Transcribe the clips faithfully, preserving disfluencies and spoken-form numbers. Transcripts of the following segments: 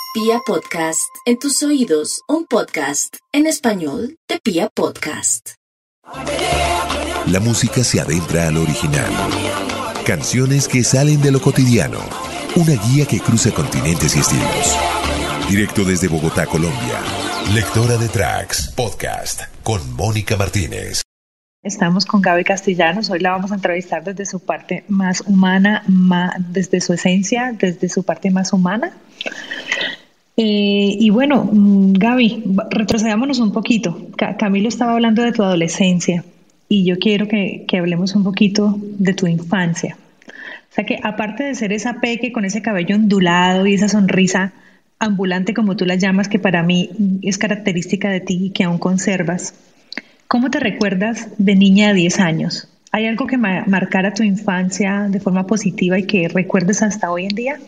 Pia Podcast, en tus oídos, un podcast en español de Pia Podcast. La música se adentra al original. Canciones que salen de lo cotidiano. Una guía que cruza continentes y estilos. Directo desde Bogotá, Colombia. Lectora de Tracks, podcast con Mónica Martínez. Estamos con Gaby Castellanos. Hoy la vamos a entrevistar desde su parte más humana, más, desde su esencia, desde su parte más humana. Eh, y bueno, Gaby, retrocedámonos un poquito. Ca- Camilo estaba hablando de tu adolescencia y yo quiero que, que hablemos un poquito de tu infancia. O sea que aparte de ser esa peque con ese cabello ondulado y esa sonrisa ambulante como tú la llamas, que para mí es característica de ti y que aún conservas, ¿cómo te recuerdas de niña de diez años? ¿Hay algo que ma- marcara tu infancia de forma positiva y que recuerdes hasta hoy en día?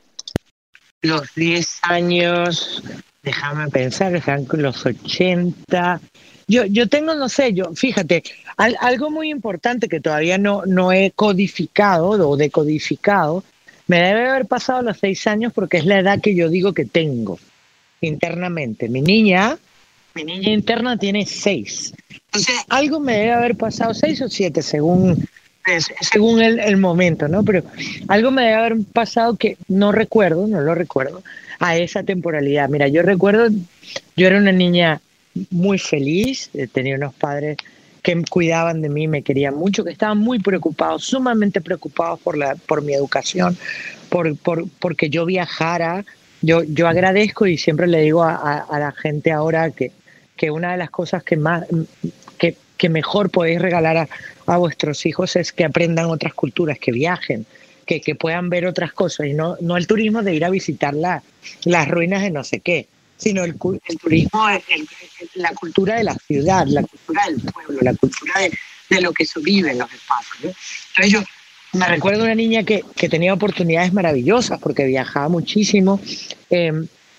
Los diez años, déjame pensar, están con los ochenta. Yo, yo tengo, no sé, yo, fíjate, al, algo muy importante que todavía no, no he codificado o decodificado, me debe haber pasado los seis años porque es la edad que yo digo que tengo internamente. Mi niña, mi niña interna tiene seis. Entonces, algo me debe haber pasado seis o siete, según, es- según el, el momento, ¿no? Pero algo me debe haber pasado que no recuerdo, no lo recuerdo, a esa temporalidad. Mira, yo recuerdo, yo era una niña muy feliz, eh, tenía unos padres que cuidaban de mí, me querían mucho, que estaban muy preocupados, sumamente preocupados por la, por mi educación, por, por, porque yo viajara. Yo, yo agradezco y siempre le digo a, a, a la gente ahora que, que una de las cosas que más que, que mejor podéis regalar a, a vuestros hijos es que aprendan otras culturas, que viajen, que, que puedan ver otras cosas, y no, no el turismo de ir a visitar la, las ruinas de no sé qué, sino el, cu- el turismo, el- el- la cultura de la ciudad, la cultura del pueblo, la cultura de, de lo que se vive en los espacios, ¿no? Entonces yo me recuerdo una niña que, que tenía oportunidades maravillosas porque viajaba muchísimo, eh,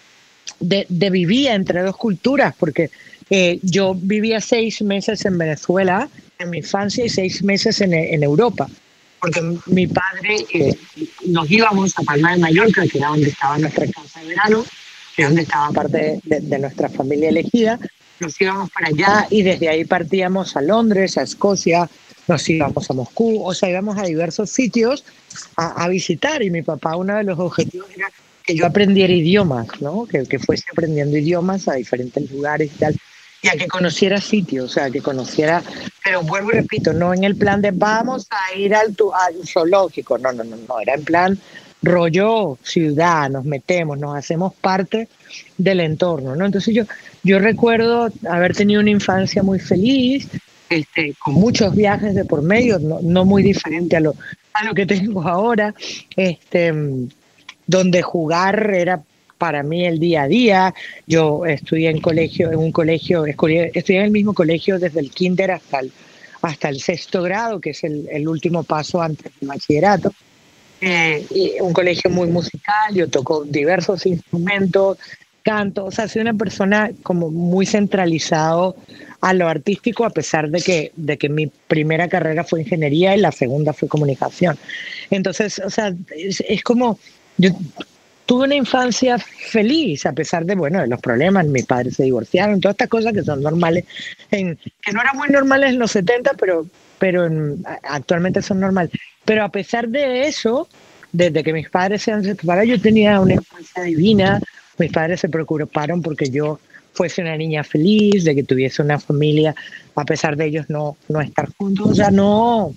de, de vivía entre dos culturas, porque eh, yo vivía seis meses en Venezuela en mi infancia y seis meses en, en Europa, porque mi padre, eh, nos íbamos a Palma de Mallorca, que era donde estaba nuestra casa de verano, que es donde estaba parte de, de- de nuestra familia elegida. Nos íbamos para allá y desde ahí partíamos a Londres, a Escocia, nos íbamos a Moscú, o sea, íbamos a diversos sitios a, a visitar, y mi papá, uno de los objetivos era que yo aprendiera idiomas, ¿no? Que, que fuese aprendiendo idiomas a diferentes lugares y tal, y a que conociera sitios, o sea, que conociera, pero vuelvo y repito, no en el plan de vamos a ir al, tu- al zoológico, no, no, no, no, era en plan rollo ciudad, nos metemos, nos hacemos parte del entorno, ¿no? Entonces yo, yo recuerdo haber tenido una infancia muy feliz, este, con muchos viajes de por medio, no, no muy diferente a lo, a lo que tengo ahora, este, donde jugar era para mí el día a día. Yo estudié en colegio, en un colegio, escoli- estudié en el mismo colegio desde el kinder hasta el, hasta el sexto grado, que es el, el último paso antes del bachillerato. Eh, y un colegio muy musical, yo toco diversos instrumentos, canto, o sea, soy una persona como muy centralizado a lo artístico, a pesar de que, de que mi primera carrera fue ingeniería y la segunda fue comunicación. Entonces, o sea, es, es como, yo tuve una infancia feliz, a pesar de, bueno, de los problemas, mis padres se divorciaron, todas estas cosas que son normales, en, que no eran muy normales en los setenta, pero, pero en- a- actualmente son normales. Pero a pesar de eso, desde que mis padres se han separado, yo tenía una infancia divina. Mis padres se preocuparon porque yo fuese una niña feliz, de que tuviese una familia, a pesar de ellos no, no estar juntos. O sea, no,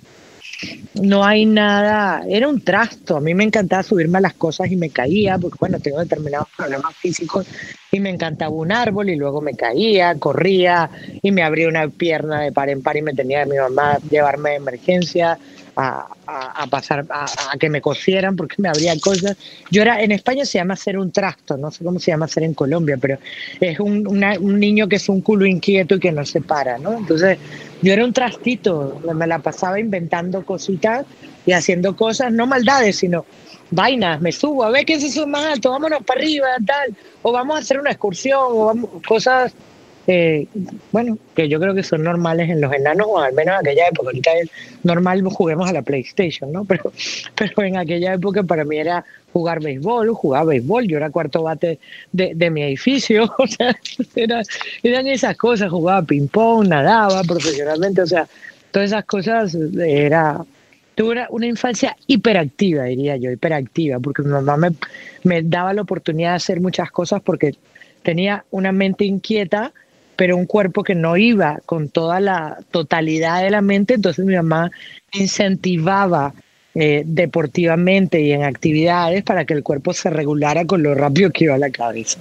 no hay nada, era un trasto. A mí me encantaba subirme a las cosas y me caía, porque bueno, tengo determinados problemas físicos, y me encantaba un árbol y luego me caía, corría y me abría una pierna de par en par y me tenía mi mamá llevarme de emergencia a, a, a pasar, a, a que me cosieran porque me abría cosas. Yo era, en España se llama ser un trasto, no sé cómo se llama ser en Colombia, pero es un, una- un niño que es un culo inquieto y que no se para, ¿no? Entonces yo era un trastito, me la pasaba inventando cositas y haciendo cosas, no maldades, sino vainas. Me subo, a ver qué es eso más alto, vámonos para arriba, tal, o vamos a hacer una excursión, o vamos, cosas eh, bueno, que yo creo que son normales en los enanos, o al menos en aquella época. Ahorita es normal juguemos a la PlayStation, ¿no? Pero, pero en aquella época para mí era jugar béisbol, jugaba béisbol, yo era cuarto bate de, de mi edificio, o sea, era, eran esas cosas, jugaba ping-pong, nadaba profesionalmente, o sea, todas esas cosas era... Tuve una, una infancia hiperactiva, diría yo, hiperactiva, porque mi mamá me, me daba la oportunidad de hacer muchas cosas porque tenía una mente inquieta, pero un cuerpo que no iba con toda la totalidad de la mente, entonces mi mamá incentivaba eh, deportivamente y en actividades para que el cuerpo se regulara con lo rápido que iba a la cabeza.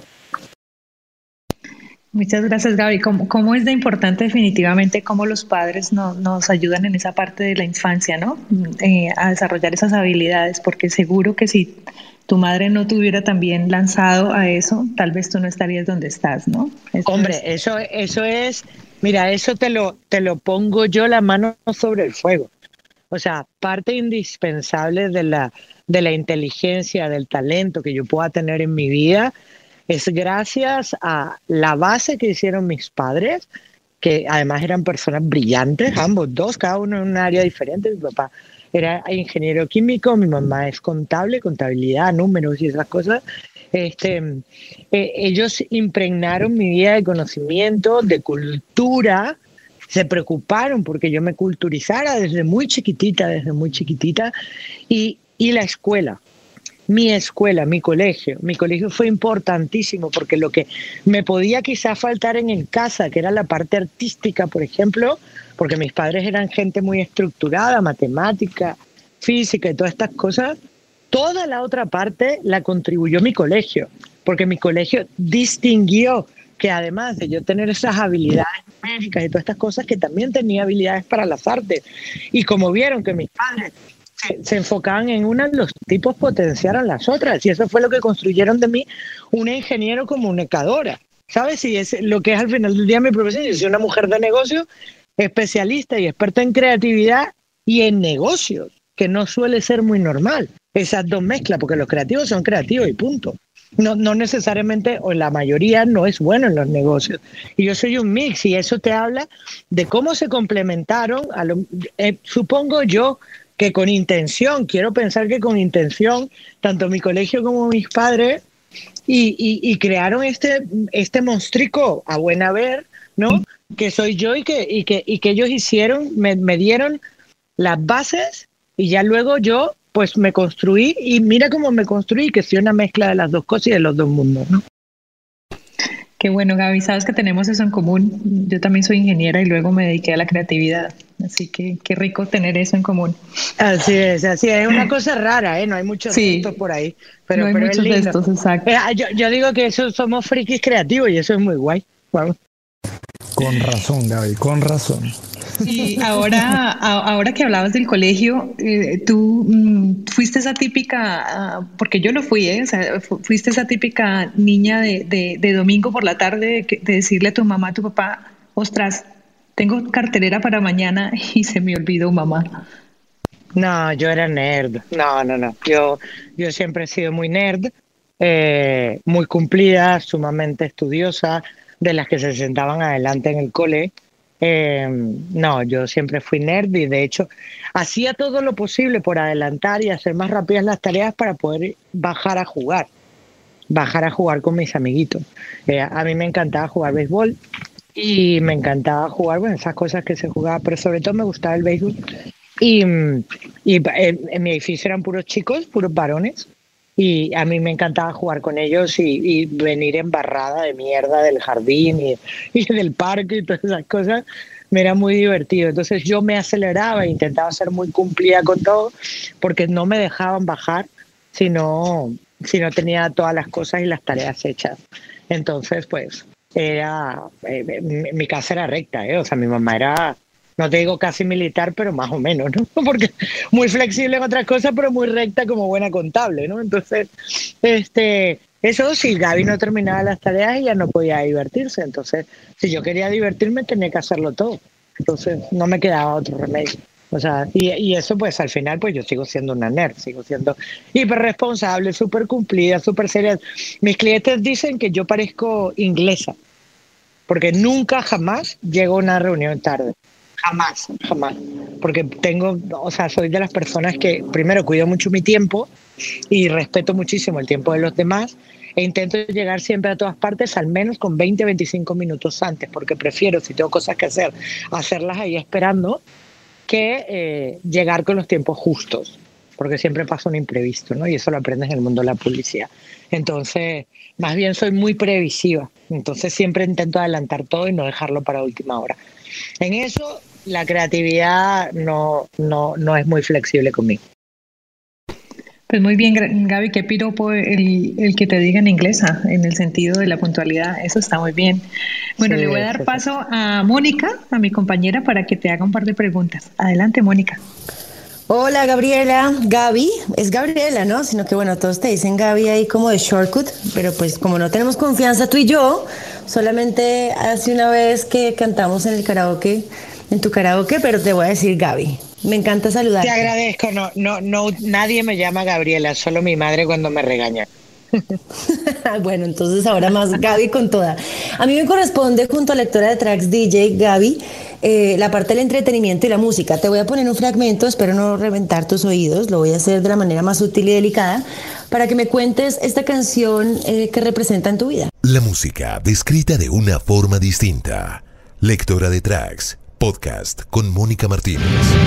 Muchas gracias, Gaby. ¿Cómo, cómo es de importante definitivamente cómo los padres no, nos ayudan en esa parte de la infancia, ¿no? Eh, a desarrollar esas habilidades, porque seguro que si tu madre no te hubiera también lanzado a eso, tal vez tú no estarías donde estás, ¿no? Eso Hombre, es... eso, eso es, mira, eso te lo, te lo pongo yo la mano sobre el fuego. O sea, parte indispensable de la, de la inteligencia, del talento que yo pueda tener en mi vida es gracias a la base que hicieron mis padres, que además eran personas brillantes, ambos dos, cada uno en un área diferente. Mi papá era ingeniero químico, mi mamá es contable, contabilidad, números y esas cosas. Este, eh, ellos impregnaron mi vida de conocimiento, de cultura, se preocuparon porque yo me culturizara desde muy chiquitita, desde muy chiquitita, y, y la escuela. Mi escuela, mi colegio, mi colegio fue importantísimo porque lo que me podía quizás faltar en, en casa, que era la parte artística, por ejemplo, porque mis padres eran gente muy estructurada, matemática, física y todas estas cosas, toda la otra parte la contribuyó mi colegio, porque mi colegio distinguió que además de yo tener esas habilidades médicas y todas estas cosas, que también tenía habilidades para las artes. Y como vieron que mis padres se enfocaban en una, los tipos potenciaron las otras, y eso fue lo que construyeron de mí una ingeniero comunicadora, ¿sabes? Y es lo que es al final del día mi profesión. Yo soy una mujer de negocios, especialista y experta en creatividad y en negocios, que no suele ser muy normal, esas dos mezclas, porque los creativos son creativos y punto. No, no necesariamente, o la mayoría no es bueno en los negocios. Y yo soy un mix, y eso te habla de cómo se complementaron, a lo, eh, supongo yo, que con intención, quiero pensar que con intención, tanto mi colegio como mis padres, y, y, y crearon este, este monstruo a buena ver, ¿no? Que soy yo, y que, y que, y que ellos hicieron, me, me dieron las bases, y ya luego yo pues me construí, y mira cómo me construí, que soy una mezcla de las dos cosas y de los dos mundos, ¿no? Qué bueno, Gaby, sabes que tenemos eso en común. Yo también soy ingeniera y luego me dediqué a la creatividad, así que qué rico tener eso en común. Así es, así es, es una cosa rara, ¿eh? No hay muchos sí, textos por ahí, pero, no hay pero muchos es lindo. Textos, exacto. Eh, yo, yo digo que eso, somos frikis creativos y eso es muy guay. Wow. Con razón, Gaby, con razón. Y ahora, ahora que hablabas del colegio, eh, tú mm, fuiste esa típica, uh, porque yo lo fui, ¿eh? O sea, fuiste esa típica niña de, de, de domingo por la tarde de, de decirle a tu mamá, a tu papá, ostras, tengo cartelera para mañana y se me olvidó, mamá. No, yo era nerd. No, no, no. Yo, yo siempre he sido muy nerd, eh, muy cumplida, sumamente estudiosa, de las que se sentaban adelante en el cole. Eh, no, yo siempre fui nerd, y de hecho hacía todo lo posible por adelantar y hacer más rápidas las tareas para poder bajar a jugar, bajar a jugar con mis amiguitos. Eh, a mí me encantaba jugar béisbol y me encantaba jugar, bueno, esas cosas que se jugaba, pero sobre todo me gustaba el béisbol. Y, y en, en mi edificio eran puros chicos, puros varones, y a mí me encantaba jugar con ellos y, y venir embarrada de mierda del jardín y, y del parque y todas esas cosas. Me era muy divertido. Entonces yo me aceleraba e intentaba ser muy cumplida con todo, porque no me dejaban bajar si no, si no tenía todas las cosas y las tareas hechas. Entonces, pues, era, eh, mi, mi casa era recta, ¿eh? O sea, mi mamá era... No te digo casi militar, pero más o menos, ¿no? Porque muy flexible en otras cosas, pero muy recta como buena contable, ¿no? Entonces, este, eso sí, Gaby no terminaba las tareas y ya no podía divertirse. Entonces, si yo quería divertirme, tenía que hacerlo todo. Entonces, no me quedaba otro remedio. O sea, y, y eso, pues, al final, pues, yo sigo siendo una nerd, sigo siendo hiper responsable, súper cumplida, súper seria. Mis clientes dicen que yo parezco inglesa. porque nunca, jamás llego a una reunión tarde. Jamás, jamás. Porque tengo, o sea, soy de las personas que primero cuido mucho mi tiempo y respeto muchísimo el tiempo de los demás e intento llegar siempre a todas partes al menos con veinte, veinticinco minutos antes, porque prefiero, si tengo cosas que hacer, hacerlas ahí esperando que eh, llegar con los tiempos justos, porque siempre pasa un imprevisto, ¿no? Y eso lo aprendes en el mundo de la publicidad. Entonces, más bien soy muy previsiva, entonces siempre intento adelantar todo y no dejarlo para última hora. En eso, la creatividad no, no, no es muy flexible conmigo. Pues muy bien, Gaby, qué piropo el, el que te diga en inglés, en el sentido de la puntualidad, eso está muy bien. Bueno, sí, le voy a dar sí, paso sí. a Mónica, a mi compañera, para que te haga un par de preguntas. Adelante, Mónica. Hola, Gabriela. Gaby, es Gabriela, ¿no? Sino que, bueno, todos te dicen Gaby ahí como de shortcut, pero pues como no tenemos confianza tú y yo, solamente hace una vez que cantamos en el karaoke, en tu karaoke, pero te voy a decir Gaby. Me encanta saludarte. Te agradezco, no, no, no, nadie me llama Gabriela, solo mi madre cuando me regaña. Bueno, entonces ahora más Gaby con toda. A mí me corresponde, junto a lectora de tracks D J, Gaby, eh, la parte del entretenimiento y la música. Te voy a poner un fragmento, espero no reventar tus oídos, lo voy a hacer de la manera más sutil y delicada, para que me cuentes esta canción eh, que representa en tu vida. La música descrita de una forma distinta. Lectora de tracks, podcast con Mónica Martínez.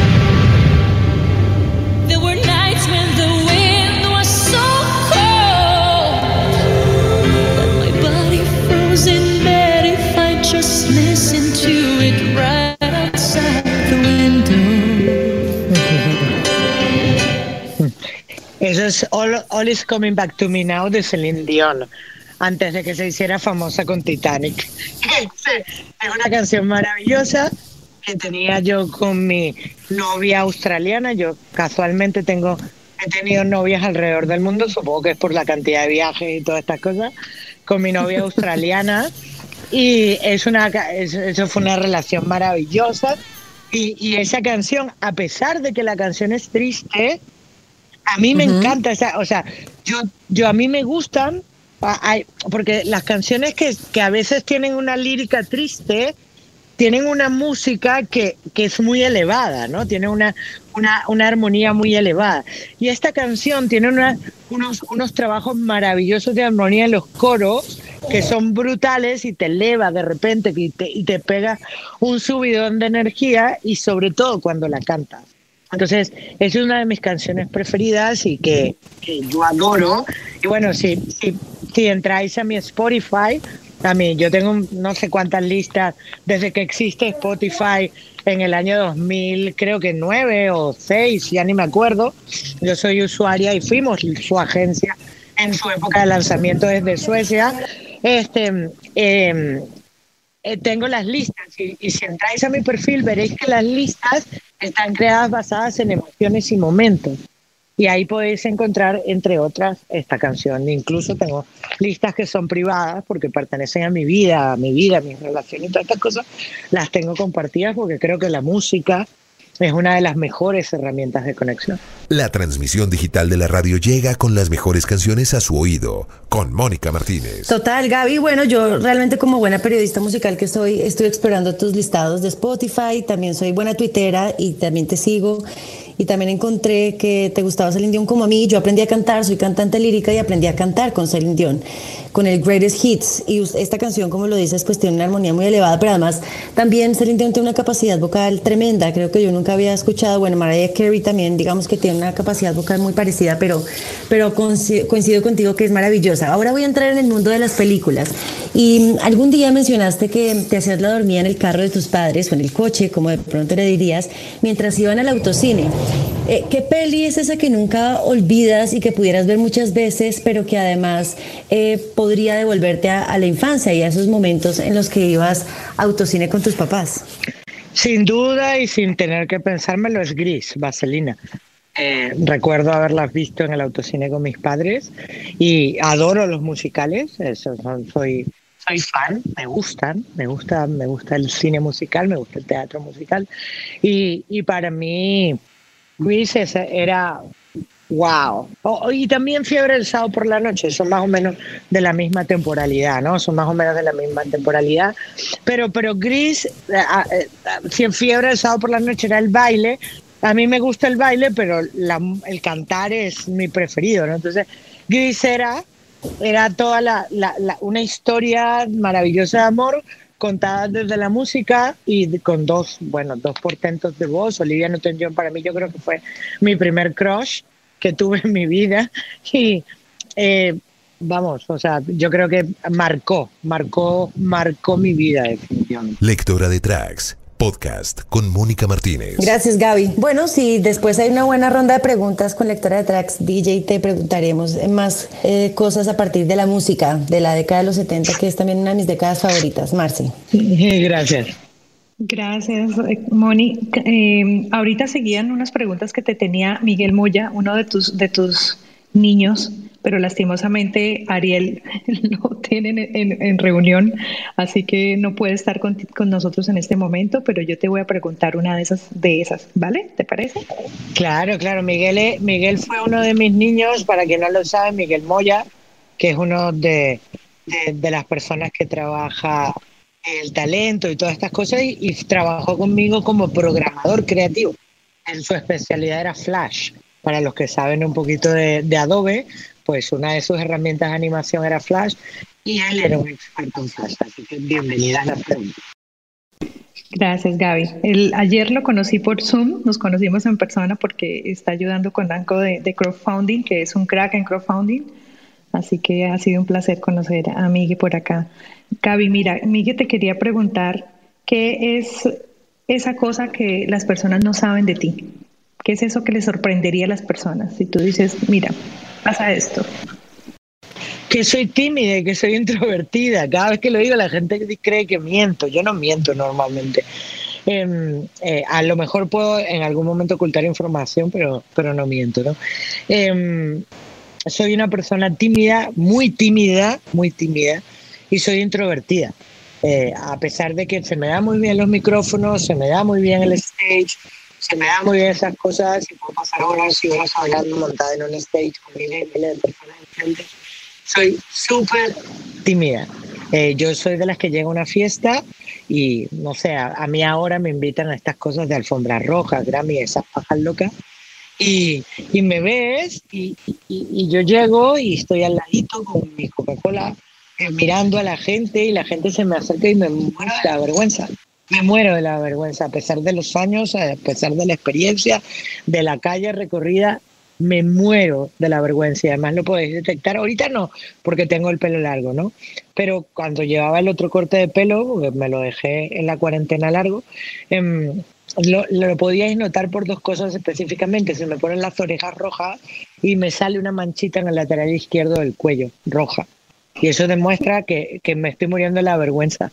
There were nights when the wind was so cold that my body froze in bed if I just listened to it right outside the window. Eso es All, All Is Coming Back to Me Now de Celine Dion, antes de que se hiciera famosa con Titanic. Es una canción maravillosa que tenía yo con mi novia australiana. Yo casualmente tengo, he tenido novias alrededor del mundo, supongo que es por la cantidad de viajes y todas estas cosas, con mi novia australiana, y es una, es, eso fue una relación maravillosa, y, y esa canción, a pesar de que la canción es triste, a mí me uh-huh. encanta, esa, o sea, yo, yo a mí me gustan, hay, porque las canciones que, que a veces tienen una lírica triste, tienen una música que, que es muy elevada, ¿no? Tiene una, una, una armonía muy elevada. Y esta canción tiene una, unos, unos trabajos maravillosos de armonía en los coros que son brutales y te eleva de repente y te, y te pega un subidón de energía, y sobre todo cuando la cantas. Entonces, es una de mis canciones preferidas y que, que yo adoro. Y bueno, si, si, si entráis a mi Spotify, a mí, yo tengo no sé cuántas listas desde que existe Spotify en el año dos mil, creo que nueve o seis, ya ni me acuerdo. Yo soy usuaria y fuimos su agencia en su época de lanzamiento desde Suecia. Este, eh, eh, tengo las listas y, y si entráis a mi perfil veréis que las listas están creadas basadas en emociones y momentos. Y ahí podéis encontrar, entre otras, esta canción. Incluso tengo listas que son privadas porque pertenecen a mi vida, a mi vida, a mis relaciones y todas estas cosas. Las tengo compartidas porque creo que la música es una de las mejores herramientas de conexión. La transmisión digital de la radio llega con las mejores canciones a su oído, con Mónica Martínez. Total, Gaby. Bueno, yo realmente como buena periodista musical que soy, estoy explorando tus listados de Spotify. También soy buena tuitera y también te sigo. Y también encontré que te gustaba Celine Dion como a mí. Yo aprendí a cantar, soy cantante lírica y aprendí a cantar con Celine Dion, con el Greatest Hits. Y esta canción, como lo dices, pues tiene una armonía muy elevada, pero además también Celine Dion tiene una capacidad vocal tremenda. Creo que yo nunca había escuchado, bueno, Mariah Carey también, digamos que tiene una capacidad vocal muy parecida, pero, pero coincido contigo que es maravillosa. Ahora voy a entrar en el mundo de las películas. Y algún día mencionaste que te hacías la dormida en el carro de tus padres o en el coche, como de pronto le dirías, mientras iban al autocine. Eh, ¿Qué peli es esa que nunca olvidas y que pudieras ver muchas veces, pero que además eh, podría devolverte a, a la infancia y a esos momentos en los que ibas a autocine con tus papás? Sin duda y sin tener que pensármelo, es Gris, Vaselina. Eh, recuerdo haberlas visto en el autocine con mis padres y adoro los musicales. Eso, soy, soy fan, me gustan, me gusta, me gusta el cine musical, me gusta el teatro musical y, y para mí Grease era Wow. Oh, y también Fiebre del Sábado por la Noche, son más o menos de la misma temporalidad, ¿no? Son más o menos de la misma temporalidad. Pero, pero Gris, eh, eh, eh, Fiebre del Sábado por la Noche era el baile. A mí me gusta el baile, pero la, el cantar es mi preferido, ¿no? Entonces, Gris era, era toda la, la, la, una historia maravillosa de amor contada desde la música y con dos, bueno, dos portentos de voz. Olivia Newton-John para mí yo creo que fue mi primer crush que tuve en mi vida y eh, vamos, o sea, yo creo que marcó, marcó, marcó mi vida definitivamente. Lectora de Tracks, podcast con Mónica Martínez. Gracias, Gaby. Bueno, si después hay una buena ronda de preguntas con Lectora de Tracks, D J, te preguntaremos más eh, cosas a partir de la música de la década de los setenta, que es también una de mis décadas favoritas. Marci. Gracias. Gracias, Moni. Eh, ahorita seguían unas preguntas que te tenía Miguel Moya, uno de tus, de tus niños, pero lastimosamente Ariel lo tiene en, en, en reunión, así que no puede estar con, con nosotros en este momento, pero yo te voy a preguntar una de esas, de esas, ¿vale? ¿Te parece? Claro, claro. Miguel, Miguel fue uno de mis niños, para quien no lo sabe, Miguel Moya, que es uno de, de, de las personas que trabaja el talento y todas estas cosas, y, y trabajó conmigo como programador creativo. En su especialidad era Flash. Para los que saben un poquito de, de Adobe, pues una de sus herramientas de animación era Flash y él era un experto en Flash. Así que bienvenida a la pregunta. Gracias, Gaby. El, ayer lo conocí por Zoom, nos conocimos en persona porque está ayudando con Anco de, de crowdfunding, que es un crack en crowdfunding. Así que ha sido un placer conocer a Miguel por acá. Gaby, mira, Miguel, te quería preguntar, ¿qué es esa cosa que las personas no saben de ti? ¿Qué es eso que les sorprendería a las personas? Si tú dices, mira, pasa esto. Que soy tímida y que soy introvertida. Cada vez que lo digo la gente cree que miento. Yo no miento normalmente. Eh, eh, a lo mejor puedo en algún momento ocultar información, pero, pero no miento, ¿no? Eh, soy una persona tímida, muy tímida, muy tímida, y soy introvertida. Eh, a pesar de que se me da muy bien los micrófonos, se me da muy bien el stage, se me da muy bien esas cosas, y puedo pasar horas y horas hablando montada en un stage con miles y miles de personas enfrente. Soy súper tímida. Eh, yo soy de las que llega a una fiesta y, no sé, a, a mí ahora me invitan a estas cosas de alfombra roja, Grammy, esas pajas locas, y, y me ves y, y, y yo llego y estoy al ladito con mi Coca-Cola eh, mirando a la gente y la gente se me acerca y me muero de la vergüenza. Me muero de la vergüenza, a pesar de los años, a pesar de la experiencia, de la calle recorrida, me muero de la vergüenza. Y además lo podéis detectar. Ahorita no, porque tengo el pelo largo, ¿no? Pero cuando llevaba el otro corte de pelo, porque me lo dejé en la cuarentena largo, eh, lo, lo podíais notar por dos cosas específicamente. Se me ponen las orejas rojas y me sale una manchita en el lateral izquierdo del cuello, roja. Y eso demuestra que, que me estoy muriendo de la vergüenza.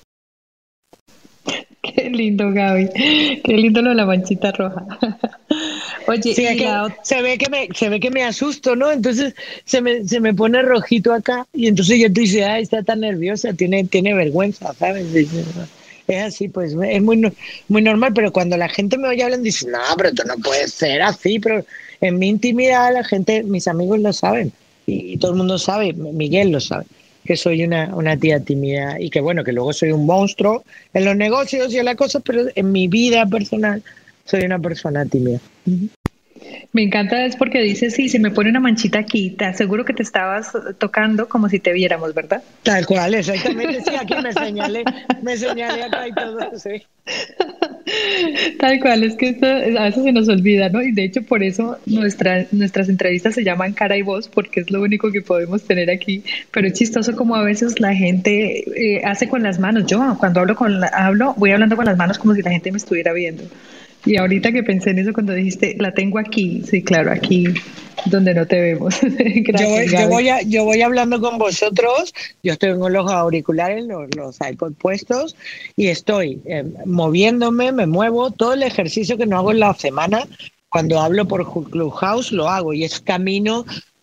Qué lindo, Gaby. Qué lindo lo de la manchita roja. Oye, sí, y que la... se ve que me se ve que me asusto, ¿no? Entonces se me se me pone rojito acá y entonces yo te dice, ay, está tan nerviosa, tiene tiene vergüenza, ¿sabes? Es así, pues es muy muy normal, pero cuando la gente me oye hablar dice, no, pero tú no puedes ser así, pero en mi intimidad la gente, mis amigos lo saben y, y todo el mundo sabe, Miguel lo sabe, que soy una, una tía tímida y que bueno, que luego soy un monstruo en los negocios y en la cosa, pero en mi vida personal soy una persona tímida. Me encanta es porque dices, sí, se me pone una manchita aquí, te aseguro que te estabas tocando como si te viéramos, ¿verdad? Tal cual, exactamente, sí, aquí me señalé, me señalé acá y todo, sí. Tal cual, es que esto a veces se nos olvida, ¿no? Y de hecho por eso nuestra, nuestras entrevistas se llaman cara y voz, porque es lo único que podemos tener aquí, pero es chistoso como a veces la gente eh, hace con las manos. Yo cuando hablo, con la, hablo, voy hablando con las manos como si la gente me estuviera viendo. Y ahorita que pensé en eso cuando dijiste, la tengo aquí, sí, claro, aquí donde no te vemos. Gracias, yo, voy, Gaby. yo, voy a, yo voy hablando con vosotros, yo estoy con los auriculares, los, los iPod puestos, y estoy eh, moviéndome, me muevo, todo el ejercicio que no hago en la semana, cuando hablo por Clubhouse lo hago, y es camino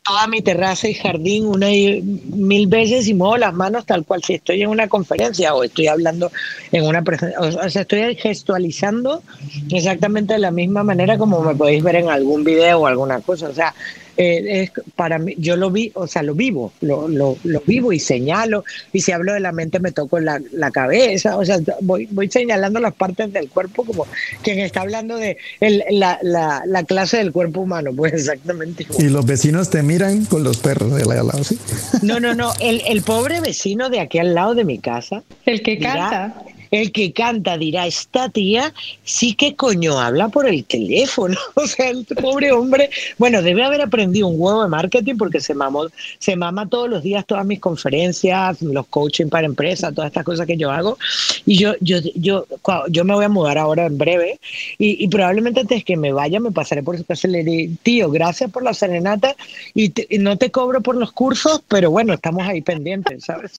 toda mi terraza y jardín una y mil veces y muevo las manos tal cual si estoy en una conferencia o estoy hablando en una presentación. O sea, estoy gestualizando exactamente de la misma manera como me podéis ver en algún video o alguna cosa. O sea, eh, es para mí, yo lo vi, o sea, lo vivo, lo, lo, lo vivo y señalo. Y si hablo de la mente me toco la, la cabeza. O sea, voy, voy señalando las partes del cuerpo como quien está hablando de el, la, la, la clase del cuerpo humano. Pues exactamente igual. Y los vecinos te miran con los perros de al lado, ¿sí? No, no, no. El, el pobre vecino de aquí al lado de mi casa. El que dirá, canta. El que canta dirá, esta tía sí que coño habla por el teléfono. O sea, el pobre hombre, bueno, debe haber aprendido un huevo de marketing porque se mamó, se mama todos los días todas mis conferencias, los coaching para empresas, todas estas cosas que yo hago. Y yo, yo, yo, yo me voy a mudar ahora en breve y, y probablemente antes que me vaya me pasaré por su casa y le diré, tío, gracias por la serenata y, te, y no te cobro por los cursos, pero bueno, estamos ahí pendientes, ¿sabes?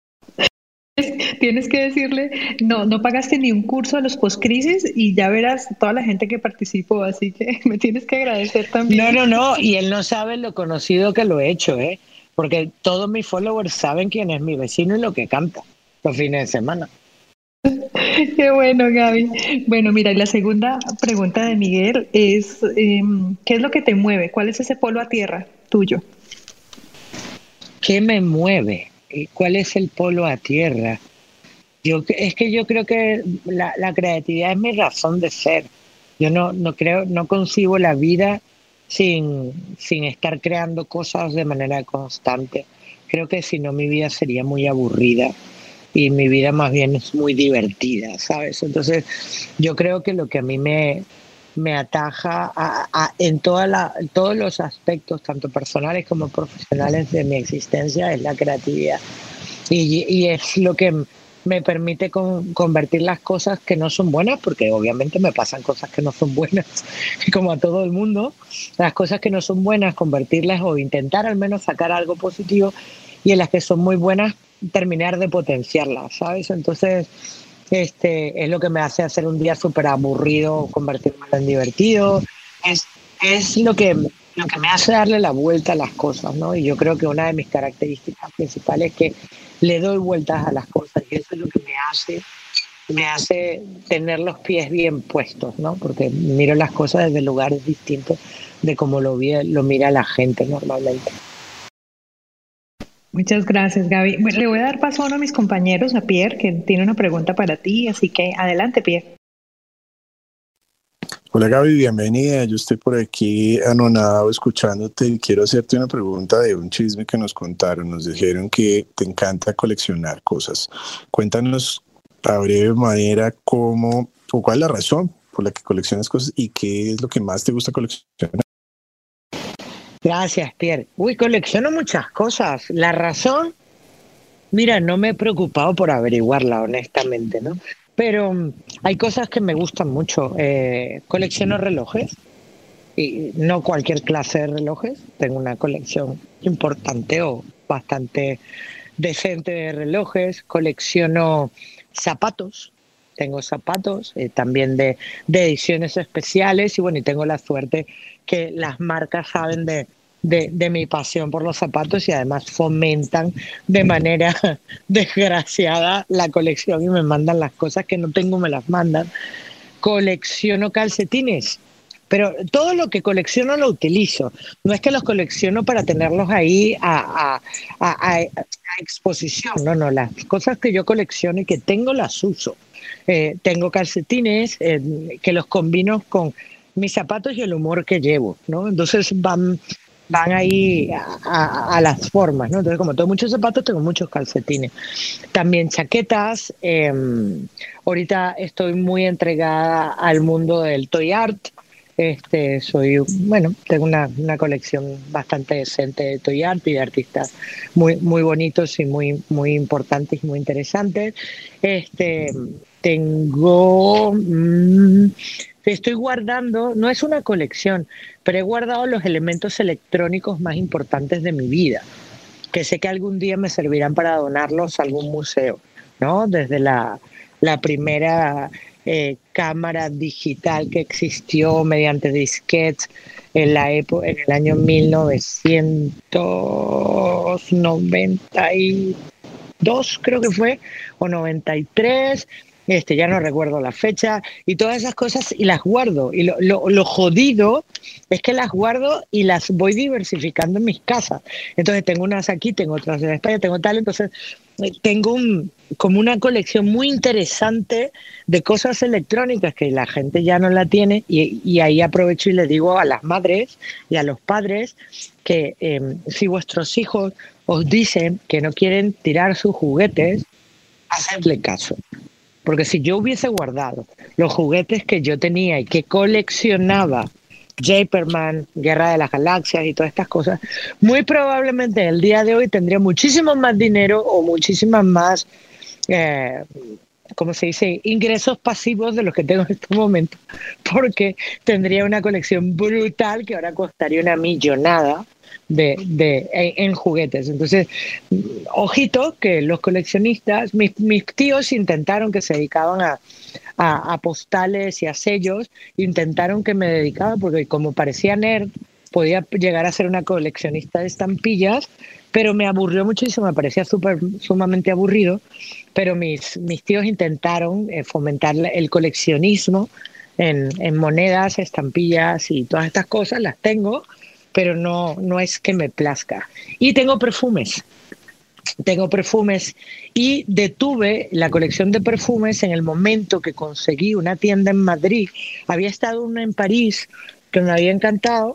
Tienes que decirle, no, no pagaste ni un curso a los postcrisis y ya verás toda la gente que participó, así que me tienes que agradecer también. No, no, no, y él no sabe lo conocido que lo he hecho, ¿eh? Porque todos mis followers saben quién es mi vecino y lo que canta los fines de semana. Qué bueno, Gaby. Bueno, mira, y la segunda pregunta de Miguel es, eh, ¿qué es lo que te mueve? ¿Cuál es ese polo a tierra tuyo? ¿Qué me mueve? ¿Cuál es el polo a tierra? Yo, es que yo creo que la, la creatividad es mi razón de ser. Yo no, no creo, no concibo la vida sin, sin estar creando cosas de manera constante. Creo que si no mi vida sería muy aburrida y mi vida más bien es muy divertida, ¿sabes? Entonces yo creo que lo que a mí me, me ataja a, a, en toda la, todos los aspectos, tanto personales como profesionales de mi existencia, es la creatividad. Y, y es lo que me permite con, convertir las cosas que no son buenas, porque obviamente me pasan cosas que no son buenas, como a todo el mundo, las cosas que no son buenas, convertirlas o intentar al menos sacar algo positivo, y en las que son muy buenas, terminar de potenciarlas, ¿sabes? Entonces, este es lo que me hace hacer un día súper aburrido, convertirlo en divertido. Es, es lo que, lo que me hace darle la vuelta a las cosas, ¿no? Y yo creo que una de mis características principales es que le doy vueltas a las cosas y eso es lo que me hace, me hace tener los pies bien puestos, ¿no? Porque miro las cosas desde lugares distintos de cómo lo, lo mira la gente normalmente. Muchas gracias, Gaby. Bueno, le voy a dar paso a uno de mis compañeros, a Pierre, que tiene una pregunta para ti, así que adelante, Pierre. Hola Gaby, bienvenida. Yo estoy por aquí anonadado escuchándote y quiero hacerte una pregunta de un chisme que nos contaron. Nos dijeron que te encanta coleccionar cosas. Cuéntanos a breve manera cómo o cuál es la razón por la que coleccionas cosas y qué es lo que más te gusta coleccionar. Gracias, Pierre. Uy, colecciono muchas cosas. La razón, mira, no me he preocupado por averiguarla, honestamente, ¿no? Pero um, hay cosas que me gustan mucho. Eh, colecciono relojes, y no cualquier clase de relojes. Tengo una colección importante o bastante decente de relojes. Colecciono zapatos. Tengo zapatos eh, también de, de ediciones especiales y bueno, y tengo la suerte que las marcas saben de, de, de mi pasión por los zapatos y además fomentan de manera desgraciada la colección y me mandan las cosas que no tengo, me las mandan. Colecciono calcetines, pero todo lo que colecciono lo utilizo. No es que los colecciono para tenerlos ahí a, a, a, a, a exposición, no, no, las cosas que yo colecciono y que tengo las uso. Eh, tengo calcetines eh, que los combino con mis zapatos y el humor que llevo, ¿no? Entonces van, van ahí a, a, a las formas, ¿no? Entonces, como tengo muchos zapatos, tengo muchos calcetines. También chaquetas. Eh, ahorita estoy muy entregada al mundo del toy art. Este, soy, bueno, tengo una, una colección bastante decente de toy art y de artistas muy, muy bonitos y muy, muy importantes y muy interesantes. Este, tengo, mmm, estoy guardando, no es una colección, pero he guardado los elementos electrónicos más importantes de mi vida, que sé que algún día me servirán para donarlos a algún museo, ¿no? Desde la, la primera eh, cámara digital que existió mediante disquetes en la época, en el año mil novecientos noventa y dos, creo que fue, o noventa y tres. Este, ya no recuerdo la fecha, y todas esas cosas, y las guardo. Y lo, lo, lo jodido es que las guardo y las voy diversificando en mis casas. Entonces tengo unas aquí, tengo otras en España, tengo tal, entonces tengo un, como una colección muy interesante de cosas electrónicas que la gente ya no la tiene, y, y ahí aprovecho y le digo a las madres y a los padres que eh, si vuestros hijos os dicen que no quieren tirar sus juguetes, hacedle caso. Porque si yo hubiese guardado los juguetes que yo tenía y que coleccionaba, Japerman, Guerra de las Galaxias y todas estas cosas, muy probablemente el día de hoy tendría muchísimo más dinero o muchísimas más, eh, ¿cómo se dice?, ingresos pasivos de los que tengo en este momento, porque tendría una colección brutal que ahora costaría una millonada de, de, en, en juguetes. Entonces, ojito que los coleccionistas, mis, mis tíos intentaron, que se dedicaban a, a, a postales y a sellos, intentaron que me dedicara, porque como parecía nerd, podía llegar a ser una coleccionista de estampillas, pero me aburrió muchísimo, me parecía super, sumamente aburrido, pero mis, mis tíos intentaron eh, fomentar el coleccionismo en, en monedas, estampillas y todas estas cosas, las tengo, pero no, no es que me plazca. Y tengo perfumes, tengo perfumes y detuve la colección de perfumes en el momento que conseguí una tienda en Madrid. Había estado una en París que me había encantado,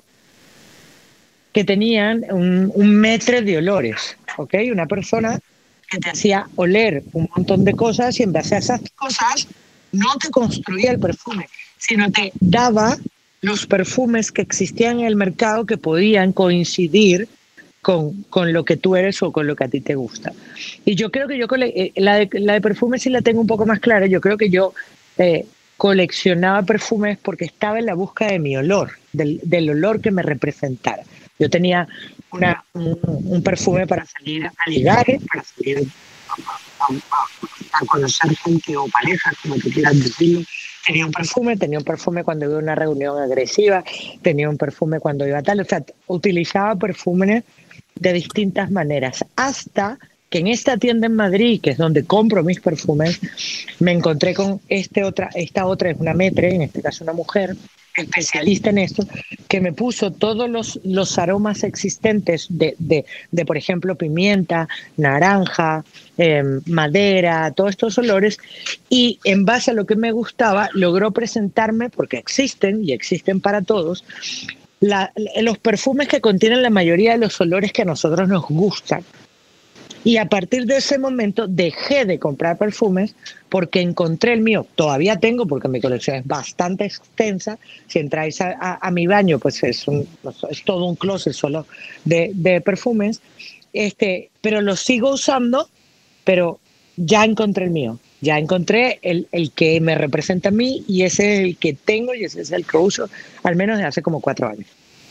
que tenían un, un metre de olores, ¿ok? Una persona que te hacía oler un montón de cosas y en base a esas cosas no te construía el perfume, sino te daba los perfumes que existían en el mercado que podían coincidir con, con lo que tú eres o con lo que a ti te gusta. Y yo creo que yo, la de, la de perfumes sí la tengo un poco más clara. Yo creo que yo eh, coleccionaba perfumes porque estaba en la búsqueda de mi olor, del, del olor que me representara. Yo tenía una, un, un perfume para salir a ligar, para salir a, a, a conocer gente o parejas, como tú quieras decirlo. Tenía un perfume, tenía un perfume cuando iba a una reunión agresiva, tenía un perfume cuando iba a tal, o sea, utilizaba perfumes de distintas maneras, hasta que en esta tienda en Madrid, que es donde compro mis perfumes, me encontré con este otra, esta otra es una maître, en este caso una mujer, especialista en esto, que me puso todos los, los aromas existentes de, de, de, por ejemplo, pimienta, naranja, eh, madera, todos estos olores, y en base a lo que me gustaba, logró presentarme, porque existen, y existen para todos, la, los perfumes que contienen la mayoría de los olores que a nosotros nos gustan. Y a partir de ese momento dejé de comprar perfumes porque encontré el mío. Todavía tengo, porque mi colección es bastante extensa. Si entráis a, a, a mi baño, pues es, un, es todo un closet solo de, de perfumes. Este, pero los sigo usando, pero ya encontré el mío. Ya encontré el, el que me representa a mí y ese es el que tengo y ese es el que uso, al menos desde hace como cuatro años.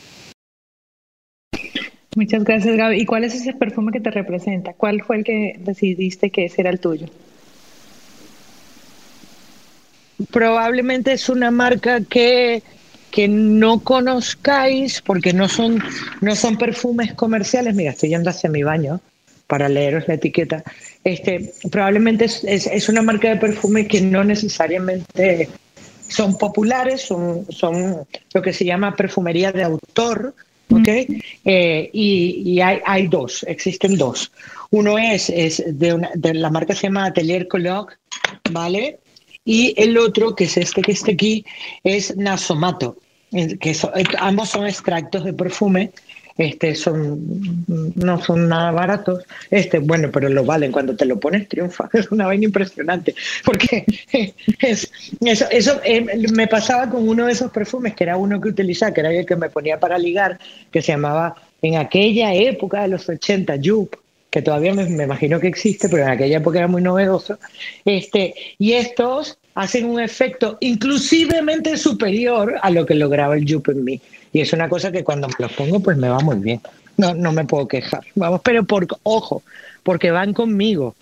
Muchas gracias, Gaby. ¿Y cuál es ese perfume que te representa? ¿Cuál fue el que decidiste que ese era el tuyo? Probablemente es una marca que, que no conozcáis porque no son, no son perfumes comerciales. Mira, estoy yendo hacia mi baño para leeros la etiqueta. Este, probablemente es, es, es una marca de perfume que no necesariamente son populares, son, son lo que se llama perfumería de autor. Okay. Eh, y y hay, hay dos, existen dos. Uno es, es de, una, de la marca se llama Atelier Coloc, ¿vale? Y el otro, que es este que está aquí, es Nasomato, que son, ambos son extractos de perfume. Este son no son nada baratos, este bueno, pero lo valen. Cuando te lo pones triunfa, es una vaina impresionante, porque es, eso, eso eh, me pasaba con uno de esos perfumes, que era uno que utilizaba, que era el que me ponía para ligar, que se llamaba en aquella época de los ochenta, Jupe, que todavía me, me imagino que existe, pero en aquella época era muy novedoso, este, y estos hacen un efecto inclusivemente superior a lo que lograba el Jupe en mí. Y es una cosa que cuando me los pongo, pues me va muy bien. No, no me puedo quejar. Vamos, pero por ojo, porque van conmigo.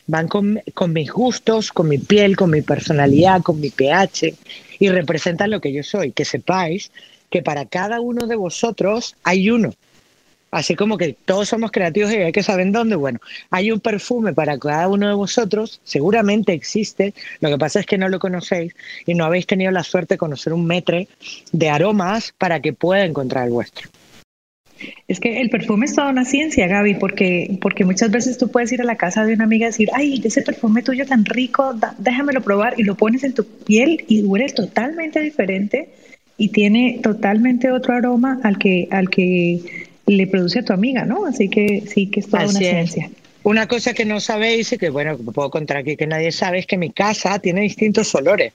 van con, con mis gustos, con mi piel, con mi personalidad, con mi pH, y representan lo que yo soy. Que sepáis que para cada uno de vosotros hay uno. Así como que todos somos creativos y hay que saber dónde. Bueno, hay un perfume para cada uno de vosotros, seguramente existe, lo que pasa es que no lo conocéis y no habéis tenido la suerte de conocer un metre de aromas para que pueda encontrar el vuestro. Es que el perfume es toda una ciencia, Gaby, porque, porque muchas veces tú puedes ir a la casa de una amiga y decir, ay, ese perfume tuyo tan rico, da, déjamelo probar, y lo pones en tu piel y huele totalmente diferente y tiene totalmente otro aroma al que, al que le produce a tu amiga, ¿no? Así que sí que es toda Así una es. ciencia. Una cosa que no sabéis y que, bueno, puedo contar aquí que nadie sabe, es que mi casa tiene distintos olores.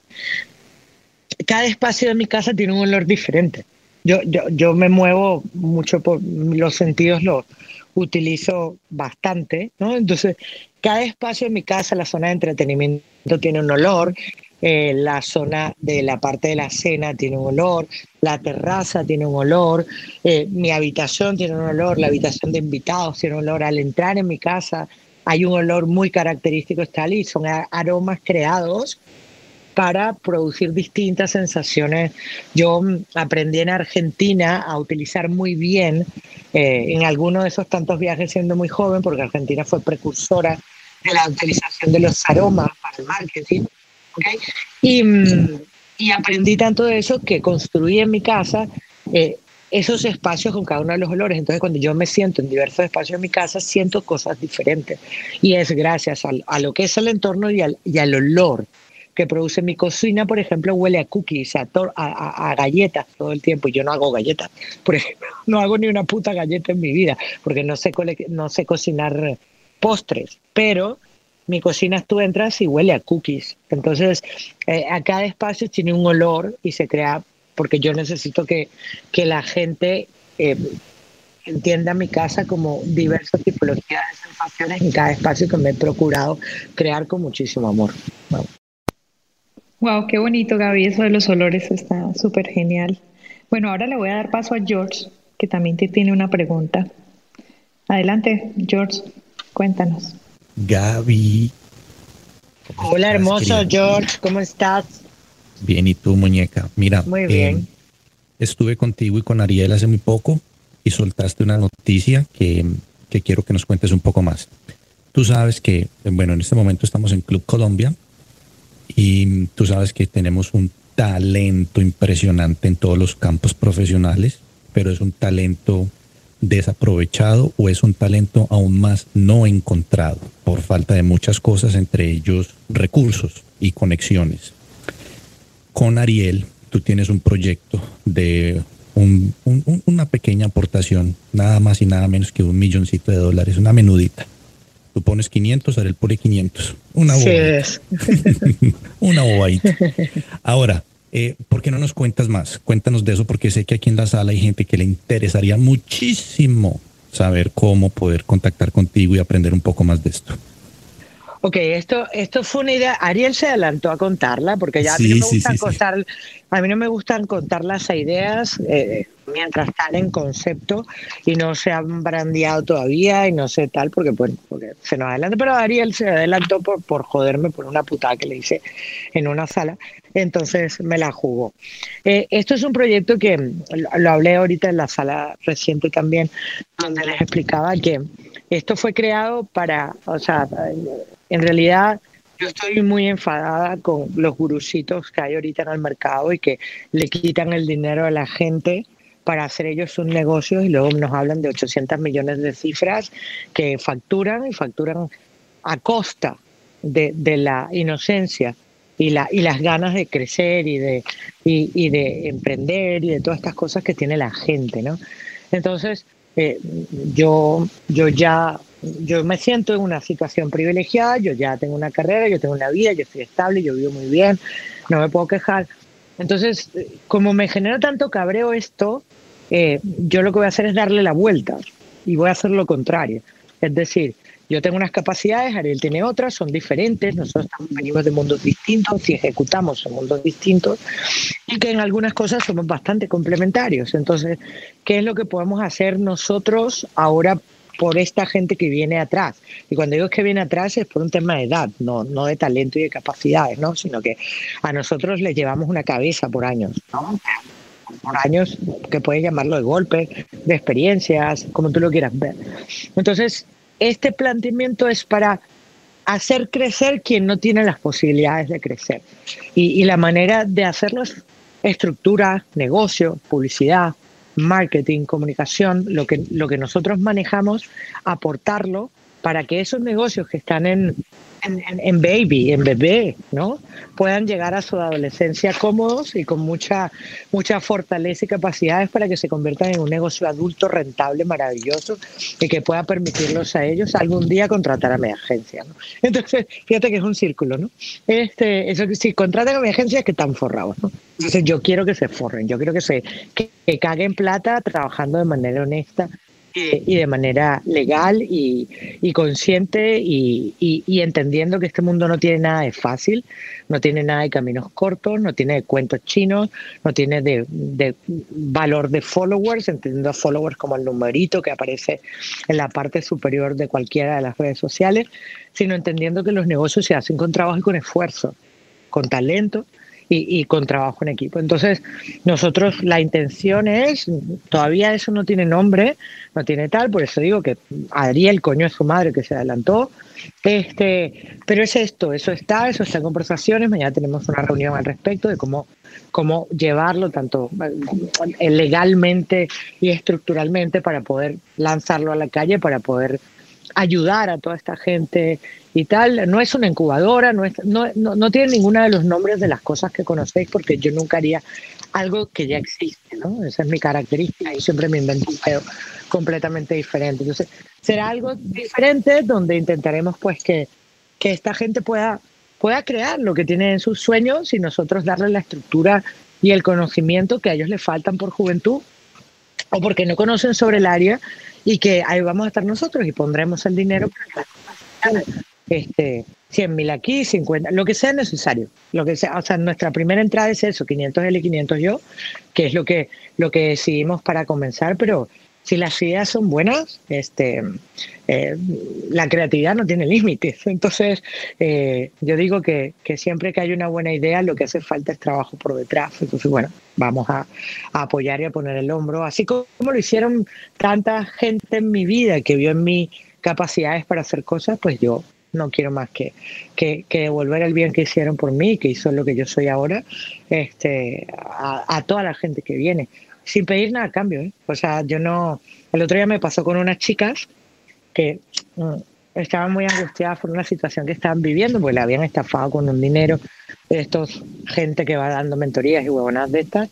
Cada espacio de mi casa tiene un olor diferente. Yo, yo, yo me muevo mucho por los sentidos, los utilizo bastante, ¿no? Entonces, cada espacio de mi casa, la zona de entretenimiento tiene un olor, eh, la zona de la parte de la cena tiene un olor, la terraza tiene un olor, eh, mi habitación tiene un olor, la habitación de invitados tiene un olor. Al entrar en mi casa hay un olor muy característico, tal, y son aromas creados para producir distintas sensaciones. Yo aprendí en Argentina a utilizar muy bien, eh, en alguno de esos tantos viajes siendo muy joven, porque Argentina fue precursora de la utilización de los aromas para el marketing, ¿okay? Y, y aprendí tanto de eso que construí en mi casa eh, esos espacios con cada uno de los olores. Entonces, cuando yo me siento en diversos espacios de mi casa, siento cosas diferentes. Y es gracias a, a lo que es el entorno y al, y al olor que produce mi cocina. Por ejemplo, huele a cookies, a, to- a, a, a galletas todo el tiempo. Y yo no hago galletas, por ejemplo. No hago ni una puta galleta en mi vida, porque no sé, cole- no sé cocinar postres. Pero mi cocina, tú entras y huele a cookies. Entonces, eh, a cada espacio tiene un olor y se crea, porque yo necesito que, que la gente eh, entienda mi casa como diversas tipologías de sensaciones en cada espacio que me he procurado crear con muchísimo amor. Bueno. Wow, qué bonito, Gaby, eso de los olores está súper genial. Bueno, ahora le voy a dar paso a George, que también te tiene una pregunta. Adelante, George, cuéntanos. Gaby. Hola, hermoso querida? George, ¿cómo estás? Bien, ¿y tú, muñeca? Mira, muy bien. Eh, estuve contigo y con Ariel hace muy poco y soltaste una noticia que, que quiero que nos cuentes un poco más. Tú sabes que, bueno, en este momento estamos en Club Colombia y tú sabes que tenemos un talento impresionante en todos los campos profesionales, pero es un talento desaprovechado o es un talento aún más no encontrado por falta de muchas cosas, entre ellos recursos y conexiones. Con Ariel, tú tienes un proyecto de un, un, una pequeña aportación, nada más y nada menos que un milloncito de dólares, una menudita. Tú pones quinientos, Ariel pone quinientos. Una bobadita. Sí. Una bobadita. Ahora, eh, ¿por qué no nos cuentas más? Cuéntanos de eso, porque sé que aquí en la sala hay gente que le interesaría muchísimo saber cómo poder contactar contigo y aprender un poco más de esto. Ok, esto, esto fue una idea. Ariel se adelantó a contarla, porque ya sí, a mí no me sí, gustan sí, contar, sí. a mí no me gustan contar las ideas eh, mientras están en concepto y no se han brandeado todavía y no sé tal, porque bueno, porque se nos adelanta. Pero Ariel se adelantó por, por joderme por una putada que le hice en una sala, entonces me la jugó. Eh, esto es un proyecto que lo, lo hablé ahorita en la sala reciente también, donde les explicaba que esto fue creado para, o sea, en realidad yo estoy muy enfadada con los gurusitos que hay ahorita en el mercado y que le quitan el dinero a la gente para hacer ellos sus negocios y luego nos hablan de ochocientos millones de cifras que facturan y facturan a costa de, de la inocencia y, la, y las ganas de crecer y de, y, y de emprender y de todas estas cosas que tiene la gente, ¿no? Entonces, Eh, yo, yo ya yo me siento en una situación privilegiada, yo ya tengo una carrera, yo tengo una vida, yo estoy estable, yo vivo muy bien, no me puedo quejar. Entonces, como me genera tanto cabreo esto, eh, yo lo que voy a hacer es darle la vuelta y voy a hacer lo contrario. Es decir, yo tengo unas capacidades, Ariel tiene otras, son diferentes, nosotros venimos de mundos distintos y ejecutamos en mundos distintos y que en algunas cosas somos bastante complementarios. Entonces, ¿qué es lo que podemos hacer nosotros ahora por esta gente que viene atrás. Y cuando digo que viene atrás es por un tema de edad, no, no de talento y de capacidades, ¿no? Sino que a nosotros les llevamos una cabeza por años, ¿no? Por años, que puedes llamarlo de golpe, de experiencias, como tú lo quieras ver. Entonces, este planteamiento es para hacer crecer quien no tiene las posibilidades de crecer. Y, y la manera de hacerlo es estructura, negocio, publicidad, marketing, comunicación, lo que, lo que nosotros manejamos, aportarlo para que esos negocios que están en, en, en baby, en bebé, ¿no? puedan llegar a su adolescencia cómodos y con mucha, mucha fortaleza y capacidades para que se conviertan en un negocio adulto rentable, maravilloso, y que pueda permitirlos a ellos algún día contratar a mi agencia, ¿no? Entonces, fíjate que es un círculo, ¿no? Este, eso, si contratan a mi agencia es que están forrados, ¿no? Entonces yo quiero que se forren, yo quiero que se que, que caguen plata trabajando de manera honesta y de manera legal y, y consciente y, y, y entendiendo que este mundo no tiene nada de fácil, no tiene nada de caminos cortos, no tiene de cuentos chinos, no tiene de, de valor de followers, entendiendo a followers como el numerito que aparece en la parte superior de cualquiera de las redes sociales, sino entendiendo que los negocios se hacen con trabajo y con esfuerzo, con talento Y, y con trabajo en equipo. Entonces, nosotros la intención es, todavía eso no tiene nombre, no tiene tal, por eso digo que Adriel, coño, es su madre que se adelantó, este, pero es esto, eso está, eso está en conversaciones, mañana tenemos una reunión al respecto de cómo, cómo llevarlo tanto legalmente y estructuralmente para poder lanzarlo a la calle, para poder ayudar a toda esta gente y tal. No es una incubadora, no, es, no, no, no tiene ninguno de los nombres de las cosas que conocéis, porque yo nunca haría algo que ya existe, ¿no? Esa es mi característica y siempre me invento un pedo completamente diferente. Entonces, será algo diferente donde intentaremos pues que, que esta gente pueda, pueda crear lo que tiene en sus sueños y nosotros darle la estructura y el conocimiento que a ellos les faltan por juventud o porque no conocen sobre el área, y que ahí vamos a estar nosotros y pondremos el dinero para que este, cien mil aquí, cincuenta, lo que sea necesario. Lo que sea, o sea, nuestra primera entrada es eso, quinientos él y quinientos yo, que es lo que, lo que decidimos para comenzar, pero si las ideas son buenas, este, eh, la creatividad no tiene límites. Entonces, eh, yo digo que, que siempre que hay una buena idea, lo que hace falta es trabajo por detrás. Entonces, bueno, vamos a, a apoyar y a poner el hombro, así como lo hicieron tanta gente en mi vida que vio en mí capacidades para hacer cosas, pues yo no quiero más que, que, que devolver el bien que hicieron por mí, que hizo lo que yo soy ahora, este, a, a toda la gente que viene, sin pedir nada a cambio, ¿eh? O sea, yo no... El otro día me pasó con unas chicas que mm, estaban muy angustiadas por una situación que estaban viviendo, porque le habían estafado con un dinero de estos, gente que va dando mentorías y huevonadas de estas,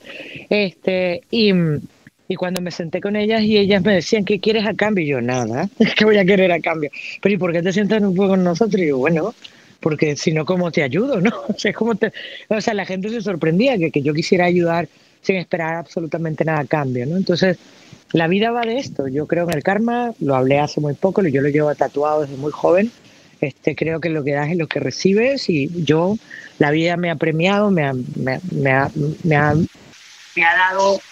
este, y... Y cuando me senté con ellas y ellas me decían, ¿qué quieres a cambio? Y yo, nada, ¿qué voy a querer a cambio? Pero ¿y por qué te sientas un poco con nosotros? Y yo, bueno, porque si no, ¿cómo te ayudo? ¿No? O sea, ¿cómo te... o sea, la gente se sorprendía que, que yo quisiera ayudar sin esperar absolutamente nada a cambio, ¿no? Entonces, la vida va de esto. Yo creo en el karma, lo hablé hace muy poco, yo lo llevo tatuado desde muy joven. Este, creo que lo que das es lo que recibes y yo, la vida me ha premiado, me ha, me, me ha, me ha, me ha dado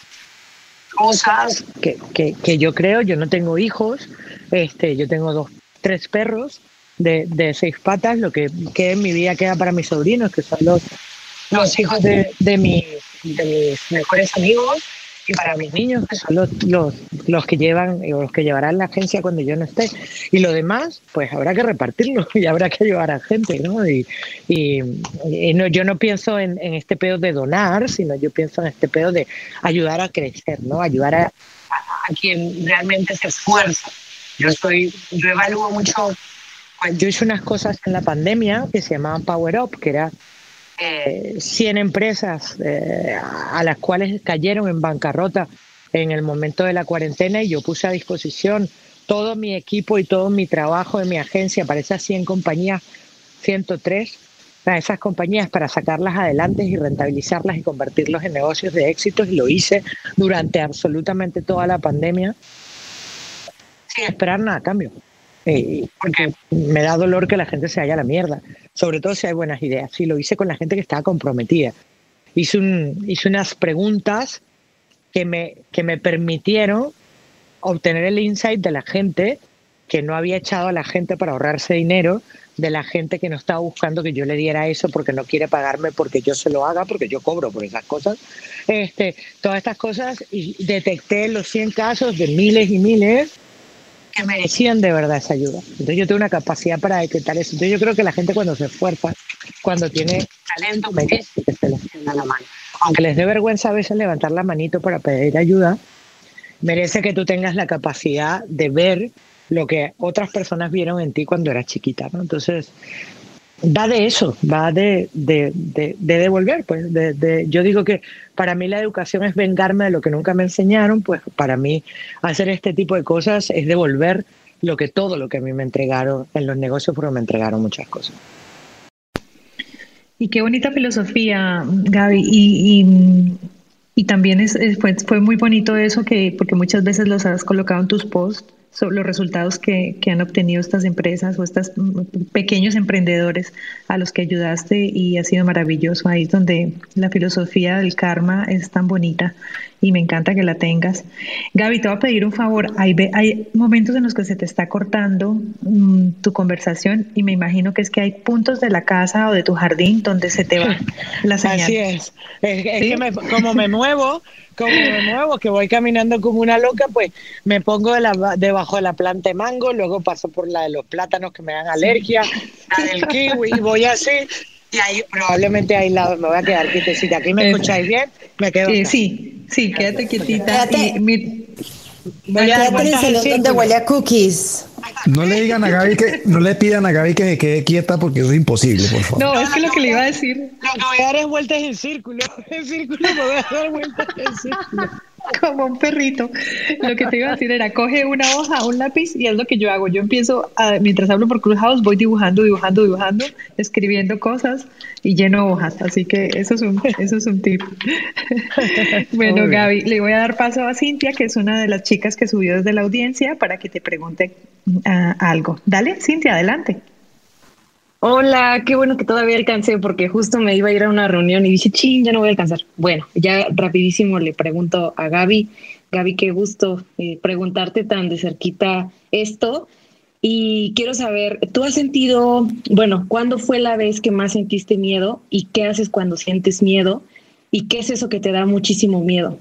cosas que, que, que yo creo. Yo no tengo hijos, este, yo tengo dos, tres perros de, de seis patas, lo que queda en mi vida queda para mis sobrinos, que son los, los hijos de, de, mi, de mis mejores amigos, y para mis niños, que son los, los, los que llevan o los que llevarán la agencia cuando yo no esté. Y lo demás, pues habrá que repartirlo y habrá que ayudar a gente, ¿no? Y, y, y no, yo no pienso en, en este pedo de donar, sino yo pienso en este pedo de ayudar a crecer, ¿no? Ayudar a, a, a quien realmente se esfuerza. Yo estoy, yo evalúo mucho. Pues yo hice unas cosas en la pandemia que se llamaban Power Up, que era Eh, cien empresas eh, a las cuales cayeron en bancarrota en el momento de la cuarentena, y yo puse a disposición todo mi equipo y todo mi trabajo de mi agencia para esas cien compañías, ciento tres, para esas compañías, para sacarlas adelante y rentabilizarlas y convertirlos en negocios de éxito, y lo hice durante absolutamente toda la pandemia sin esperar nada a cambio. Eh, porque me da dolor que la gente se vaya a la mierda, sobre todo si hay buenas ideas. Sí, lo hice con la gente que estaba comprometida. Hice, un, hice unas preguntas que me, que me permitieron obtener el insight de la gente que no había echado a la gente para ahorrarse dinero, de la gente que no estaba buscando que yo le diera eso porque no quiere pagarme porque yo se lo haga, porque yo cobro por esas cosas. Este, todas estas cosas, y detecté los cien casos de miles y miles que merecían de verdad esa ayuda. Entonces yo tengo una capacidad para detectar eso. Entonces yo creo que la gente cuando se esfuerza, cuando tiene talento, merece que se les tienda la mano. Aunque les dé vergüenza a veces levantar la manito para pedir ayuda, merece que tú tengas la capacidad de ver lo que otras personas vieron en ti cuando eras chiquita, ¿no? Entonces, va de eso, va de, de, de, de devolver, pues. De, de, yo digo que para mí la educación es vengarme de lo que nunca me enseñaron, pues para mí hacer este tipo de cosas es devolver lo que todo lo que a mí me entregaron en los negocios, porque me entregaron muchas cosas. Y qué bonita filosofía, Gaby. Y, y, y también es, es- fue, fue muy bonito eso, que porque muchas veces los has colocado en tus posts sobre los resultados que, que han obtenido estas empresas o estos pequeños emprendedores a los que ayudaste, y ha sido maravilloso. Ahí es donde la filosofía del karma es tan bonita y me encanta que la tengas. Gaby, te voy a pedir un favor. Hay, ve- hay momentos en los que se te está cortando mm, tu conversación, y me imagino que es que hay puntos de la casa o de tu jardín donde se te va la señal. Así es. Es, es ¿Sí? que me- como me muevo, como me muevo, que voy caminando como una loca, pues me pongo de la- debajo de la planta de mango, luego paso por la de los plátanos que me dan alergia, la del kiwi, y voy así. Y ahí probablemente ahí la, me voy a quedar quietecita. Aquí me Es- escucháis bien, me quedo Eh, acá. sí, sí, quédate quietita. Quédate. Y mi- Voy a dar Quédate en el vueltas en salón donde círculo. huele a cookies. No le digan a Gaby que, no le pidan a Gaby que se quede quieta porque eso es imposible, por favor. no, es que lo que le iba a decir, Lo que voy a dar es vueltas en círculo. En círculo me voy a dar vueltas en círculo. como un perrito, lo que te iba a decir era, coge una hoja, un lápiz, y es lo que yo hago. Yo empiezo, a, mientras hablo por Clubhouse, voy dibujando, dibujando, dibujando, escribiendo cosas y lleno hojas. Así que eso es un, eso es un tip. Bueno, Muy bien. Gaby, le voy a dar paso a Cintia, que es una de las chicas que subió desde la audiencia, para que te pregunte ah, algo. Dale, Cintia, adelante. Hola, qué bueno que todavía alcancé porque justo me iba a ir a una reunión y dije, ching, ya no voy a alcanzar. Bueno, ya rapidísimo le pregunto a Gaby. Gaby, qué gusto eh, preguntarte tan de cerquita esto. Y quiero saber, ¿tú has sentido, bueno, cuándo fue la vez que más sentiste miedo y qué haces cuando sientes miedo y qué es eso que te da muchísimo miedo?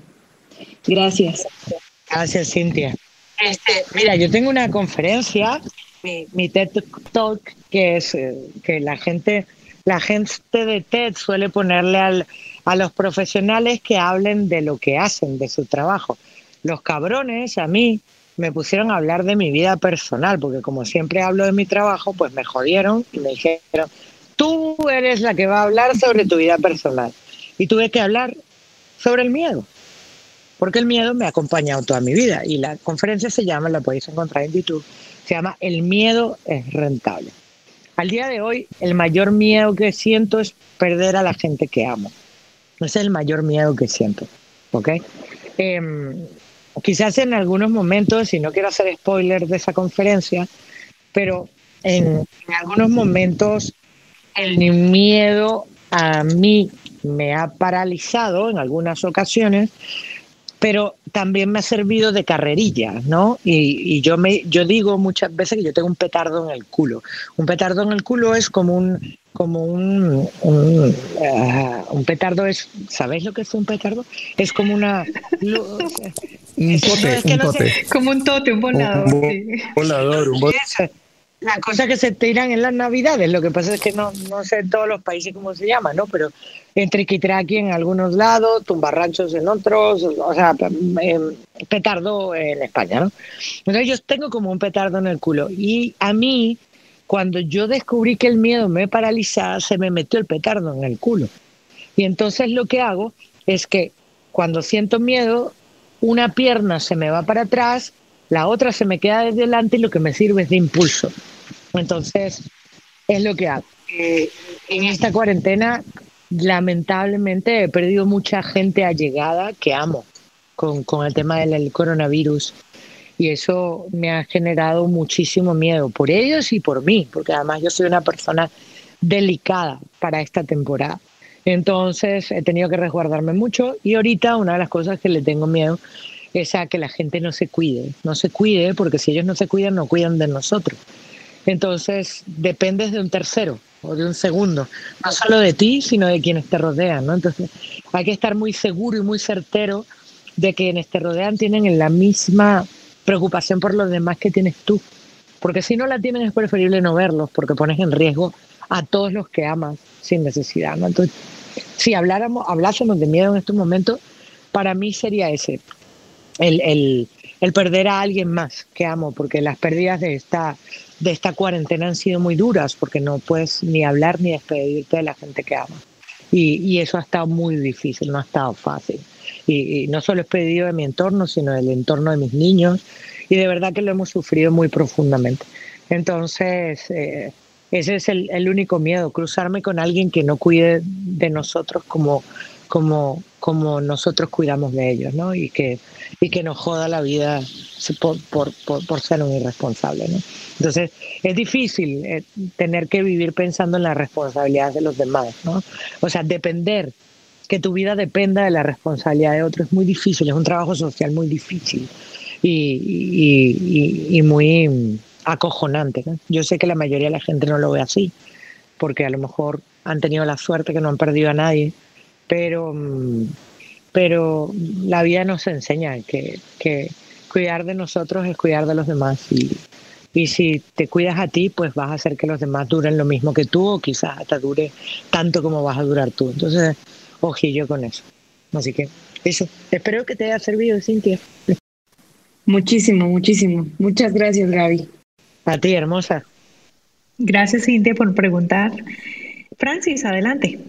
Gracias. Gracias, Cintia. Este, mira, yo tengo una conferencia, mi, mi TED Talk, que es eh, que la gente, la gente de TED suele ponerle al, a los profesionales que hablen de lo que hacen, de su trabajo. Los cabrones a mí me pusieron a hablar de mi vida personal, porque como siempre hablo de mi trabajo, pues me jodieron y me dijeron, tú eres la que va a hablar sobre tu vida personal. Y tuve que hablar sobre el miedo, porque el miedo me ha acompañado toda mi vida. Y la conferencia se llama, la podéis encontrar en YouTube, se llama El miedo es rentable. Al día de hoy, el mayor miedo que siento es perder a la gente que amo. Ese es el mayor miedo que siento, ¿ok? Eh, quizás en algunos momentos, y no quiero hacer spoiler de esa conferencia, pero en, en algunos momentos el miedo a mí me ha paralizado en algunas ocasiones, pero también me ha servido de carrerilla, ¿no? Y, y yo me yo digo muchas veces que yo tengo un petardo en el culo. Un petardo en el culo es como un como un un, uh, un petardo es, ¿sabéis lo que es un petardo? Es como una lo, Un es, no, pote, es que un no sé, pote. Como un tote, un volador. Un sí. volador, un bote. esa, la cosa que se tiran en las navidades. Lo que pasa es que no, no sé en todos los países cómo se llama, ¿no? Pero entre triquitraqui en algunos lados, tumbarranchos en otros, o sea, eh, petardo en España, ¿no? Entonces yo tengo como un petardo en el culo. Y a mí, cuando yo descubrí que el miedo me paralizaba, se me metió el petardo en el culo. Y entonces lo que hago es que cuando siento miedo, una pierna se me va para atrás, la otra se me queda desde delante y lo que me sirve es de impulso. Entonces, es lo que hago. Eh, en esta cuarentena, lamentablemente, he perdido mucha gente allegada que amo con, con el tema del el coronavirus. Y eso me ha generado muchísimo miedo por ellos y por mí, porque además yo soy una persona delicada para esta temporada. Entonces, he tenido que resguardarme mucho. Y ahorita, una de las cosas que le tengo miedo es a que la gente no se cuide, no se cuide, porque si ellos no se cuidan, no cuidan de nosotros. Entonces, dependes de un tercero o de un segundo, no solo de ti, sino de quienes te rodean, ¿no? Entonces, hay que estar muy seguro y muy certero de que quienes te rodean tienen la misma preocupación por los demás que tienes tú. Porque si no la tienen, es preferible no verlos, porque pones en riesgo a todos los que amas sin necesidad, ¿no? Entonces, si habláramos, hablásemos de miedo en estos momentos, para mí sería ese, el, el, el perder a alguien más que amo, porque las pérdidas de esta, de esta cuarentena han sido muy duras, porque no puedes ni hablar ni despedirte de la gente que amas. Y, y eso ha estado muy difícil, no ha estado fácil. Y, y no solo he pedido de mi entorno, sino del entorno de mis niños, y de verdad que lo hemos sufrido muy profundamente. Entonces, eh, ese es el, el único miedo, cruzarme con alguien que no cuide de nosotros como, como, como nosotros cuidamos de ellos, ¿no? Y que, y que nos joda la vida por, por, por, por ser un irresponsable, ¿no? Entonces, es difícil eh, tener que vivir pensando en las responsabilidades de los demás, ¿no? O sea, depender, que tu vida dependa de la responsabilidad de otros es muy difícil, es un trabajo social muy difícil y, y, y, y muy acojonante, ¿no? Yo sé que la mayoría de la gente no lo ve así, porque a lo mejor han tenido la suerte que no han perdido a nadie, pero, pero la vida nos enseña que, que cuidar de nosotros es cuidar de los demás, y, y si te cuidas a ti, pues vas a hacer que los demás duren lo mismo que tú, o quizás hasta dure tanto como vas a durar tú. Entonces, ojillo con eso. Así que eso, espero que te haya servido, Cintia. Muchísimo, muchísimo. Muchas gracias, Gaby. A ti, hermosa. Gracias, Cintia, por preguntar. Francis, adelante.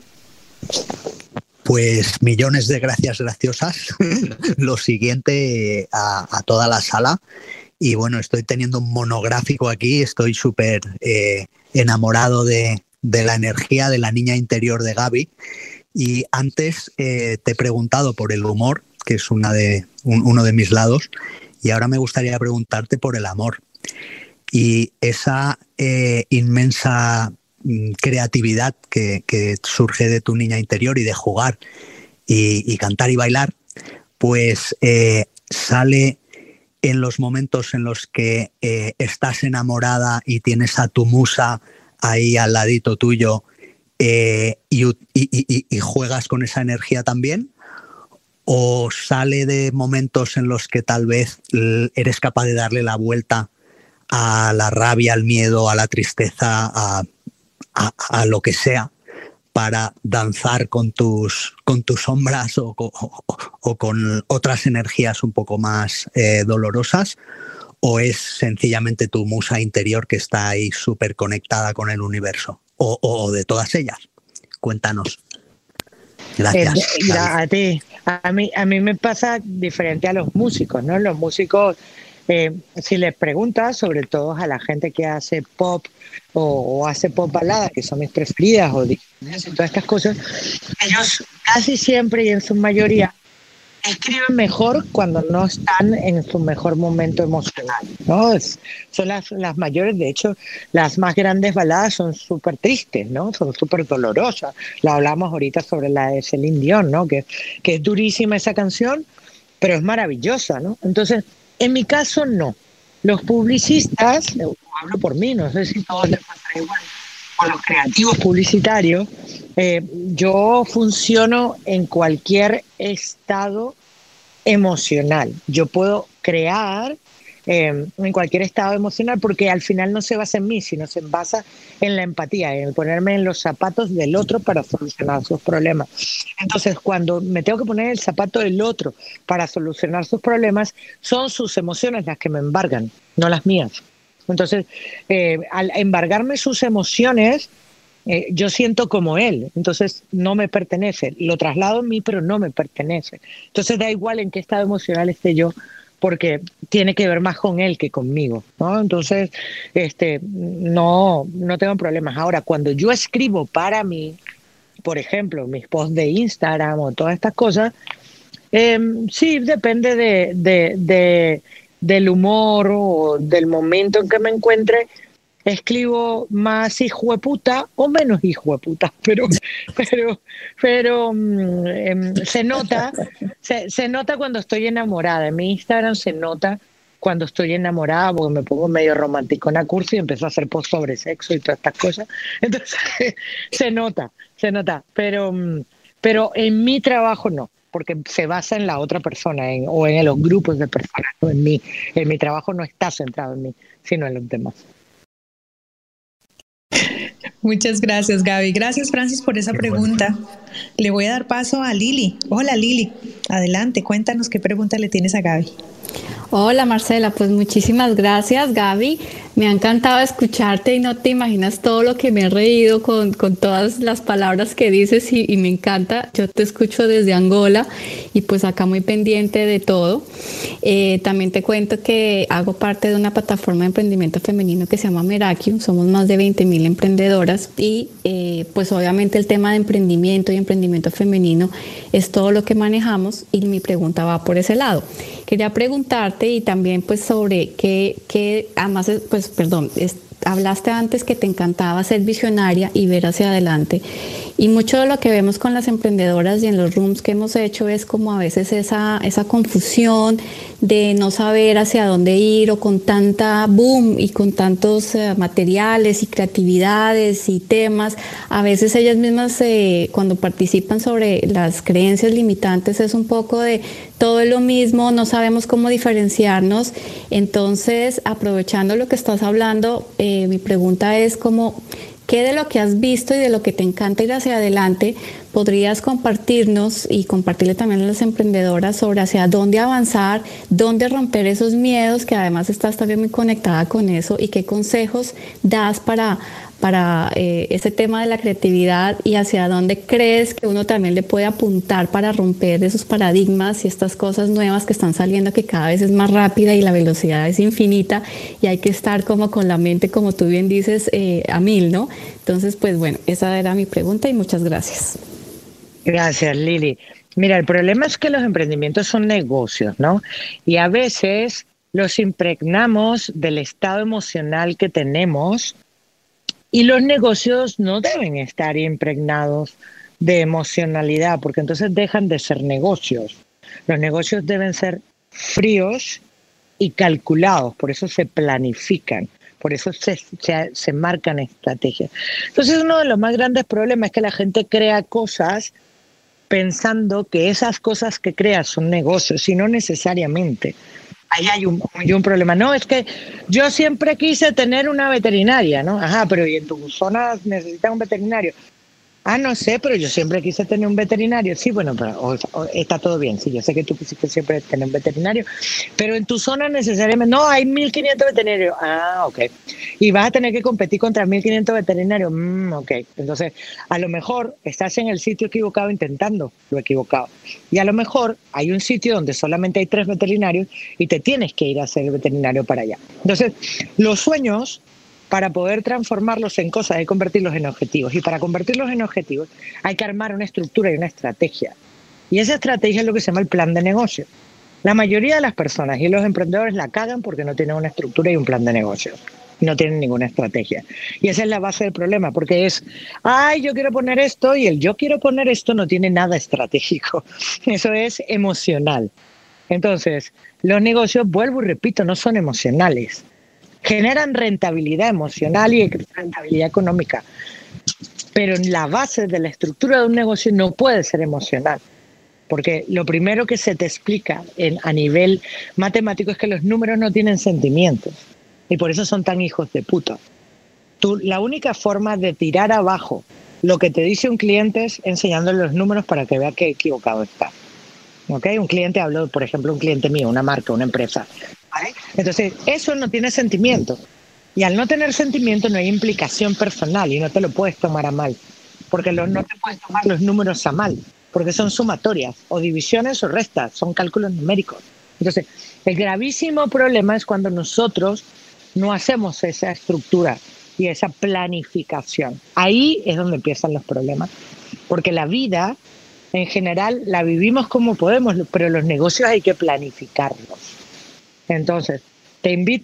Pues millones de gracias graciosas. Lo siguiente a, a toda la sala. Y bueno, estoy teniendo un monográfico aquí. Estoy súper eh, enamorado de, de la energía de la niña interior de Gaby. Y antes eh, te he preguntado por el humor, que es una de, un, uno de mis lados. Y ahora me gustaría preguntarte por el amor. Y esa eh, inmensa mm, creatividad que, que surge de tu niña interior y de jugar y, y cantar y bailar, pues eh, sale en los momentos en los que eh, estás enamorada y tienes a tu musa ahí al ladito tuyo eh, y, y, y, y juegas con esa energía también, o sale de momentos en los que tal vez eres capaz de darle la vuelta a la rabia, al miedo, a la tristeza, a, a, a lo que sea, para danzar con tus, con tus sombras o, o, o con otras energías un poco más eh, dolorosas, o es sencillamente tu musa interior que está ahí súper conectada con el universo, o, o de todas ellas? Cuéntanos. Gracias. Eh, mira, a ti, a mí, a mí me pasa diferente a los músicos, ¿no? Los músicos, eh, si les preguntas, sobre todo a la gente que hace pop o, o hace pop balada, que son mis preferidas, o todas estas cosas, ellos casi siempre y en su mayoría escriben mejor cuando no están en su mejor momento emocional, ¿no? Es, son las, las mayores, de hecho, las más grandes baladas son súper tristes, ¿no? Son súper dolorosas. Lo hablamos ahorita sobre la de Celine Dion, ¿no? Que, que es durísima esa canción, pero es maravillosa, ¿no? Entonces, en mi caso, no. Los publicistas, hablo por mí, no sé si todos les pasa igual, con los creativos publicitarios, eh, yo funciono en cualquier estado emocional. Yo puedo crear eh, en cualquier estado emocional, porque al final no se basa en mí, sino se basa en la empatía, en el ponerme en los zapatos del otro para solucionar sus problemas. Entonces, cuando me tengo que poner el zapato del otro para solucionar sus problemas, son sus emociones las que me embargan, no las mías. Entonces, eh, al embargarme sus emociones, eh, yo siento como él, entonces no me pertenece. Lo traslado en mí, pero no me pertenece. Entonces da igual en qué estado emocional esté yo, porque tiene que ver más con él que conmigo, ¿no? Entonces, este, no, no tengo problemas. Ahora, cuando yo escribo para mí, por ejemplo, mis posts de Instagram o todas estas cosas, eh, sí, depende de... de, de del humor o del momento en que me encuentre, escribo más hijueputa o menos hijueputa, pero, pero, pero mm, em, se nota, se, se nota cuando estoy enamorada. En mi Instagram se nota cuando estoy enamorada porque me pongo medio romanticona cursi y empiezo a hacer post sobre sexo y todas estas cosas. Entonces se nota, se nota, pero, mm, pero en mi trabajo no, porque se basa en la otra persona en, o en los grupos de personas, no en mí. En mi trabajo no está centrado en mí, sino en los demás. Muchas gracias, Gaby. Gracias, Francis, por esa pregunta. Le voy a dar paso a Lili. Hola, Lili. Adelante, cuéntanos qué pregunta le tienes a Gaby. Hola, Marcela. Pues muchísimas gracias, Gaby. Me ha encantado escucharte y no te imaginas todo lo que me he reído con, con todas las palabras que dices y, y me encanta. Yo te escucho desde Angola y pues acá muy pendiente de todo. Eh, también te cuento que hago parte de una plataforma de emprendimiento femenino que se llama Merakium. Somos más de veinte mil emprendedoras y eh, pues obviamente el tema de emprendimiento y emprendimiento femenino es todo lo que manejamos y mi pregunta va por ese lado. Quería preguntarte y también pues sobre qué, qué además pues perdón, es, hablaste antes que te encantaba ser visionaria y ver hacia adelante y mucho de lo que vemos con las emprendedoras y en los rooms que hemos hecho es como a veces esa, esa confusión de no saber hacia dónde ir o con tanta boom y con tantos uh, materiales y creatividades y temas, a veces ellas mismas eh, cuando participan sobre las creencias limitantes es un poco de todo es lo mismo, no sabemos cómo diferenciarnos. Entonces, aprovechando lo que estás hablando, eh, mi pregunta es como, ¿qué de lo que has visto y de lo que te encanta ir hacia adelante podrías compartirnos y compartirle también a las emprendedoras sobre hacia dónde avanzar, dónde romper esos miedos, que además estás también muy conectada con eso, y qué consejos das para, para eh, ese tema de la creatividad y hacia dónde crees que uno también le puede apuntar para romper esos paradigmas y estas cosas nuevas que están saliendo, que cada vez es más rápida y la velocidad es infinita y hay que estar como con la mente, como tú bien dices, eh, a mil, ¿no? Entonces, pues bueno, esa era mi pregunta y muchas gracias. Gracias, Lili. Mira, el problema es que los emprendimientos son negocios, ¿no? Y a veces los impregnamos del estado emocional que tenemos y los negocios no deben estar impregnados de emocionalidad porque entonces dejan de ser negocios. Los negocios deben ser fríos y calculados, por eso se planifican. Por eso se, se, se marcan estrategias. Entonces, uno de los más grandes problemas es que la gente crea cosas pensando que esas cosas que crea son negocios, y no necesariamente. Ahí hay un, hay un problema. No, es que yo siempre quise tener una veterinaria, ¿no? Ajá, pero ¿y en tu zona necesitas un veterinario? Ah, no sé, pero yo siempre quise tener un veterinario. Sí, bueno, pero o, o, está todo bien. Sí, yo sé que tú quisiste siempre tener un veterinario, pero en tu zona necesariamente, no, hay mil quinientos veterinarios. Ah, ok. Y vas a tener que competir contra mil quinientos veterinarios. Mm, ok. Entonces, a lo mejor estás en el sitio equivocado intentando lo equivocado. Y a lo mejor hay un sitio donde solamente hay tres veterinarios y te tienes que ir a hacer el veterinario para allá. Entonces, los sueños, para poder transformarlos en cosas, hay que convertirlos en objetivos. Y para convertirlos en objetivos hay que armar una estructura y una estrategia. Y esa estrategia es lo que se llama el plan de negocio. La mayoría de las personas y los emprendedores la cagan porque no tienen una estructura y un plan de negocio. No tienen ninguna estrategia. Y esa es la base del problema, porque es, ay, yo quiero poner esto, y el yo quiero poner esto no tiene nada estratégico. Eso es emocional. Entonces, los negocios, vuelvo y repito, no son emocionales. Generan rentabilidad emocional y rentabilidad económica, pero la base de la estructura de un negocio no puede ser emocional, porque lo primero que se te explica en, a nivel matemático es que los números no tienen sentimientos y por eso son tan hijos de puta. Tú, la única forma de tirar abajo lo que te dice un cliente es enseñándole los números para que vea qué equivocado está. ¿Okay? Un cliente habló, por ejemplo, un cliente mío, una marca, una empresa. ¿Vale? Entonces, eso no tiene sentimiento. Y al no tener sentimiento no hay implicación personal y no te lo puedes tomar a mal. Porque lo, no te puedes tomar los números a mal, porque son sumatorias, o divisiones o restas, son cálculos numéricos. Entonces, el gravísimo problema es cuando nosotros no hacemos esa estructura y esa planificación. Ahí es donde empiezan los problemas. Porque la vida, en general, la vivimos como podemos, pero los negocios hay que planificarlos. Entonces, te invito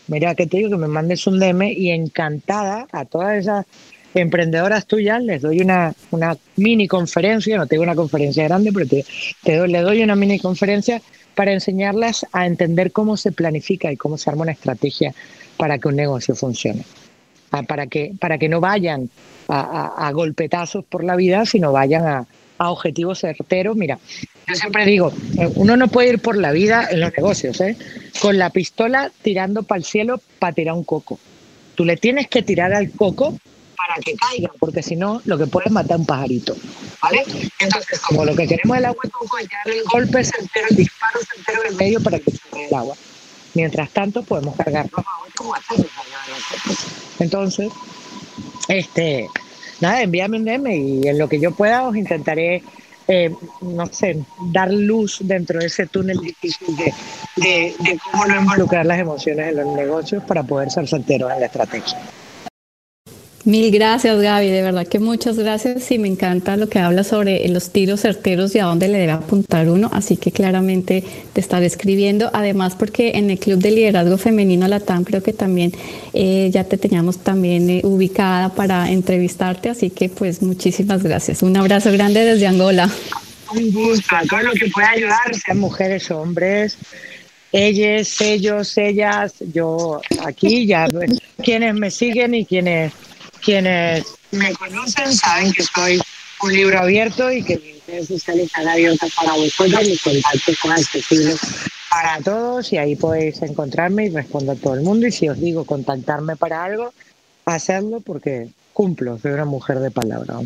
mira que te digo, que me mandes un D M y encantada a todas esas emprendedoras tuyas les doy una, una mini conferencia, no tengo una conferencia grande, pero te, te doy, le doy una mini conferencia para enseñarlas a entender cómo se planifica y cómo se arma una estrategia para que un negocio funcione. Para que, para que no vayan a, a, a golpetazos por la vida, sino vayan a, a objetivos certeros. Mira, yo siempre digo, uno no puede ir por la vida en los negocios, ¿eh? Con la pistola tirando para el cielo para tirar un coco. Tú le tienes que tirar al coco para que caiga, porque si no, lo que puede es matar un pajarito, ¿vale? Entonces, como lo que queremos es el agua coco, ya el golpe certero, el disparo certero en medio para que suba el agua. Mientras tanto, podemos cargarnos a otro o hacernos daño a nosotros. Entonces, este, nada, envíame un D M y en lo que yo pueda os intentaré, eh, no sé, dar luz dentro de ese túnel difícil de, de, de cómo no involucrar las emociones en los negocios para poder ser certeros en la estrategia. Mil gracias, Gaby, de verdad que muchas gracias y me encanta lo que habla sobre los tiros certeros y a dónde le debe apuntar uno, así que claramente te estaré escribiendo, además porque en el Club de Liderazgo Femenino Latam creo que también eh, ya te teníamos también eh, ubicada para entrevistarte, así que pues muchísimas gracias. Un abrazo grande desde Angola. Un gusto, a todo lo que pueda ayudar, sean mujeres o hombres, ellos, ellos, ellas, yo aquí ya, quienes me siguen y quienes... Quienes me conocen saben que soy un libro abierto y que mis redes sociales están abiertas para vosotros, mis contactos son accesibles para todos y ahí podéis encontrarme y respondo a todo el mundo. Y si os digo contactarme para algo, hacedlo porque cumplo, soy una mujer de palabra.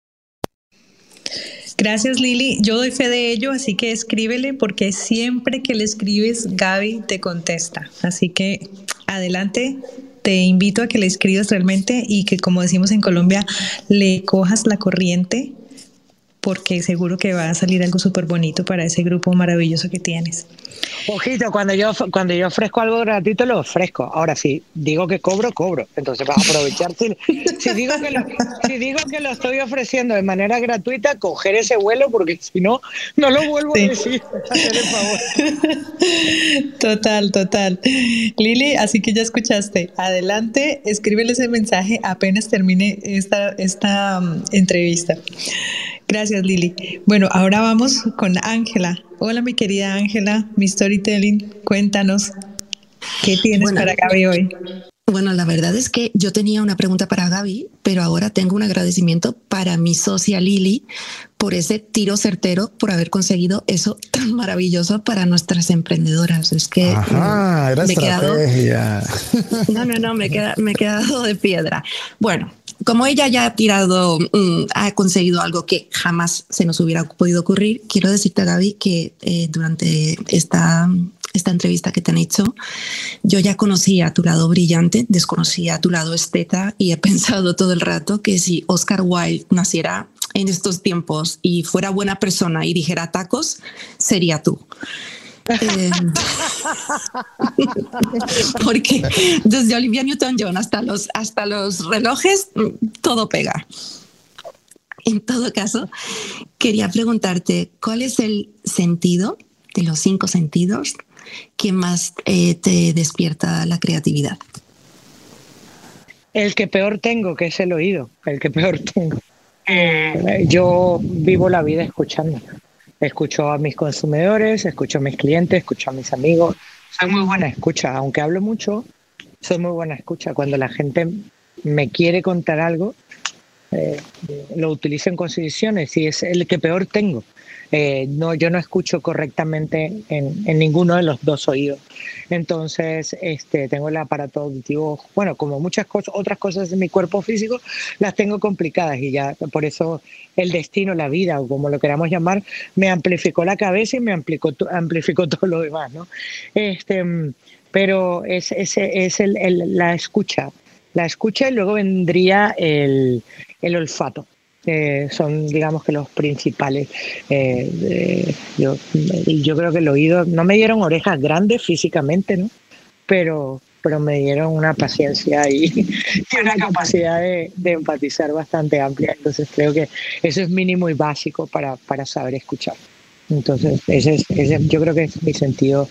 Gracias, Lili. Yo doy fe de ello, así que escríbele porque siempre que le escribes, Gaby te contesta. Así que adelante. Te invito a que le escribas realmente y que, como decimos en Colombia, le cojas la corriente porque seguro que va a salir algo súper bonito para ese grupo maravilloso que tienes. Ojito, cuando yo cuando yo ofrezco algo gratuito, lo ofrezco. Ahora, si digo que cobro, cobro. Entonces vas a aprovechar. Si, si, digo que lo, si digo que lo estoy ofreciendo de manera gratuita, coger ese vuelo porque si no, no lo vuelvo sí. a decir. Hacer el favor. Total, total. Lili, así que ya escuchaste. Adelante, escríbele ese mensaje apenas termine esta, esta um, entrevista. Gracias, Lili. Bueno, ahora vamos con Ángela. Hola, mi querida Ángela, mi storytelling. Cuéntanos, ¿qué tienes bueno, para Gaby hoy? Bueno, la verdad es que yo tenía una pregunta para Gaby, pero ahora tengo un agradecimiento para mi socia Lili por ese tiro certero, por haber conseguido eso tan maravilloso para nuestras emprendedoras. Es que Ajá, era me he estrategia. Quedado, no, no, no, me he quedado, me he quedado de piedra. Bueno, como ella ya ha tirado, um, ha conseguido algo que jamás se nos hubiera podido ocurrir, quiero decirte, Gaby, que eh, durante esta, esta entrevista que te han hecho, yo ya conocía tu lado brillante, desconocía tu lado esteta y he pensado todo el rato que si Oscar Wilde naciera en estos tiempos y fuera buena persona y dijera tacos, sería tú. Eh, porque desde Olivia Newton-John hasta los, hasta los relojes, todo pega. En todo caso, quería preguntarte, ¿cuál es el sentido de los cinco sentidos que más eh, te despierta la creatividad? El que peor tengo, que es el oído, el que peor tengo. Eh, yo vivo la vida escuchando. Escucho a mis consumidores, escucho a mis clientes, escucho a mis amigos. Soy muy buena escucha, aunque hablo mucho, soy muy buena escucha. Cuando la gente me quiere contar algo, eh, lo utilizo en condiciones y es el que peor tengo. Eh, no, yo no escucho correctamente en, en ninguno de los dos oídos. Entonces, este, tengo el aparato auditivo, bueno, como muchas cosas, otras cosas de mi cuerpo físico, las tengo complicadas y ya por eso el destino, la vida o como lo queramos llamar, me amplificó la cabeza y me amplificó, amplificó todo lo demás, ¿no? Este, pero es, es, es el, el, la escucha, la escucha y luego vendría el, el olfato. Eh, son, digamos que los principales. Eh, eh, yo, yo creo que el oído, no me dieron orejas grandes físicamente, ¿no? Pero, pero me dieron una paciencia y, y una capacidad de, de empatizar bastante amplia. Entonces creo que eso es mínimo y básico para, para saber escuchar. Entonces ese es, ese, yo creo que es mi sentido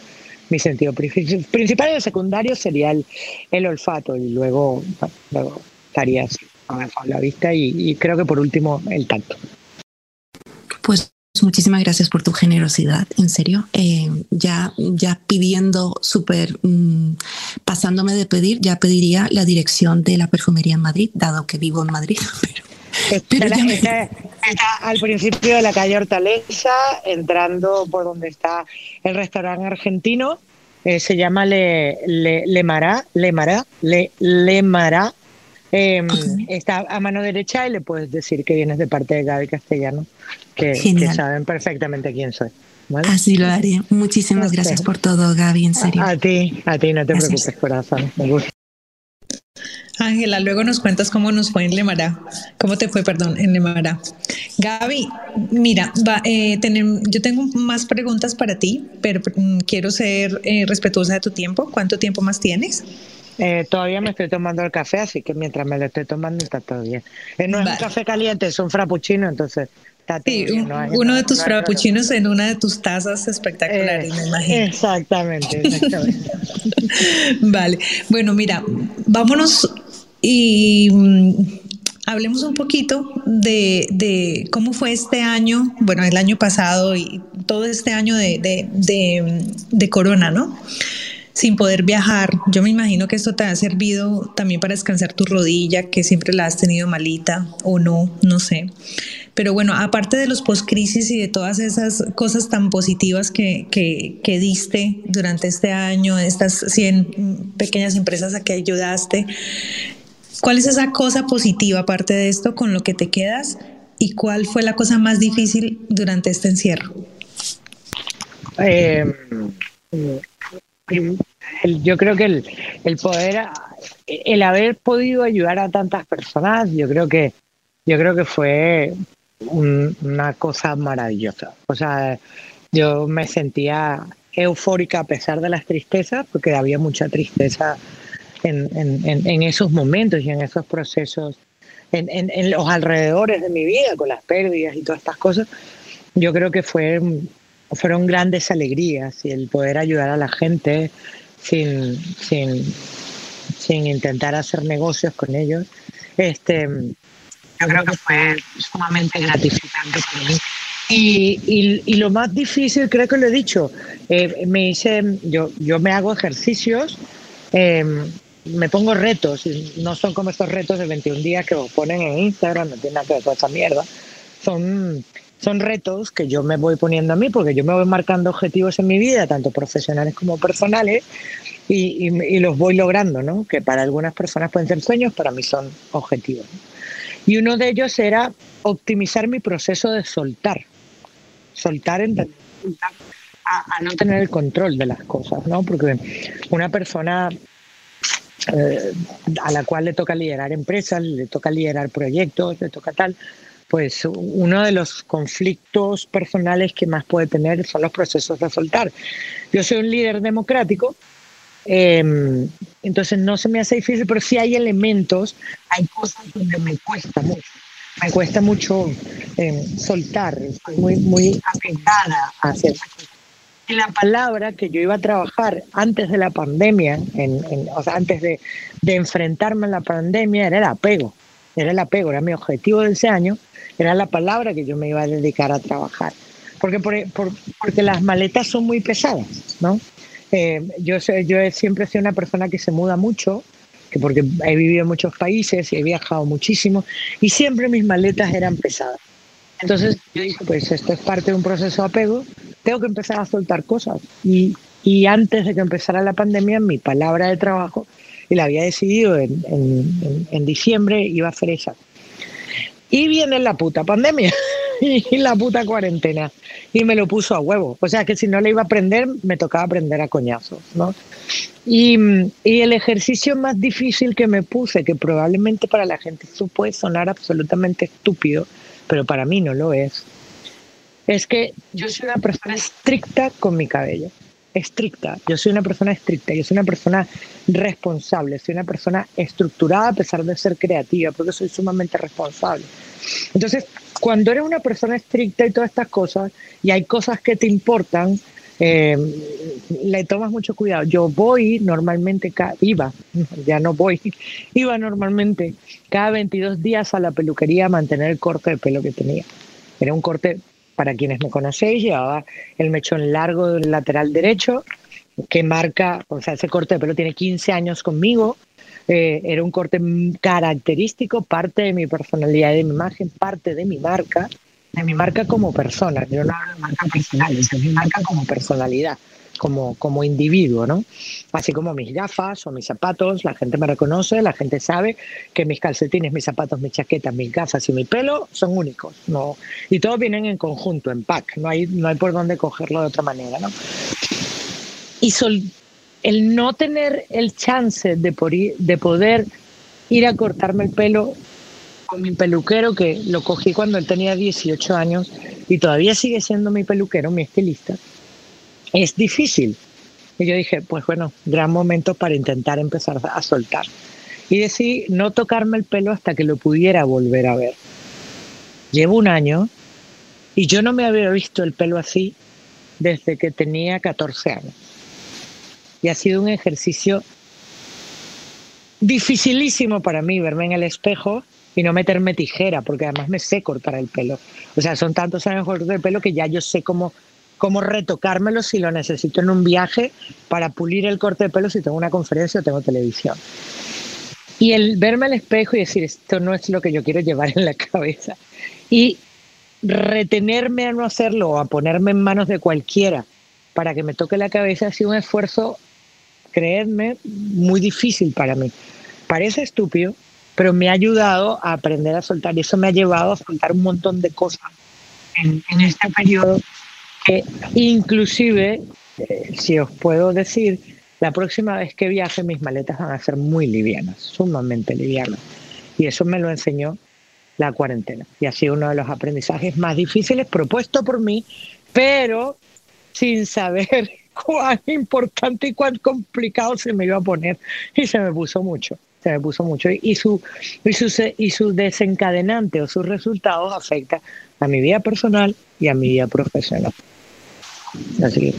mi sentido pri- principal y el secundario sería el, el olfato y luego, bueno, luego estaría así, con la vista y, y creo que por último el tacto. Pues muchísimas gracias por tu generosidad, en serio. Eh, ya, ya pidiendo, súper, mmm, pasándome de pedir, ya pediría la dirección de la perfumería en Madrid, dado que vivo en Madrid. Pero, pero está, ya me... está, está al principio de la calle Hortaleza, entrando por donde está el restaurante argentino, eh, se llama Le, Le, Le Mará, Le Mará, Le, Le Mará. Eh, okay. Está a mano derecha y le puedes decir que vienes de parte de Gaby Castellano, que, que saben perfectamente quién soy. ¿Vale? Así lo haré. Muchísimas okay. gracias por todo, Gaby, en serio. A, a ti, a ti, no te gracias. preocupes, corazón. Me gusta. Ángela, luego nos cuentas cómo nos fue en Le Mará, cómo te fue, perdón, en Le Mará. Gaby, mira, va, eh, tenem, yo tengo más preguntas para ti, pero mm, quiero ser eh, respetuosa de tu tiempo. ¿Cuánto tiempo más tienes? Eh, todavía me estoy tomando el café, así que mientras me lo estoy tomando está todo bien. Eh, no vale. Es un café caliente, es un frappuccino, entonces está todo sí, bien. Un, no hay, uno no, de tus no frappuccinos en una de tus tazas espectaculares, eh, me imagino. Exactamente, exactamente. Vale, bueno, mira, vámonos y um, hablemos un poquito de, de cómo fue este año, bueno, el año pasado y todo este año de, de, de, de corona, ¿no? Sin poder viajar. Yo me imagino que esto te ha servido también para descansar tu rodilla, que siempre la has tenido malita o no, no sé. Pero bueno, aparte de los post-crisis y de todas esas cosas tan positivas que, que, que diste durante este año, estas cien pequeñas empresas a que ayudaste, ¿cuál es esa cosa positiva aparte de esto con lo que te quedas? ¿Y cuál fue la cosa más difícil durante este encierro? Eh... El, yo creo que el, el poder, el haber podido ayudar a tantas personas, yo creo que, yo creo que fue un, una cosa maravillosa. O sea, yo me sentía eufórica a pesar de las tristezas, porque había mucha tristeza en, en, en, en esos momentos y en esos procesos, en, en, en los alrededores de mi vida, con las pérdidas y todas estas cosas. Yo creo que fue... fueron grandes alegrías y el poder ayudar a la gente sin, sin, sin intentar hacer negocios con ellos, este, yo creo que fue sumamente gratificante para mí. Y, y, y lo más difícil, creo que lo he dicho, eh, me hice, yo, yo me hago ejercicios, eh, me pongo retos, y no son como estos retos de veintiún días que os ponen en Instagram, no tienen nada que ver con esa mierda, son... Son retos que yo me voy poniendo a mí porque yo me voy marcando objetivos en mi vida, tanto profesionales como personales, y, y, y los voy logrando, ¿no? Que para algunas personas pueden ser sueños, para mí son objetivos, ¿no? Y uno de ellos era optimizar mi proceso de soltar. Soltar, entender, a, a no tener el control de las cosas, ¿no? Porque una persona eh, a la cual le toca liderar empresas, le toca liderar proyectos, le toca tal... pues uno de los conflictos personales que más puede tener son los procesos de soltar. Yo soy un líder democrático, eh, entonces no se me hace difícil, pero sí hay elementos, hay cosas donde me cuesta mucho. Me cuesta mucho eh, soltar, estoy muy, muy apegada hacia esa cosa. Y la palabra que yo iba a trabajar antes de la pandemia, en, en, o sea, antes de, de enfrentarme a la pandemia, era el apego. Era el apego, era mi objetivo de ese año, era la palabra que yo me iba a dedicar a trabajar. Porque, por, por, porque las maletas son muy pesadas, ¿no? Eh, yo, sé, yo he, siempre he sido una persona que se muda mucho, que porque he vivido en muchos países y he viajado muchísimo, y siempre mis maletas eran pesadas. Entonces yo dije, pues esto es parte de un proceso de apego, tengo que empezar a soltar cosas. Y, y antes de que empezara la pandemia, mi palabra de trabajo, y la había decidido en, en, en, en diciembre, iba a ser esa. Y viene la puta pandemia y la puta cuarentena y me lo puso a huevo. O sea que si no le iba a aprender, me tocaba aprender a coñazos, ¿no? Y, y el ejercicio más difícil que me puse, que probablemente para la gente esto puede sonar absolutamente estúpido, pero para mí no lo es, es que yo soy una persona estricta con mi cabello. Estricta, yo soy una persona estricta, yo soy una persona responsable, soy una persona estructurada a pesar de ser creativa, porque soy sumamente responsable. Entonces, cuando eres una persona estricta y todas estas cosas, y hay cosas que te importan, eh, le tomas mucho cuidado. Yo voy normalmente, ca- iba, ya no voy, iba normalmente cada veintidós días a la peluquería a mantener el corte de pelo que tenía. Era un corte, para quienes me conocéis, llevaba el mechón largo del lateral derecho, que marca, o sea, ese corte de pelo tiene quince años conmigo. Eh, era un corte característico, parte de mi personalidad y de mi imagen, parte de mi marca, de mi marca como persona. Yo no hablo de marca personal, es mi marca como personalidad, como, como individuo, ¿no? Así como mis gafas o mis zapatos, la gente me reconoce, la gente sabe que mis calcetines, mis zapatos, mis chaquetas, mis gafas y mi pelo son únicos, ¿no? Y todos vienen en conjunto, en pack, no hay, no hay por dónde cogerlo de otra manera, ¿no? Y sol, el no tener el chance de, por ir, de poder ir a cortarme el pelo con mi peluquero, que lo cogí cuando él tenía dieciocho años y todavía sigue siendo mi peluquero, mi estilista, es difícil. Y yo dije, pues bueno, gran momento para intentar empezar a soltar. Y decidí no tocarme el pelo hasta que lo pudiera volver a ver. Llevo un año y yo no me había visto el pelo así desde que tenía catorce años. Y ha sido un ejercicio dificilísimo para mí verme en el espejo y no meterme tijera, porque además me sé cortar el pelo. O sea, son tantos años cortar el pelo que ya yo sé cómo, cómo retocármelo si lo necesito en un viaje, para pulir el corte de pelo si tengo una conferencia o tengo televisión. Y el verme al espejo y decir, esto no es lo que yo quiero llevar en la cabeza. Y retenerme a no hacerlo o a ponerme en manos de cualquiera para que me toque la cabeza ha sido un esfuerzo, creedme, muy difícil para mí. Parece estúpido, pero me ha ayudado a aprender a soltar y eso me ha llevado a soltar un montón de cosas en, en este periodo que inclusive, eh, si os puedo decir, la próxima vez que viaje mis maletas van a ser muy livianas, sumamente livianas. Y eso me lo enseñó la cuarentena. Y ha sido uno de los aprendizajes más difíciles propuesto por mí, pero sin saber cuán importante y cuán complicado se me iba a poner. Y se me puso mucho, se me puso mucho. Y su, y su, y su desencadenante o sus resultados afectan a mi vida personal y a mi vida profesional. Así que...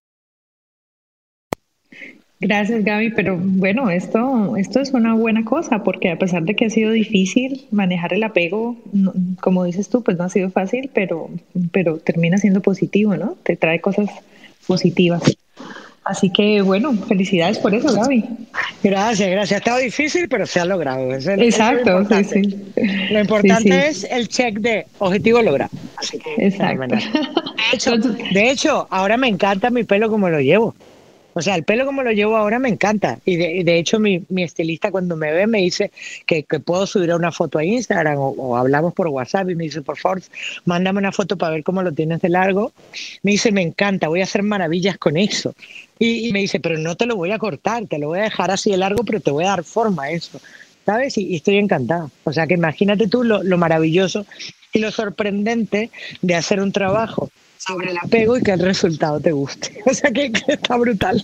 Gracias, Gaby, pero bueno, esto, esto es una buena cosa, porque a pesar de que ha sido difícil manejar el apego, no, como dices tú, pues no ha sido fácil, pero, pero termina siendo positivo, ¿no? Te trae cosas positivas. Así que, bueno, felicidades por eso, Gaby. Gracias, gracias. Ha estado difícil, pero se ha logrado. Es el, Exacto, es lo sí, sí. Lo importante Sí, sí. es el check de objetivo logrado. Así que, Exacto. De hecho, de hecho, ahora me encanta mi pelo como lo llevo. O sea, el pelo como lo llevo ahora me encanta. Y de, de hecho, mi, mi estilista cuando me ve me dice que, que puedo subir una foto a Instagram o, o hablamos por WhatsApp y me dice, por favor, mándame una foto para ver cómo lo tienes de largo. Me dice, me encanta, voy a hacer maravillas con eso. Y, y me dice, pero no te lo voy a cortar, te lo voy a dejar así de largo, pero te voy a dar forma a eso. ¿Sabes? Y, y estoy encantada. O sea, que imagínate tú lo, lo maravilloso y lo sorprendente de hacer un trabajo sobre el apego y que el resultado te guste. O sea que, que está brutal.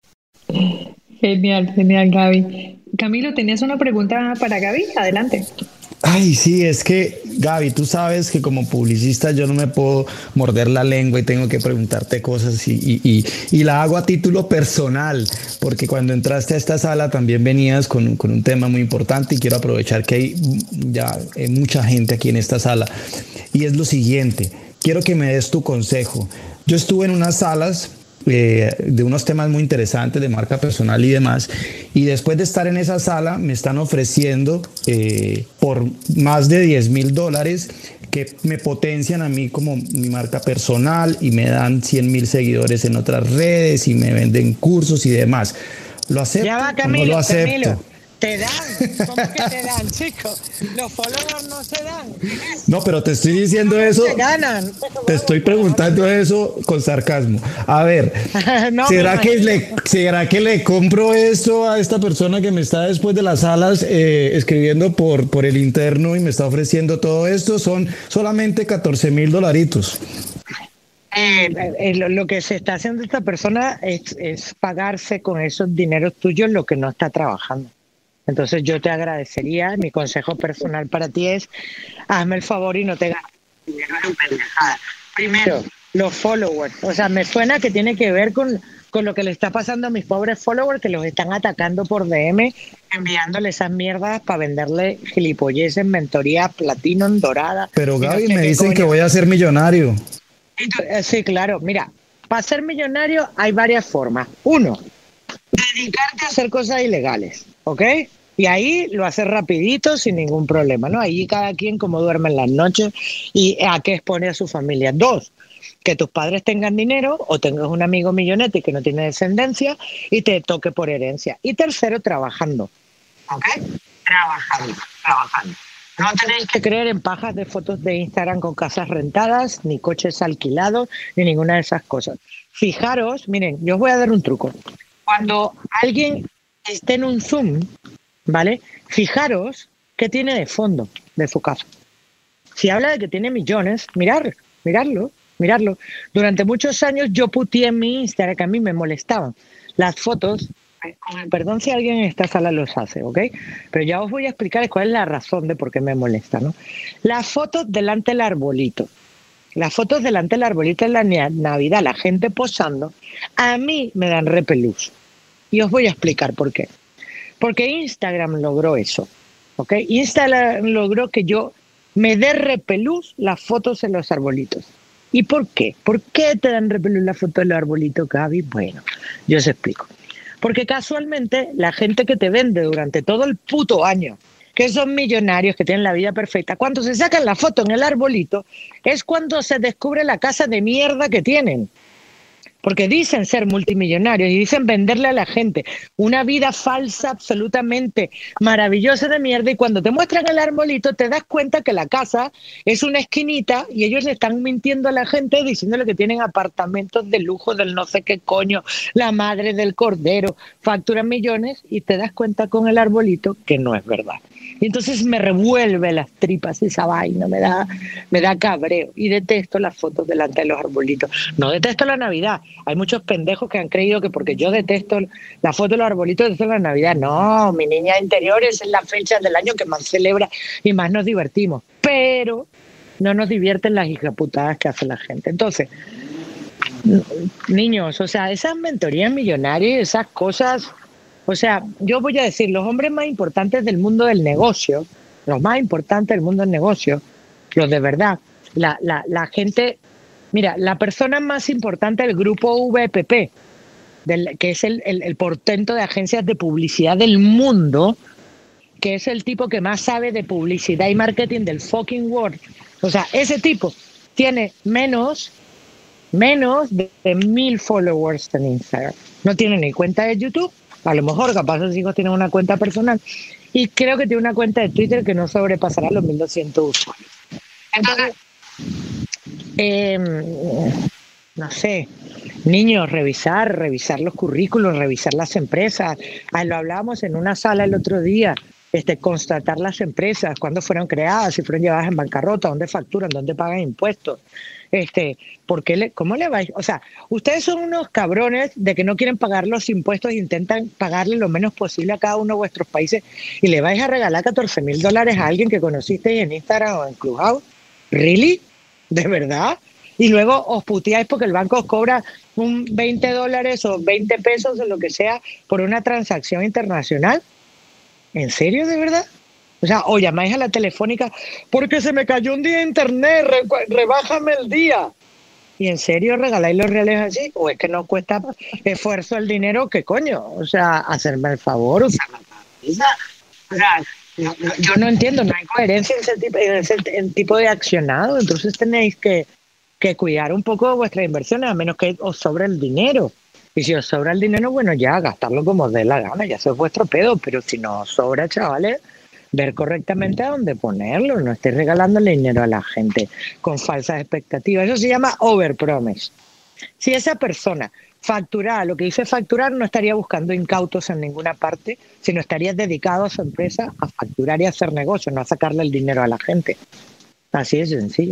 Genial, genial, Gaby. Camilo, ¿tenías una pregunta para Gaby? Adelante. Ay, sí, es que Gaby, tú sabes que como publicista yo no me puedo morder la lengua y tengo que preguntarte cosas y, y, y, y la hago a título personal, porque cuando entraste a esta sala también venías con, con un tema muy importante y quiero aprovechar que hay ya hay mucha gente aquí en esta sala. Y es lo siguiente, quiero que me des tu consejo. Yo estuve en unas salas Eh, de unos temas muy interesantes de marca personal y demás, y después de estar en esa sala me están ofreciendo eh, por más de diez mil dólares que me potencian a mí como mi marca personal y me dan cien mil seguidores en otras redes y me venden cursos y demás. ¿Lo acepto? Ya va, ¿O Camilo, no lo acepto? Camilo. Te dan, ¿cómo que te dan, chicos? Los followers no se dan. No, pero te estoy diciendo No eso. se ganan. Te estoy preguntando eso con sarcasmo. A ver, No, ¿será me que imagino. le, ¿será que le compro esto a esta persona que me está después de las salas eh, escribiendo por, por el interno y me está ofreciendo todo esto? Son solamente catorce mil dolaritos. Eh, eh, lo, lo que se está haciendo esta persona es, es pagarse con esos dineros tuyos lo que no está trabajando. Entonces yo te agradecería, mi consejo personal para ti es, hazme el favor y no te gastes dinero en pendejadas. Primero, los followers. O sea, me suena que tiene que ver con, con lo que le está pasando a mis pobres followers, que los están atacando por D M, enviándoles esas mierdas para venderle gilipolleces, mentorías, platinum, dorada. Pero Gaby, no sé me qué dicen coño. que voy a ser millonario. Sí, claro. Mira, para ser millonario hay varias formas. Uno, dedicarte a hacer cosas ilegales, ¿ok? Y ahí lo haces rapidito, sin ningún problema, ¿no? Ahí cada quien como duerme en las noches y a qué expone a su familia. Dos, que tus padres tengan dinero o tengas un amigo millonete que no tiene descendencia y te toque por herencia. Y tercero, trabajando, ¿ok? Trabajando, trabajando. No tenéis que creer en pajas de fotos de Instagram con casas rentadas, ni coches alquilados, ni ninguna de esas cosas. Fijaros, miren, yo os voy a dar un truco. Cuando alguien esté en un Zoom, ¿vale? Fijaros qué tiene de fondo de su casa. Si habla de que tiene millones, mirar, mirarlo, mirarlo. Durante muchos años yo puteé en mi Instagram, que a mí me molestaban las fotos. Perdón si alguien en esta sala los hace, ¿ok? Pero ya os voy a explicar cuál es la razón de por qué me molesta, ¿no? Las fotos delante del arbolito. Las fotos delante del arbolito en la Navidad, la gente posando, a mí me dan repelús. Y os voy a explicar por qué. Porque Instagram logró eso, ¿ok? Instagram logró que yo me dé repelús las fotos en los arbolitos. ¿Y por qué? ¿Por qué te dan repelús las fotos de los arbolitos, Gaby? Bueno, yo os explico. Porque casualmente la gente que te vende durante todo el puto año, que son millonarios, que tienen la vida perfecta, cuando se sacan la foto en el arbolito, es cuando se descubre la casa de mierda que tienen. Porque dicen ser multimillonarios y dicen venderle a la gente una vida falsa absolutamente maravillosa de mierda, y cuando te muestran el arbolito te das cuenta que la casa es una esquinita y ellos le están mintiendo a la gente diciéndole que tienen apartamentos de lujo del no sé qué coño, la madre del cordero, facturan millones, y te das cuenta con el arbolito que no es verdad. Y entonces me revuelve las tripas esa vaina, me da, me da cabreo y detesto las fotos delante de los arbolitos. No detesto la Navidad. Hay muchos pendejos que han creído que porque yo detesto la foto de los arbolitos, detesto la Navidad. No, mi niña interior es la fecha del año que más celebra y más nos divertimos. Pero no nos divierten las hijaputadas que hace la gente. Entonces, niños, o sea, esas mentorías millonarias, esas cosas... O sea, yo voy a decir, los hombres más importantes del mundo del negocio, los más importantes del mundo del negocio, los de verdad, la, la, la gente, mira, la persona más importante del grupo V P P, del, que es el, el, el portento de agencias de publicidad del mundo, que es el tipo que más sabe de publicidad y marketing del fucking world. O sea, ese tipo tiene menos, menos de, de mil followers en Instagram. No tiene ni cuenta de YouTube. A lo mejor, capaz sus hijos tienen una cuenta personal. Y creo que tiene una cuenta de Twitter que no sobrepasará los mil doscientos usuarios. Entonces, eh, no sé, niños, revisar, revisar los currículos, revisar las empresas. Ah, lo hablábamos en una sala el otro día. Este, constatar las empresas, cuándo fueron creadas, si fueron llevadas en bancarrota, dónde facturan, dónde pagan impuestos. Este, ¿por qué le, ¿Cómo le vais? O sea, ustedes son unos cabrones de que no quieren pagar los impuestos e intentan pagarle lo menos posible a cada uno de vuestros países, y le vais a regalar catorce mil dólares a alguien que conocisteis en Instagram o en Clubhouse. ¿Really? ¿De verdad? Y luego os puteáis porque el banco os cobra un veinte dólares o veinte pesos o lo que sea por una transacción internacional. ¿En serio, de verdad? O sea, o llamáis a la telefónica porque se me cayó un día de internet, re, rebájame el día. ¿Y en serio regaláis los reales así? ¿O es que no cuesta esfuerzo el dinero? ¿Qué coño? O sea, hacerme el favor, usar la cabeza. O sea, no, no, yo no entiendo, no hay coherencia en ese tipo, en ese en tipo de accionado. Entonces tenéis que, que cuidar un poco de vuestras inversiones, a menos que os sobre el dinero. Y si os sobra el dinero, bueno, ya gastarlo como os dé la gana, ya eso es vuestro pedo. Pero si no os sobra, chavales, ver correctamente a dónde ponerlo. No estéis regalándole dinero a la gente con falsas expectativas. Eso se llama overpromise. Si esa persona facturara lo que dice facturar, no estaría buscando incautos en ninguna parte, sino estaría dedicado a su empresa a facturar y a hacer negocios, no a sacarle el dinero a la gente. Así es sencillo.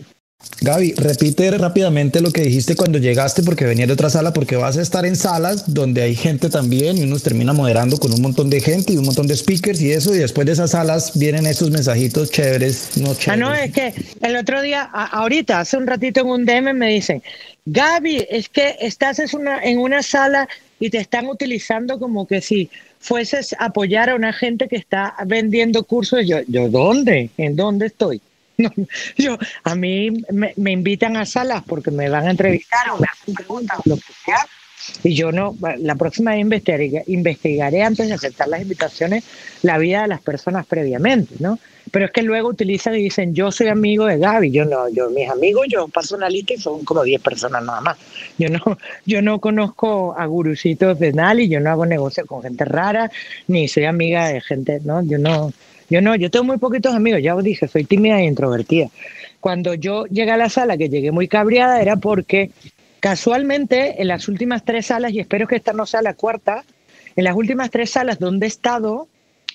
Gaby, repite rápidamente lo que dijiste cuando llegaste, porque venías de otra sala, porque vas a estar en salas donde hay gente también y uno termina moderando con un montón de gente y un montón de speakers y eso, y después de esas salas vienen estos mensajitos chéveres, no chéveres. Ah, no, es que el otro día, a, ahorita, hace un ratito en un D M me dicen, Gaby, es que estás en una, en una sala y te están utilizando como que si fueses a apoyar a una gente que está vendiendo cursos. Yo, yo ¿dónde? ¿En dónde estoy? No, yo, a mí me, me invitan a salas porque me van a entrevistar o me hacen preguntas o lo que sea, y yo no, la próxima vez investigaré, investigaré antes de aceptar las invitaciones la vida de las personas previamente, ¿no? Pero es que luego utilizan y dicen, yo soy amigo de Gaby. Yo no, yo mis amigos, yo paso una lista y son como diez personas nada más. Yo no, yo no conozco a gurucitos de nadie, yo no hago negocio con gente rara, ni soy amiga de gente, ¿no? Yo no... Yo no, yo tengo muy poquitos amigos, ya os dije, soy tímida e introvertida. Cuando yo llegué a la sala, que llegué muy cabreada, era porque casualmente en las últimas tres salas, y espero que esta no sea la cuarta, en las últimas tres salas donde he estado,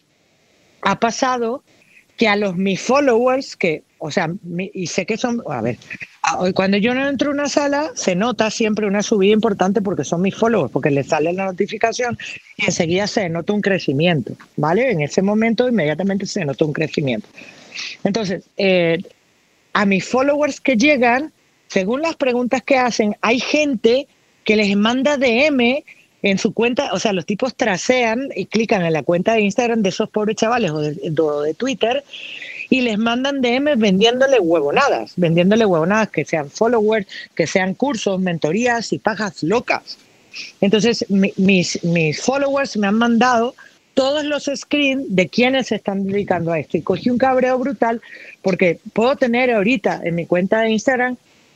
ha pasado que a los mis followers, que, o sea, mi, y sé que son, a ver, cuando yo no entro a una sala, se nota siempre una subida importante porque son mis followers, porque les sale la notificación y enseguida se nota un crecimiento, ¿vale? En ese momento inmediatamente se nota un crecimiento. Entonces, eh, a mis followers que llegan, según las preguntas que hacen, hay gente que les manda D M en su cuenta, o sea, los tipos tracean y clican en la cuenta de Instagram de esos pobres chavales o de, de, de Twitter y les mandan D M vendiéndole huevonadas, vendiéndole huevonadas que sean followers, que sean cursos, mentorías y pajas locas. Entonces, mi, mis, mis followers me han mandado todos los screens de quienes se están dedicando a esto. Y cogí un cabreo brutal porque puedo tener ahorita en mi cuenta de Instagram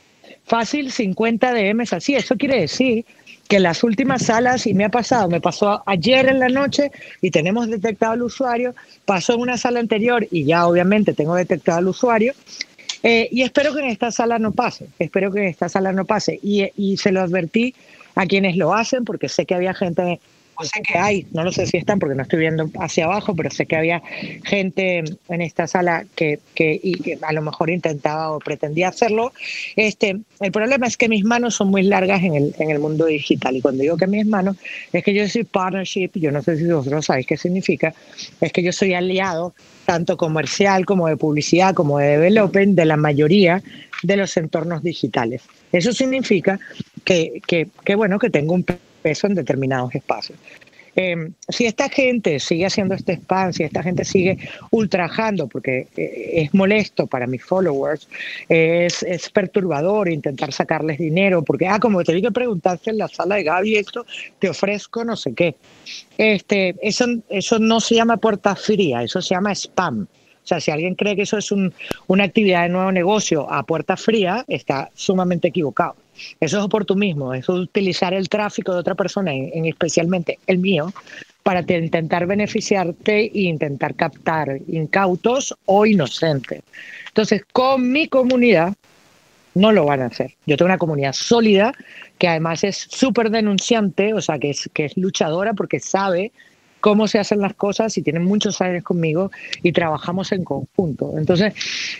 fácil cincuenta D Ms así. Eso quiere decir que en las últimas salas, y me ha pasado, me pasó ayer en la noche y tenemos detectado al usuario, pasó en una sala anterior y ya obviamente tengo detectado al usuario, eh, y espero que en esta sala no pase, espero que en esta sala no pase. Y, y se lo advertí a quienes lo hacen porque sé que había gente, o sé que hay, no lo sé si están porque no estoy viendo hacia abajo, pero sé que había gente en esta sala que, que, y que a lo mejor intentaba o pretendía hacerlo. Este, el problema es que mis manos son muy largas en el, en el mundo digital, y cuando digo que mis manos es que yo soy partnership, yo no sé si vosotros sabéis qué significa, es que yo soy aliado tanto comercial como de publicidad como de development de la mayoría de los entornos digitales. Eso significa que, que, que bueno, que tengo un peso en determinados espacios. Eh, si esta gente sigue haciendo este spam, si esta gente sigue ultrajando, porque eh, es molesto para mis followers, eh, es, es perturbador intentar sacarles dinero, porque, ah, como te vi que preguntaste en la sala de Gaby esto, te ofrezco no sé qué. Este, eso, eso no se llama puerta fría, eso se llama spam. O sea, si alguien cree que eso es un, una actividad de nuevo negocio a puerta fría, está sumamente equivocado. Eso es oportunismo, eso es utilizar el tráfico de otra persona, en, en especialmente el mío, para te, intentar beneficiarte e intentar captar incautos o inocentes. Entonces, con mi comunidad no lo van a hacer. Yo tengo una comunidad sólida que además es súper denunciante, o sea, que es, que es luchadora porque sabe cómo se hacen las cosas y tienen muchos años conmigo y trabajamos en conjunto. Entonces,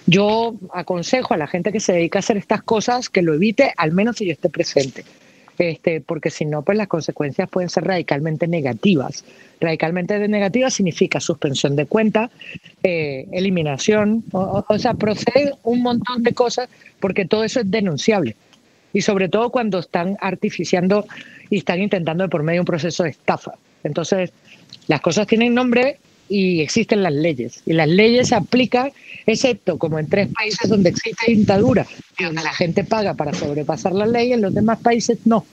yo aconsejo a la gente que se dedica a hacer estas cosas que lo evite, al menos si yo esté presente. Este, porque si no, pues las consecuencias pueden ser radicalmente negativas. Radicalmente negativas significa suspensión de cuenta, eh, eliminación, o, o sea, procede un montón de cosas porque todo eso es denunciable. Y sobre todo cuando están artificiando y están intentando por medio de un proceso de estafa. Entonces, las cosas tienen nombre y existen las leyes. Y las leyes se aplican, excepto como en tres países donde existe dictadura y donde la gente paga para sobrepasar la ley, en los demás países no.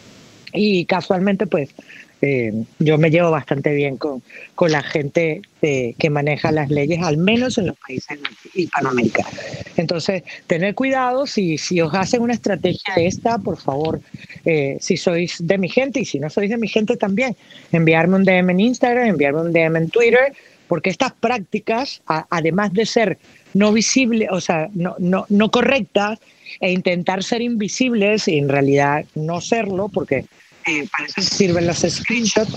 Y casualmente, pues, eh, yo me llevo bastante bien con, con la gente de, que maneja las leyes, al menos en los países hispanoamericanos. Entonces, tener cuidado, si, si os hacen una estrategia esta, por favor, eh, si sois de mi gente y si no sois de mi gente también, enviarme un D M en Instagram, enviarme un D M en Twitter, porque estas prácticas, a, además de ser no visibles, o sea, no, no, no correctas, e intentar ser invisibles y en realidad no serlo, porque eh, para eso sirven los screenshots,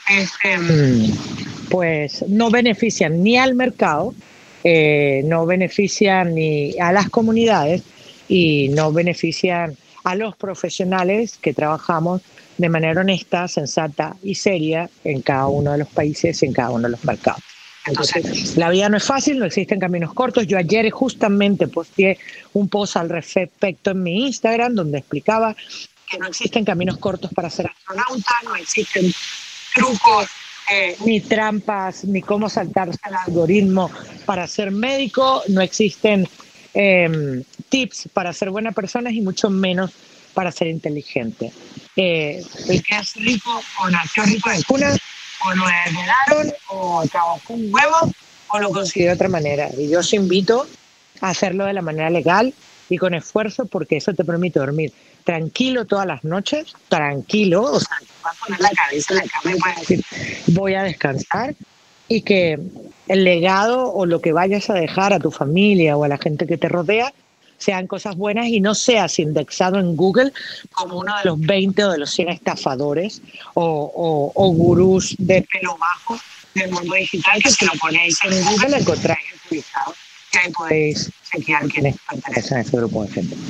eh, pues no benefician ni al mercado, eh, no benefician ni a las comunidades y no benefician a los profesionales que trabajamos de manera honesta, sensata y seria en cada uno de los países y en cada uno de los mercados. Entonces, la vida no es fácil, no existen caminos cortos. Yo ayer justamente posteé un post al respecto en mi Instagram donde explicaba que no existen caminos cortos para ser astronauta, no existen trucos, eh, ni trampas, ni cómo saltarse el algoritmo para ser médico, no existen eh, tips para ser buena persona y mucho menos para ser inteligente. Eh, el que es rico o nació rico de cuna, o lo heredaron, o trabajó un huevo, o lo consiguió de otra manera. Y yo os invito a hacerlo de la manera legal y con esfuerzo, porque eso te permite dormir tranquilo todas las noches, tranquilo, o sea, vas a poner la cabeza en la cama y vas a decir, voy a descansar, y que el legado o lo que vayas a dejar a tu familia o a la gente que te rodea sean cosas buenas y no seas indexado en Google como uno de los veinte o de los cien estafadores o, o, o gurús de pelo bajo del mundo digital, que si lo ponéis en Google encontráis el listado, que ahí podéis chequear quiénes pertenecen a ese grupo de gente.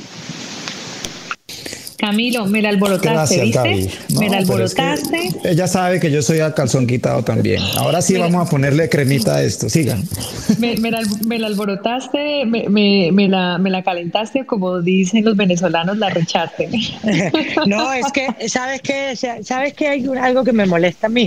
Camilo, me la alborotaste, Gracias, ¿viste? Gaby. No, me la pero es que alborotaste. ella sabe que yo soy al calzón quitado también. Ahora sí Mira. vamos a ponerle cremita a esto. Sigan. Me, me la, me la alborotaste, me, me, me, la, me la calentaste, como dicen los venezolanos, la rechaste. No, es que, ¿sabes qué? ¿Sabes qué? Hay un- algo que me molesta a mí.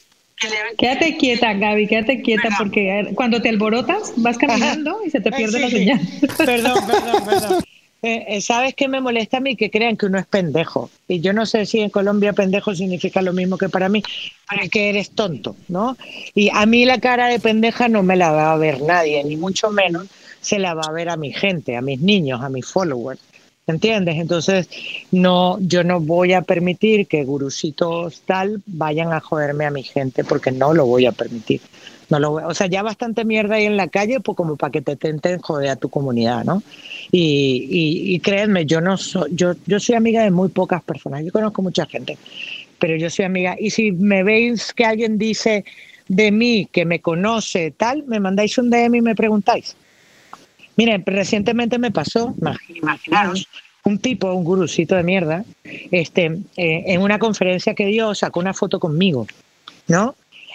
Quédate quieta, Gaby, quédate quieta, porque cuando te alborotas vas caminando y se te pierde Ay, la sí. señal. Perdón, perdón, perdón. Eh, eh, ¿Sabes qué me molesta a mí? Que crean que uno es pendejo. Y yo no sé si en Colombia pendejo significa lo mismo que para mí, pero es que eres tonto, ¿no? Y a mí la cara de pendeja no me la va a ver nadie, ni mucho menos se la va a ver a mi gente, a mis niños, a mis followers. ¿Entiendes? Entonces, no, yo no voy a permitir que gurusitos tal vayan a joderme a mi gente, porque no lo voy a permitir. No lo voy- o sea, ya bastante mierda hay en la calle, pues como para que te tenten joder a tu comunidad, ¿no? Y, y, y créanme, yo no soy, yo, yo soy amiga de muy pocas personas. Yo conozco mucha gente, pero yo soy amiga. Y si me veis que alguien dice de mí que me conoce tal, me mandáis un D M y me preguntáis. Miren, recientemente me pasó, imag- imaginaros, un tipo, un gurucito de mierda, este, eh, en una conferencia que dio, sacó una foto conmigo, ¿no?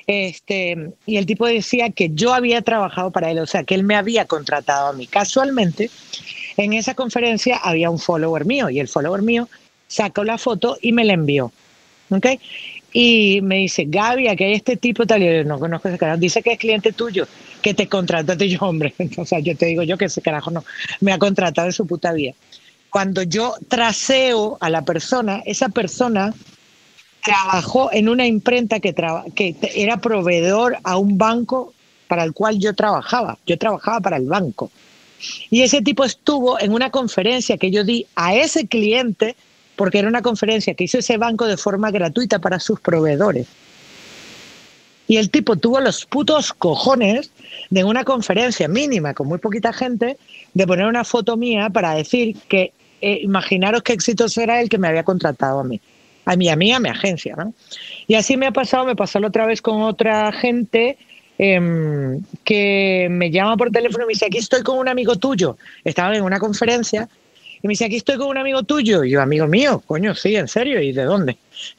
Este, y el tipo decía que yo había trabajado para él, o sea, que él me había contratado a mí. Casualmente, en esa conferencia había un follower mío y el follower mío sacó la foto y me la envió. ¿Ok? Y me dice, Gaby, aquí hay este tipo tal, y yo no conozco ese carajo, dice que es cliente tuyo, que te contrató a ti. Yo, hombre, o sea, yo te digo yo que ese carajo no me ha contratado en su puta vida. Cuando yo traceo a la persona, esa persona trabajó en una imprenta que, traba- que te- era proveedor a un banco para el cual yo trabajaba. Yo trabajaba para el banco. Y ese tipo estuvo en una conferencia que yo di a ese cliente, porque era una conferencia que hizo ese banco de forma gratuita para sus proveedores. Y el tipo tuvo los putos cojones de una conferencia mínima, con muy poquita gente, de poner una foto mía para decir que, eh, imaginaros qué exitoso era el que me había contratado a mí. A mí, a mí, a mi agencia, ¿no? Y así me ha pasado, me pasó la otra vez con otra gente eh, que me llama por teléfono y me dice, aquí estoy con un amigo tuyo. Estaba en una conferencia y me dice, aquí estoy con un amigo tuyo. Y yo, amigo mío, coño, sí, en serio, ¿y de dónde?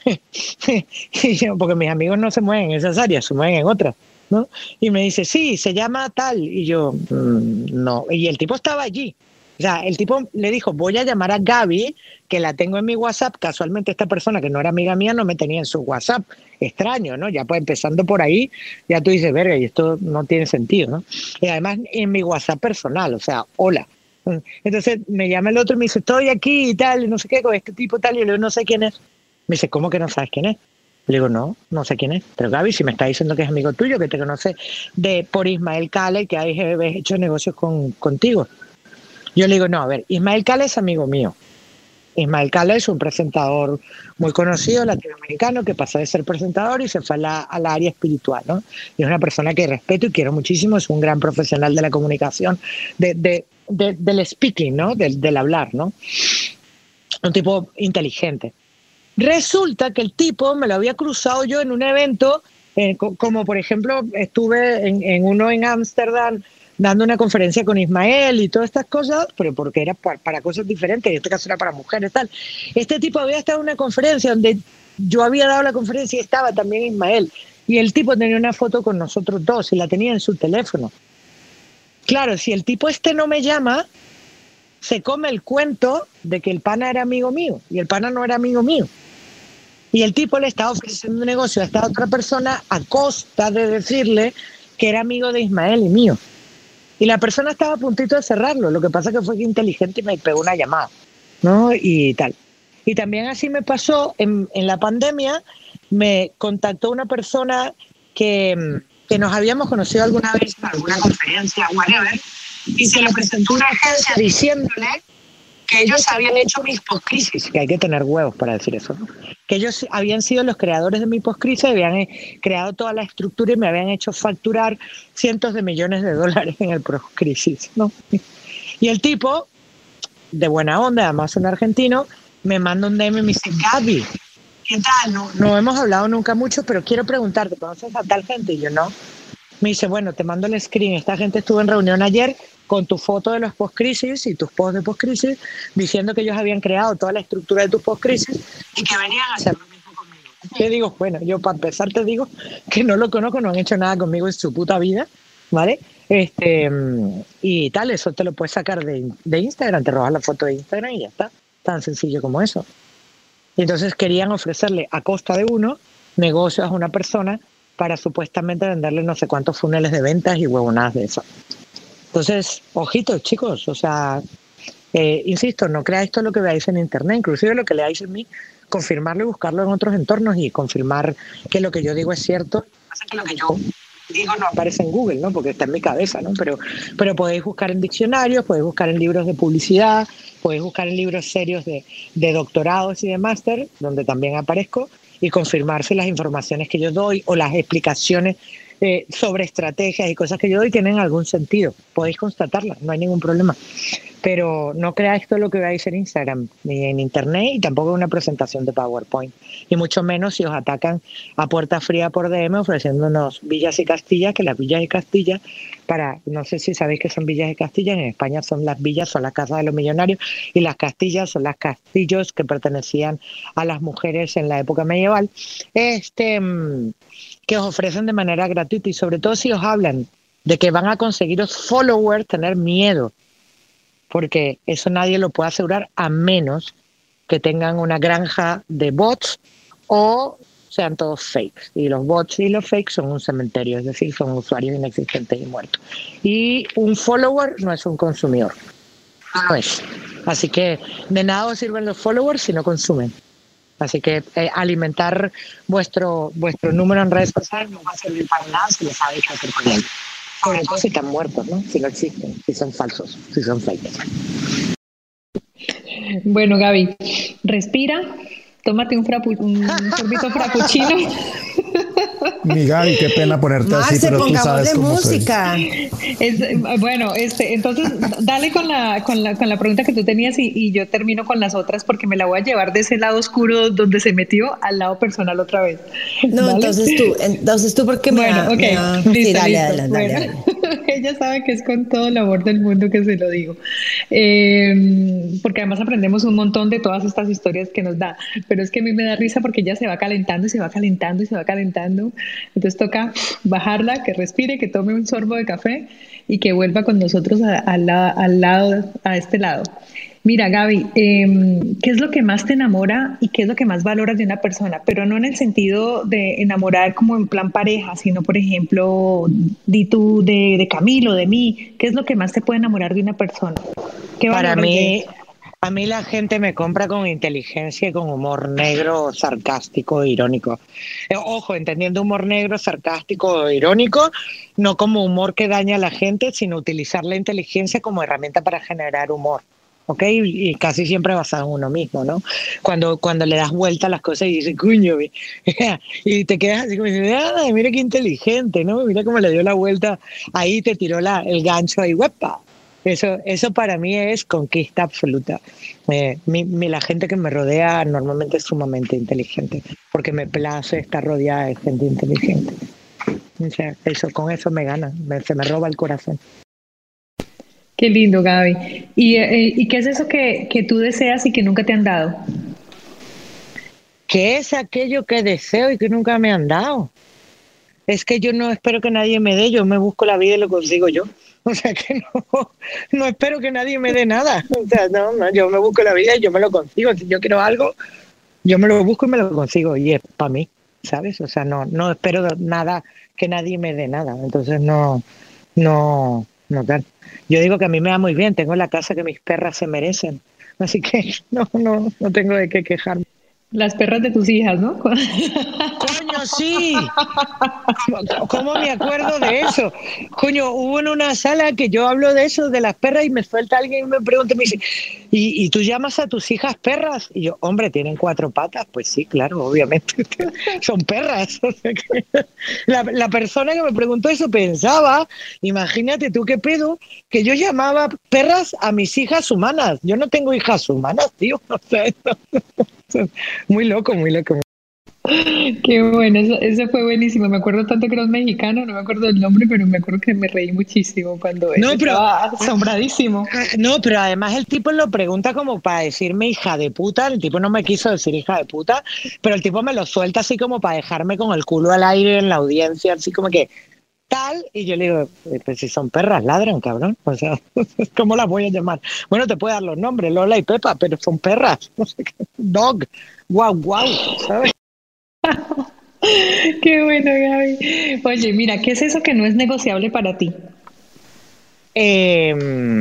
Y yo, porque mis amigos no se mueven en esas áreas, se mueven en otras, ¿no? Y me dice, sí, se llama tal. Y yo, "Mm, no. Y el tipo estaba allí. O sea, el tipo le dijo, voy a llamar a Gaby, que la tengo en mi WhatsApp. Casualmente esta persona que no era amiga mía no me tenía en su WhatsApp. Extraño, ¿no? Ya pues empezando por ahí, ya tú dices, verga, y esto no tiene sentido, ¿no? Y además en mi WhatsApp personal, o sea, hola. Entonces me llama el otro y me dice, estoy aquí y tal, y no sé qué, con este tipo tal, y yo le digo, no sé quién es. Me dice, ¿cómo que no sabes quién es? Le digo, no, no sé quién es. Pero Gaby, si me está diciendo que es amigo tuyo, que te conoce de por Ismael Cala y que hay hecho negocios con, contigo. Yo le digo, no, a ver, Ismael Cala es amigo mío. Ismael Cala es un presentador muy conocido latinoamericano que pasó de ser presentador y se fue a la, a la área espiritual, ¿no? Y es una persona que respeto y quiero muchísimo, es un gran profesional de la comunicación, de, de, de- del speaking, ¿no? Del, del hablar, ¿no? Un tipo inteligente. Resulta que el tipo me lo había cruzado yo en un evento, eh, co- como por ejemplo estuve en, en uno en Ámsterdam dando una conferencia con Ismael y todas estas cosas, pero porque era para, para cosas diferentes, en este caso era para mujeres, tal. Este tipo había estado en una conferencia donde yo había dado la conferencia y estaba también Ismael, y el tipo tenía una foto con nosotros dos y la tenía en su teléfono. Claro, si el tipo este no me llama, se come el cuento de que el pana era amigo mío, y el pana no era amigo mío. Y el tipo le estaba ofreciendo un negocio a esta otra persona a costa de decirle que era amigo de Ismael y mío. Y la persona estaba a puntito de cerrarlo. Lo que pasa que fue que inteligente y me pegó una llamada, ¿no? Y tal. Y también así me pasó en, en la pandemia, me contactó una persona que, que nos habíamos conocido alguna vez en alguna conferencia, whatever, y se lo presentó una agencia diciéndole que ellos habían hecho mis postcrisis, que hay que tener huevos para decir eso, ¿no? Que ellos habían sido los creadores de mi postcrisis, habían eh, creado toda la estructura y me habían hecho facturar cientos de millones de dólares en el postcrisis, ¿no? Y el tipo, de buena onda, además un argentino, me manda un D M y me dice, Gaby, ¿qué tal? No, no hemos hablado nunca mucho, pero quiero preguntarte, ¿conoces a tal gente? Y yo, no. Me dice, bueno, te mando el screen. Esta gente estuvo en reunión ayer con tu foto de los post-crisis y tus posts de post-crisis, diciendo que ellos habían creado toda la estructura de tus post-crisis y que venían a hacer lo mismo conmigo. Yo digo, bueno, yo para empezar te digo que no lo conozco, no han hecho nada conmigo en su puta vida, ¿vale? Este, y tal, eso te lo puedes sacar de, de Instagram, te robas la foto de Instagram y ya está. Tan sencillo como eso. Y entonces querían ofrecerle a costa de uno negocios a una persona para supuestamente venderle no sé cuántos funnels de ventas y huevonadas de eso. Entonces, ojitos, chicos, o sea, eh, insisto, no creáis todo lo que veáis en internet, inclusive lo que leáis en mí, confirmarlo y buscarlo en otros entornos y confirmar que lo que yo digo es cierto. Pasa que lo que yo digo no aparece en Google, ¿no? Porque está en mi cabeza, ¿no? Pero, pero podéis buscar en diccionarios, podéis buscar en libros de publicidad, podéis buscar en libros serios de, de doctorados y de máster, donde también aparezco, y confirmar si las informaciones que yo doy o las explicaciones eh, sobre estrategias y cosas que yo doy tienen algún sentido. Podéis constatarlas, no hay ningún problema. Pero no creáis todo lo que veáis en Instagram ni en Internet y tampoco en una presentación de PowerPoint. Y mucho menos si os atacan a puerta fría por D M ofreciéndonos villas y castillas, que las villas y castillas, para, no sé si sabéis que son villas y castillas, en España son las villas, son las casas de los millonarios, y las castillas son las castillos que pertenecían a las mujeres en la época medieval, este, que os ofrecen de manera gratuita y sobre todo si os hablan de que van a conseguiros followers, tener miedo, porque eso nadie lo puede asegurar a menos que tengan una granja de bots o sean todos fakes. Y los bots y los fakes son un cementerio, es decir, son usuarios inexistentes y muertos. Y un follower no es un consumidor. No es. Así que de nada os sirven los followers si no consumen. Así que eh, alimentar vuestro, vuestro número en redes sociales no va a servir para nada si no sabéis qué hacer con él. Sobre todo si están muertos, ¿no? Si no existen, si son falsos, si son fakes. Bueno, Gaby, respira, tómate un, frapu un sorbito frappuccino. Mi Gaby, qué pena ponerte Marce, así, pero tú sabes de cómo música. Es, bueno, este, entonces dale con la, con la, con la pregunta que tú tenías y, y yo termino con las otras porque me la voy a llevar de ese lado oscuro donde se metió al lado personal otra vez. No, ¿vale? entonces tú, entonces tú porque me bueno, va, okay. me va, listo, sí, dale, listo. dale, Bueno, dale, dale. Ella sabe que es con todo el amor del mundo que se lo digo, eh, porque además aprendemos un montón de todas estas historias que nos da, pero es que a mí me da risa porque ella se va calentando y se va calentando y se va calentando, entonces toca bajarla, que respire, que tome un sorbo de café y que vuelva con nosotros a, a la, al lado, a este lado. Mira, Gaby, eh, ¿qué es lo que más te enamora y qué es lo que más valoras de una persona? Pero no en el sentido de enamorar como en plan pareja, sino, por ejemplo, di tú de, de Camilo, de mí. ¿Qué es lo que más te puede enamorar de una persona? ¿Qué Para mí, de... a mí la gente me compra con inteligencia y con humor negro, sarcástico, irónico. Eh, ojo, entendiendo humor negro, sarcástico, irónico, no como humor que daña a la gente, sino utilizar la inteligencia como herramienta para generar humor. ¿Ok? Y casi siempre basado en uno mismo, ¿no? Cuando, cuando le das vuelta a las cosas y dices, cuño, y te quedas así como diciendo, ah, mira qué inteligente, ¿no? Mira cómo le dio la vuelta, ahí te tiró la, el gancho ahí, ¡huepa! Eso, eso para mí es conquista absoluta. Eh, mi, mi, la gente que me rodea normalmente es sumamente inteligente, porque me place estar rodeada de gente inteligente. O sea, eso, con eso me gana, me, se me roba el corazón. Qué lindo, Gaby. ¿Y, eh, ¿y qué es eso que, que tú deseas y que nunca te han dado? ¿Qué es aquello que deseo y que nunca me han dado? Es que yo no espero que nadie me dé, yo me busco la vida y lo consigo yo. O sea que no, no espero que nadie me dé nada. O sea, no, no, yo me busco la vida y yo me lo consigo. Si yo quiero algo, yo me lo busco y me lo consigo. Y es para mí, ¿sabes? O sea, no, no espero nada, que nadie me dé nada. Entonces no, no, no tal. Yo digo que a mí me va muy bien, tengo la casa que mis perras se merecen. Así que no, no, no tengo de qué quejarme. Las perras de tus hijas, ¿no? Coño, sí. ¿Cómo, cómo me acuerdo de eso? Coño, hubo en una sala que yo hablo de eso, de las perras, y me suelta alguien y me pregunta, me dice, ¿y, y tú llamas a tus hijas perras? Y yo, hombre, ¿tienen cuatro patas? Pues sí, claro, obviamente. Son perras. O sea que la, la persona que me preguntó eso pensaba, imagínate tú qué pedo, que yo llamaba perras a mis hijas humanas. Yo no tengo hijas humanas, tío. O sea, no. Muy loco, muy loco. Qué bueno, eso, eso fue buenísimo. Me acuerdo tanto que era un mexicano, no me acuerdo el nombre, pero me acuerdo que me reí muchísimo cuando no, pero, estaba asombradísimo. No, pero además el tipo lo pregunta como para decirme hija de puta. El tipo no me quiso decir hija de puta, pero el tipo me lo suelta así como para dejarme con el culo al aire en la audiencia, así como que tal, y yo le digo, pues si son perras, ladran, cabrón. O sea, ¿cómo las voy a llamar? Bueno, te puedo dar los nombres, Lola y Pepa, pero son perras. No sé qué. Dog, guau, guau, ¿sabes? Qué bueno, Gaby. Oye, mira, ¿qué es eso que no es negociable para ti? Eh,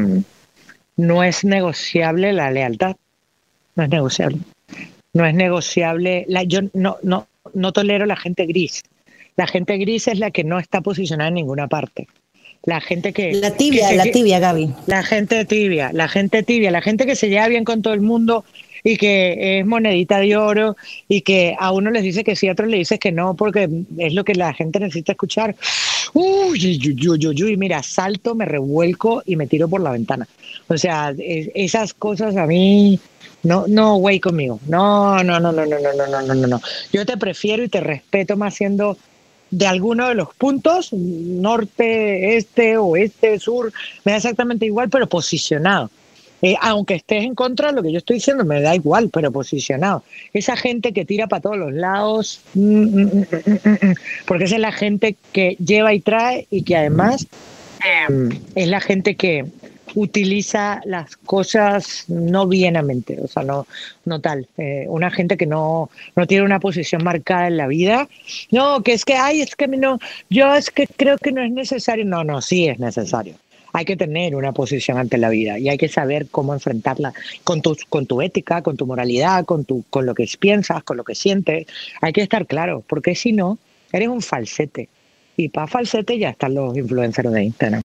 no es negociable la lealtad. No es negociable. No es negociable. La, yo no, no, no tolero la gente gris. La gente gris es la que no está posicionada en ninguna parte. La gente que... La tibia, que, la que, tibia, Gaby. La gente tibia, la gente tibia, la gente que se lleva bien con todo el mundo y que es monedita de oro y que a uno les dice que sí, a otros le dices que no, porque es lo que la gente necesita escuchar. Uy, uy, uy, uy, uy, mira, salto, me revuelco y me tiro por la ventana. O sea, es, esas cosas a mí... No, no, güey, conmigo. No, no, no, no, no, no, no, no, no, no. Yo te prefiero y te respeto más siendo de alguno de los puntos, norte, este, oeste, sur, me da exactamente igual, pero posicionado. Eh, aunque estés en contra de lo que yo estoy diciendo, me da igual, pero posicionado. Esa gente que tira para todos los lados, mm, mm, mm, mm, mm, porque esa es la gente que lleva y trae y que además eh, es la gente que utiliza las cosas no bienamente, o sea, no, no tal. Eh, una gente que no, no tiene una posición marcada en la vida. No, que es que, ay, es que no, yo es que creo que no es necesario. No, no, sí es necesario. Hay que tener una posición ante la vida y hay que saber cómo enfrentarla con tu, con tu ética, con tu moralidad, con, tu, con lo que piensas, con lo que sientes. Hay que estar claro, porque si no, eres un falsete. Y para falsete ya están los influencers de Instagram.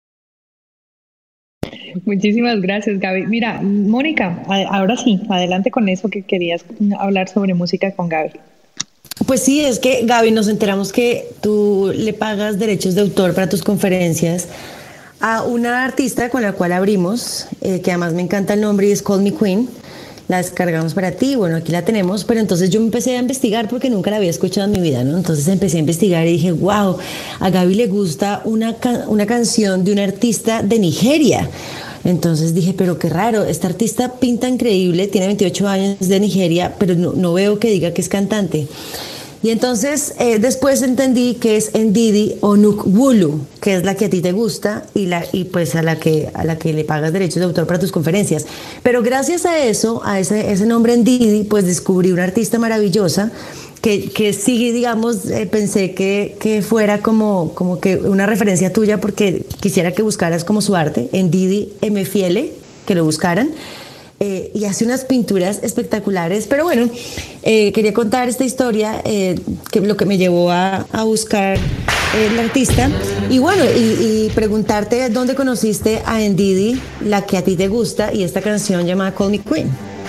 Muchísimas gracias, Gaby. Mira, Mónica, ahora sí, adelante con eso que querías hablar sobre música con Gaby. Pues sí, es que, Gaby, nos enteramos que tú le pagas derechos de autor para tus conferencias a una artista con la cual abrimos, eh, que además me encanta el nombre y es Call Me Queen. La descargamos para ti, bueno, aquí la tenemos, pero entonces yo empecé a investigar porque nunca la había escuchado en mi vida, ¿no? Entonces empecé a investigar y dije, wow, a Gaby le gusta una, ca- una canción de un artista de Nigeria. Entonces dije, pero qué raro, esta artista pinta increíble, tiene veintiocho años, de Nigeria, pero no, no veo que diga que es cantante. Y entonces eh, después entendí que es Ndidi Onukwulu, que es la que a ti te gusta y, la, y pues a la, que, a la que le pagas derechos de autor para tus conferencias. Pero gracias a eso, a ese, ese nombre Ndidi, pues descubrí una artista maravillosa que, que sí, digamos, eh, pensé que, que fuera como, como que una referencia tuya porque quisiera que buscaras como su arte, Ndidi Emefiele, que lo buscaran. Eh, y hace unas pinturas espectaculares, pero bueno, eh, quería contar esta historia, eh, que lo que me llevó a, a buscar eh, la artista, y bueno, y, y preguntarte dónde conociste a Ndidi, la que a ti te gusta, y esta canción llamada Call Me Queen.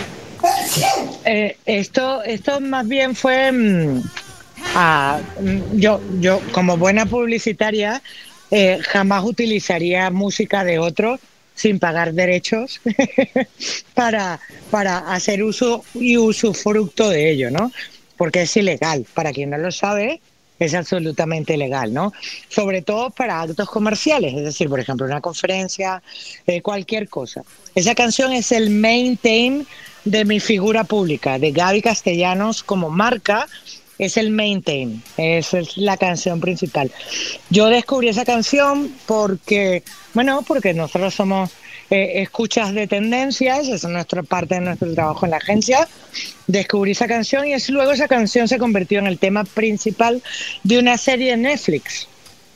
Eh, esto, esto más bien fue, mm, a, mm, yo, yo como buena publicitaria, eh, jamás utilizaría música de otro sin pagar derechos para, para hacer uso y usufructo de ello, ¿no? Porque es ilegal. Para quien no lo sabe, es absolutamente legal, ¿no? Sobre todo para actos comerciales, es decir, por ejemplo, una conferencia, eh, cualquier cosa. Esa canción es el main theme de mi figura pública, de Gaby Castellanos como marca, es el main theme, esa es la canción principal. Yo descubrí esa canción porque, bueno, porque nosotros somos eh, escuchas de tendencias, esa es nuestra parte de nuestro trabajo en la agencia. Descubrí esa canción y es, luego esa canción se convirtió en el tema principal de una serie de Netflix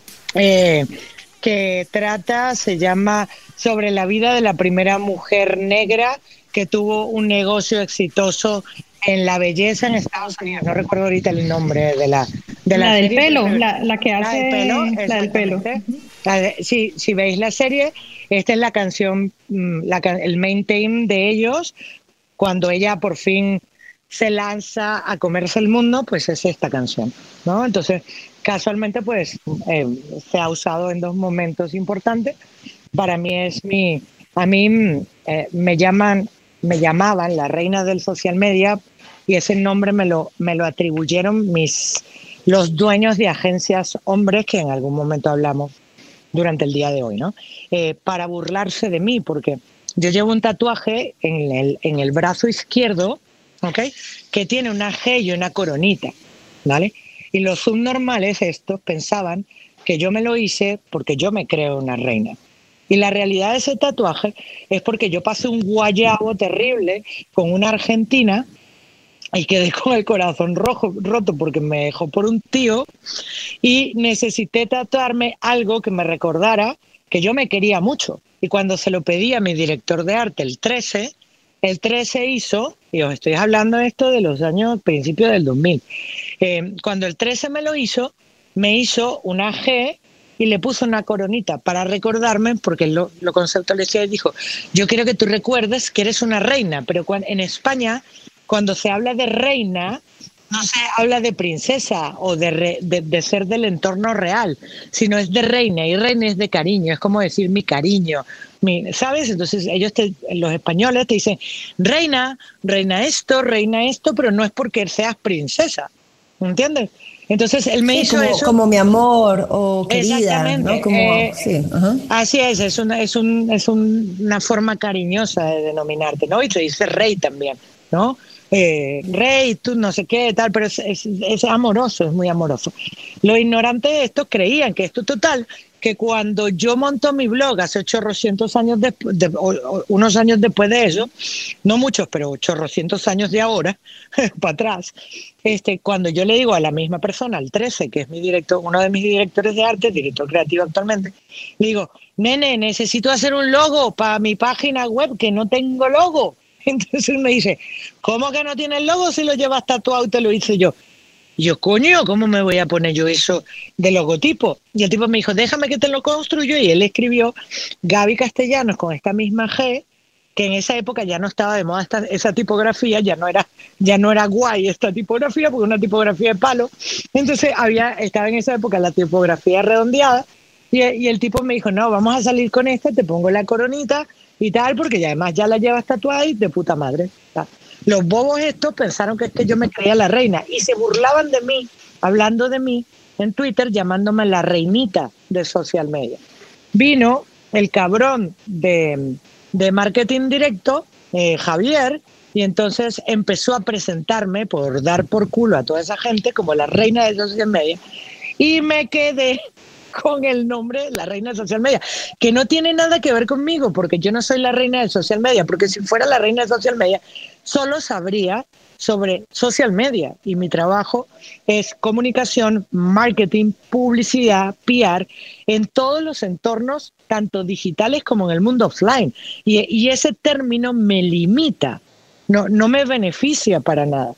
eh, que trata, se llama sobre la vida de la primera mujer negra que tuvo un negocio exitoso en la belleza en Estados Unidos. No recuerdo ahorita el nombre de la de la, la del serie, pelo, pero, la, la que hace la del pelo, la del pelo. La de, si, si veis la serie, esta es la canción, la, el main theme de ellos, cuando ella por fin se lanza a comerse el mundo, pues es esta canción, ¿no? Entonces, casualmente, pues eh, se ha usado en dos momentos importantes. Para mí es mi, a mí eh, me llaman, me llamaban la reina del social media y ese nombre me lo, me lo atribuyeron mis, los dueños de agencias hombres que en algún momento hablamos durante el día de hoy, ¿no? Eh, para burlarse de mí, porque yo llevo un tatuaje en el, en el brazo izquierdo, ¿ok? Que tiene una G y una coronita, ¿vale? Y los subnormales estos pensaban que yo me lo hice porque yo me creo una reina. Y la realidad de ese tatuaje es porque yo pasé un guayabo terrible con una argentina y quedé con el corazón rojo, roto porque me dejó por un tío y necesité tatuarme algo que me recordara que yo me quería mucho. Y cuando se lo pedí a mi director de arte, el trece, el trece hizo, y os estoy hablando de esto de los años, principios del dos mil, eh, cuando el trece me lo hizo, me hizo una G y le puso una coronita para recordarme, porque lo, lo conceptualizó y dijo, yo quiero que tú recuerdes que eres una reina, pero cuando, en España, cuando se habla de reina, no se habla de princesa o de, re, de, de ser del entorno real, sino es de reina, y reina es de cariño, es como decir mi cariño, mi, ¿sabes? Entonces ellos, te, los españoles te dicen, reina, reina esto, reina esto, pero no es porque seas princesa, ¿entiendes? Entonces él me sí, hizo como, eso. Como mi amor o querida. Exactamente. ¿No? Como, eh, sí, uh-huh. Así es, es, una, es, un, es un, una forma cariñosa de denominarte, ¿no? Y te dice rey también, ¿no? Eh, rey, tú no sé qué, tal, pero es, es, es amoroso, es muy amoroso. Los ignorantes de estos creían que esto total, que cuando yo monto mi blog hace ochocientos años después, de, o, o, unos años después de eso, no muchos, pero ochocientos años de ahora, para atrás, este, cuando yo le digo a la misma persona, al trece, que es mi director, uno de mis directores de arte, director creativo actualmente, le digo, nene, necesito hacer un logo para mi página web, que no tengo logo. Entonces me dice, ¿cómo que no tienes logo si lo llevas tatuado y te lo hice yo? Y yo, coño, ¿cómo me voy a poner yo eso de logotipo? Y el tipo me dijo, déjame que te lo construyo. Y él escribió Gaby Castellanos con esta misma G, que en esa época ya no estaba de moda esta, esa tipografía, ya no era, ya no era guay esta tipografía, porque una tipografía de palo. Entonces había, estaba en esa época la tipografía redondeada. Y, y el tipo me dijo, no, vamos a salir con esta, te pongo la coronita y tal, porque ya además ya la llevas tatuada y de puta madre. ¿Tal? Los bobos estos pensaron que es que yo me creía la reina y se burlaban de mí, hablando de mí en Twitter, llamándome la reinita de social media. Vino el cabrón de, de marketing directo, eh, Javier, y entonces empezó a presentarme por dar por culo a toda esa gente como la reina de social media y me quedé con el nombre la reina de social media, que no tiene nada que ver conmigo, porque yo no soy la reina de social media, porque si fuera la reina de social media, solo sabría sobre social media, y mi trabajo es comunicación, marketing, publicidad, P R, en todos los entornos, tanto digitales como en el mundo offline, y, y ese término me limita, no, no me beneficia para nada,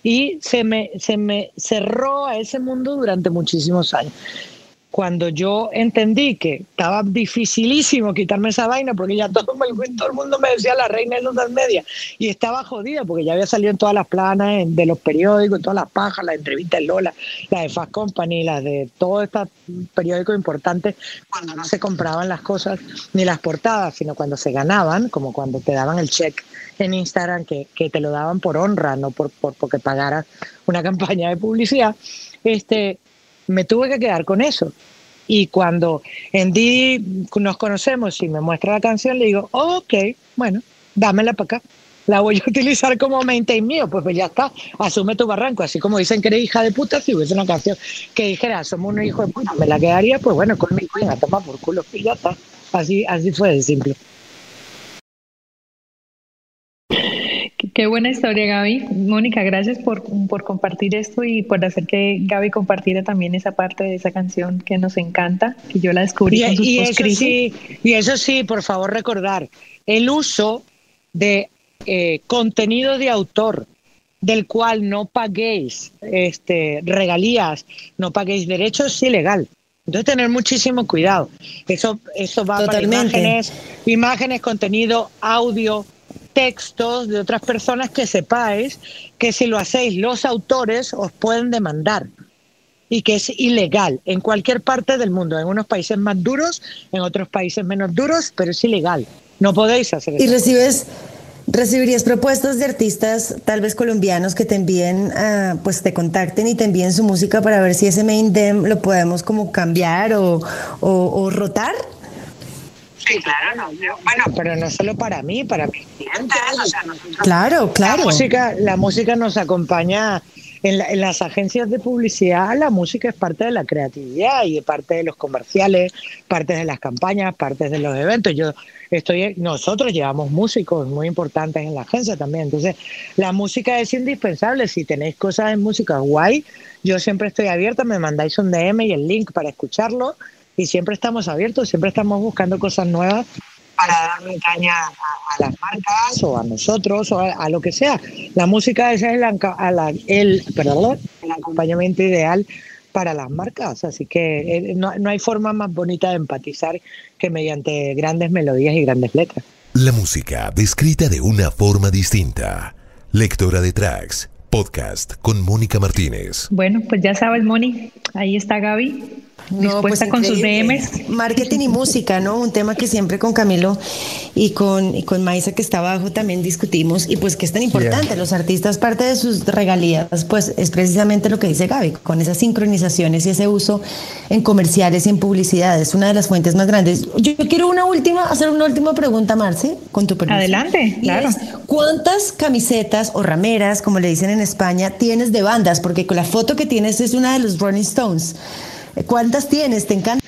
y se me, se me cerró a ese mundo durante muchísimos años. Cuando yo entendí que estaba dificilísimo quitarme esa vaina, porque ya todo, todo el mundo me decía la reina de los medias, y estaba jodida porque ya había salido en todas las planas de los periódicos, en todas las pajas, las entrevistas de Lola, las de Fast Company, las de todos estos periódicos importantes, cuando no se compraban las cosas ni las portadas, sino cuando se ganaban, como cuando te daban el check en Instagram, que, que te lo daban por honra, no por, por porque pagaras una campaña de publicidad. Este me tuve que quedar con eso. Y cuando en Didi nos conocemos y me muestra la canción, le digo, oh, ok, bueno, dámela para acá. La voy a utilizar como maintain mío, pues, pues ya está, asume tu barranco. Así como dicen que eres hija de puta, si hubiese una canción que dijera, somos unos hijos de puta, me la quedaría, pues bueno, con mi cuña, toma por culo, y ya está. Así, así fue de simple. Qué, qué buena historia, Gaby. Mónica, gracias por, por compartir esto y por hacer que Gaby compartiera también esa parte de esa canción que nos encanta, que yo la descubrí Y, con sus y eso post-crisis. sí, y eso sí, por favor recordar, el uso de eh, contenido de autor del cual no paguéis este, regalías, no paguéis derechos, es ilegal. Entonces tener muchísimo cuidado. Eso, eso va Totalmente. para imágenes, imágenes, contenido, audio, textos de otras personas, que sepáis que si lo hacéis los autores os pueden demandar y que es ilegal en cualquier parte del mundo, en unos países más duros, en otros países menos duros, pero es ilegal. No podéis hacer eso. Y recibes, recibirías propuestas de artistas, tal vez colombianos, que te envíen, uh, pues te contacten y te envíen su música para ver si ese main dem lo podemos como cambiar o, o, o rotar. Sí, claro, no, yo- bueno, pero no solo para mí, para mis clientes. O sea, nosotros- Claro, claro. La música, la música nos acompaña en, la- en las agencias de publicidad. La música es parte de la creatividad y parte de los comerciales, parte de las campañas, parte de los eventos. Yo estoy, nosotros llevamos músicos muy importantes en la agencia también. Entonces, la música es indispensable. Si tenéis cosas en música guay, yo siempre estoy abierta. Me mandáis un D M y el link para escucharlo. Y siempre estamos abiertos, siempre estamos buscando cosas nuevas para darle caña a, a las marcas o a nosotros o a, a lo que sea. La música ese es el, anca- a la- el, perdón, el acompañamiento ideal para las marcas. Así que eh, no, no hay forma más bonita de empatizar que mediante grandes melodías y grandes letras. La música descrita de una forma distinta. Lectora de tracks, podcast con Mónica Martínez. Bueno, pues ya sabes, Moni, ahí está Gaby, No, pues dispuesta con sus D increíble. Ms. Marketing y música, ¿no? Un tema que siempre con Camilo y con, y con Maisa, que está abajo, también discutimos, y pues que es tan importante. Yeah. Los artistas, parte de sus regalías, pues es precisamente lo que dice Gaby, con esas sincronizaciones y ese uso en comerciales y en publicidad. Es una de las fuentes más grandes. Yo quiero una última, hacer una última pregunta, Marce, con tu permiso. Adelante, Y claro. es, ¿cuántas camisetas o rameras, como le dicen en España, tienes de bandas? Porque con la foto que tienes es una de los Rolling Stones. ¿Cuántas tienes? ¿Te encanta?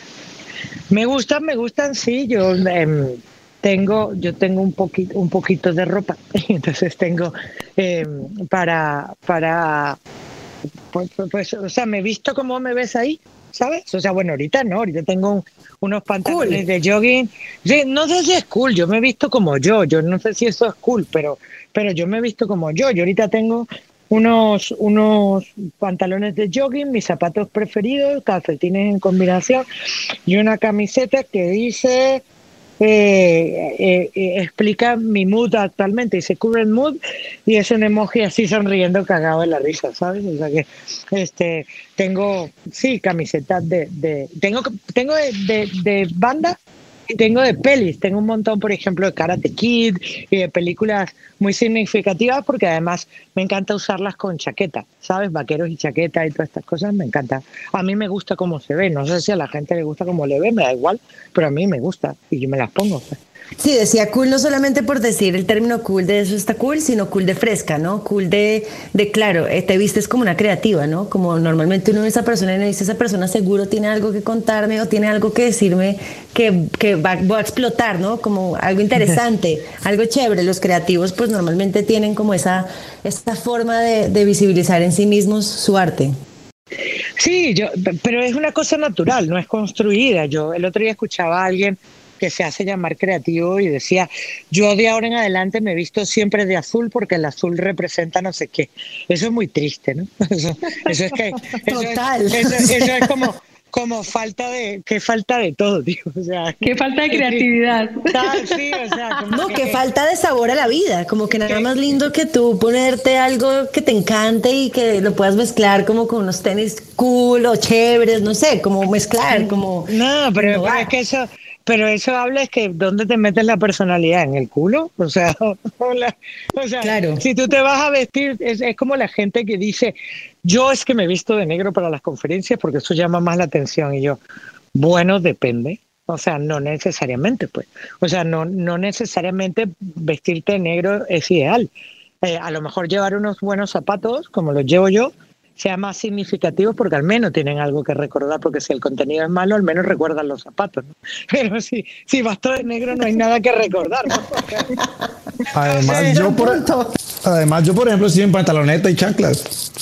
Me gustan, me gustan, sí. Yo em, tengo, yo tengo un poquito, un poquito de ropa, entonces tengo em, para, para, pues, pues, pues, o sea, me he visto como me ves ahí, ¿sabes? O sea, bueno, ahorita no, ahorita tengo un- unos pantalones Cool. de jogging. Sí, no sé si es cool, yo me he visto como yo, yo no sé si eso es cool, pero, pero yo me he visto como yo. Yo ahorita tengo unos, unos pantalones de jogging, mis zapatos preferidos, calcetines en combinación y una camiseta que dice, eh, eh, eh, explica mi mood actualmente, dice current mood, y es un emoji así sonriendo cagado de la risa, ¿sabes? O sea que este, tengo, sí, camisetas de, de tengo, tengo de, de, de banda. Y tengo de pelis, tengo un montón, por ejemplo, de Karate Kid y de películas muy significativas, porque además me encanta usarlas con chaqueta, ¿sabes? Vaqueros y chaqueta y todas estas cosas me encanta. A mí me gusta cómo se ve, no sé si a la gente le gusta cómo le ve, me da igual, pero a mí me gusta y yo me las pongo. Sí, decía cool no solamente por decir el término cool de eso está cool, sino cool de fresca, ¿no? Cool de, de claro, eh, te vistes como una creativa, ¿no? Como normalmente uno ve a esa persona y uno dice, esa persona seguro tiene algo que contarme o tiene algo que decirme que, que va, voy a explotar, ¿no? Como algo interesante, algo chévere. Los creativos pues normalmente tienen como esa, esta forma de, de visibilizar en sí mismos su arte. Sí, yo, pero es una cosa natural, no es construida. Yo el otro día escuchaba a alguien que se hace llamar creativo y decía, yo de ahora en adelante me he visto siempre de azul porque el azul representa no sé qué. Eso es muy triste, ¿no? Eso, eso es que... Eso Total. Es, eso, eso es como... Como falta de, que falta de todo, tío. O sea, Qué falta de creatividad. Tal, sí, o sea, como No, que falta de sabor a la vida, como que nada más lindo que tú ponerte algo que te encante y que lo puedas mezclar como con unos tenis cool o chéveres, no sé, como mezclar, como... No, pero, pero innovar. es que eso, pero eso habla es que ¿dónde te metes la personalidad? ¿En el culo? O sea, o, la- o sea, Claro. si tú te vas a vestir, es, es como la gente que dice, yo es que me visto de negro para las conferencias porque eso llama más la atención. Y yo, bueno, depende. O sea, no necesariamente, pues. O sea, no, no necesariamente vestirte de negro es ideal. Eh, a lo mejor llevar unos buenos zapatos, como los llevo yo, sea más significativo porque al menos tienen algo que recordar, porque si el contenido es malo, al menos recuerdan los zapatos, ¿no? Pero si, si vas todo de negro no hay nada que recordar, ¿no? Además, yo por, además, yo por ejemplo, estoy en pantaloneta y chanclas.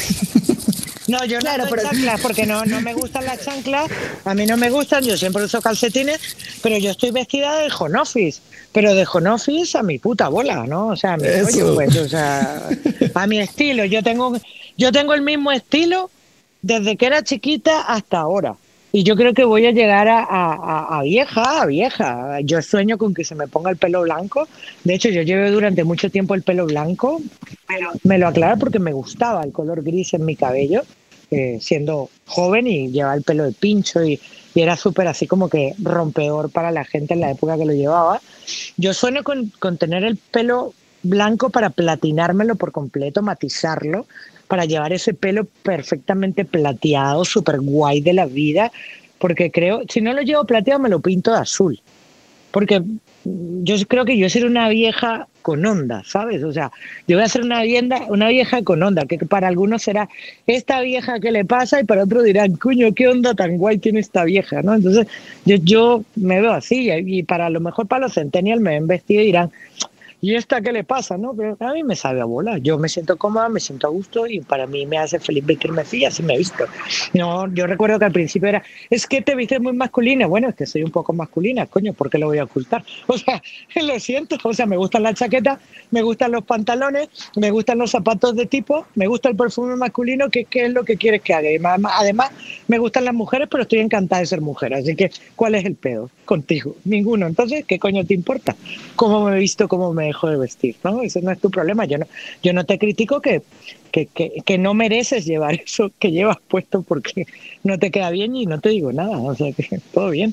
No, yo Claro, no uso pero- chanclas porque no, no me gustan las chanclas, a mí no me gustan, yo siempre uso calcetines, pero yo estoy vestida de home office, pero de home office a mi puta bola, ¿no? O sea, a mi Eso. rollo, pues, o sea, a mi estilo. Yo tengo, yo tengo el mismo estilo desde que era chiquita hasta ahora. Y yo creo que voy a llegar a, a- a- a vieja, a vieja. Yo sueño con que se me ponga el pelo blanco. De hecho, yo llevé durante mucho tiempo el pelo blanco. Pero me lo aclaro porque me gustaba el color gris en mi cabello, eh, siendo joven y llevaba el pelo de pincho y, y era súper así como que rompedor para la gente en la época que lo llevaba. Yo sueño con, con tener el pelo blanco para platinármelo por completo, matizarlo, para llevar ese pelo perfectamente plateado, súper guay de la vida, porque creo, si no lo llevo plateado me lo pinto de azul, porque mm, yo creo que yo seré una vieja con onda, ¿sabes? O sea, yo voy a ser una, vienda, una vieja con onda, que para algunos será esta vieja que le pasa y para otros dirán, coño, qué onda tan guay tiene esta vieja, ¿no? Entonces yo, yo me veo así y para a lo mejor para los centennials me ven vestido y dirán, ¿y esta qué le pasa? ¿No? Pero a mí me sabe a bola. Yo me siento cómoda, me siento a gusto y para mí me hace feliz vestirme así, así me he visto. No, yo recuerdo que al principio era, es que te vistes muy masculina. Bueno, es que soy un poco masculina, coño, ¿por qué lo voy a ocultar? O sea, lo siento, o sea, me gustan las chaquetas, me gustan los pantalones, me gustan los zapatos de tipo, me gusta el perfume masculino, ¿qué, qué es lo que quieres que haga? Y ma- ma- además, me gustan las mujeres, pero estoy encantada de ser mujer. Así que, ¿cuál es el pedo contigo? Ninguno. Entonces, ¿qué coño te importa? ¿Cómo me he visto, cómo me dejo de vestir? ¿No? Ese no es tu problema. Yo no, yo no te critico que, que, que, que no mereces llevar eso que llevas puesto porque no te queda bien y no te digo nada. O sea, que todo bien.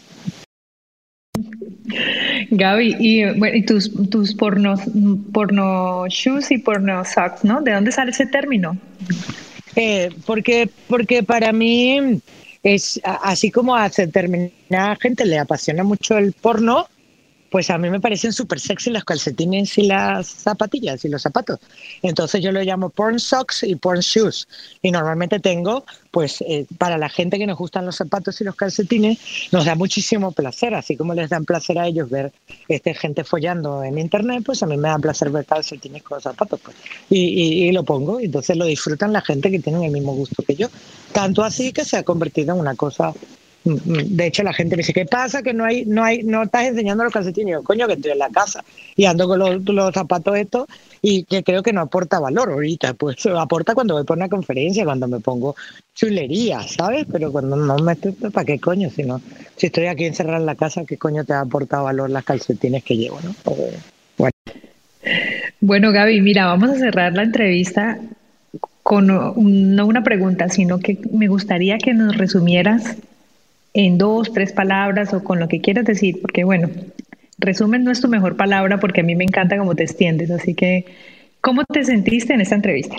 Gaby, y, bueno, y tus, tus pornos, porno shoes y porno socks, ¿no? ¿De dónde sale ese término? Eh, porque, porque para mí es a- así como a determinada gente le apasiona mucho el porno, pues a mí me parecen súper sexy los calcetines y las zapatillas y los zapatos. Entonces yo lo llamo porn socks y porn shoes. Y normalmente tengo, pues eh, para la gente que nos gustan los zapatos y los calcetines, nos da muchísimo placer. Así como les dan placer a ellos ver este, gente follando en internet, pues a mí me da placer ver calcetines con zapatos. Pues. Y, y, y lo pongo, y entonces lo disfrutan la gente que tiene el mismo gusto que yo. Tanto así que se ha convertido en una cosa. De hecho, la gente me dice, ¿qué pasa? Que no hay, no hay, no estás enseñando los calcetines. Yo, coño, que estoy en la casa y ando con los, los zapatos estos y que creo que no aporta valor ahorita. Pues aporta cuando voy por una conferencia, cuando me pongo chulería, ¿sabes? Pero cuando no me estoy, ¿para qué coño? Si no, si estoy aquí encerrada en la casa, ¿qué coño te ha aportado valor las calcetines que llevo, no? Pues, bueno. Bueno, Gaby, mira, vamos a cerrar la entrevista con un- no una pregunta, sino que me gustaría que nos resumieras en dos, tres palabras o con lo que quieras decir, porque bueno, resumen no es tu mejor palabra porque a mí me encanta cómo te extiendes, así que, ¿cómo te sentiste en esta entrevista?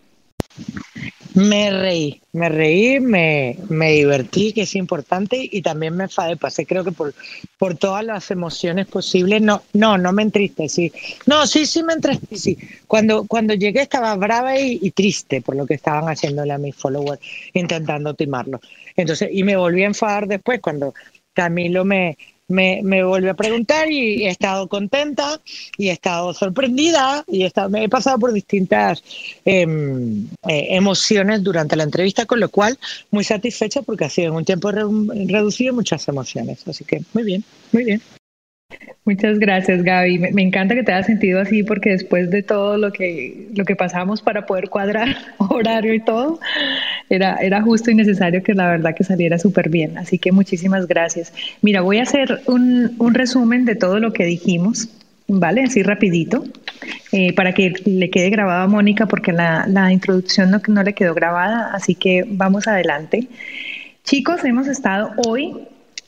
Me reí, me reí, me, me divertí, que es importante, y también me enfadé, pasé creo que por, por todas las emociones posibles. No, no, no me entristecí. No, sí, sí me entristecí. Cuando, cuando llegué estaba brava y, y triste por lo que estaban haciéndole a mis followers, intentando timarlos. Entonces, y me volví a enfadar después cuando Camilo me, me, me volvió a preguntar y he estado contenta y he estado sorprendida y he, estado, me he pasado por distintas eh, eh, emociones durante la entrevista, con lo cual muy satisfecha porque ha sido en un tiempo re, reducido muchas emociones. Así que muy bien, muy bien. Muchas gracias, Gaby. Me, me encanta que te hayas sentido así porque después de todo lo que, lo que pasamos para poder cuadrar horario y todo, era, era justo y necesario que la verdad que saliera súper bien. Así que muchísimas gracias. Mira, voy a hacer un, un resumen de todo lo que dijimos, ¿vale? Así rapidito, eh, para que le quede grabado a Mónica porque la, la introducción no, no le quedó grabada, así que vamos adelante. Chicos, hemos estado hoy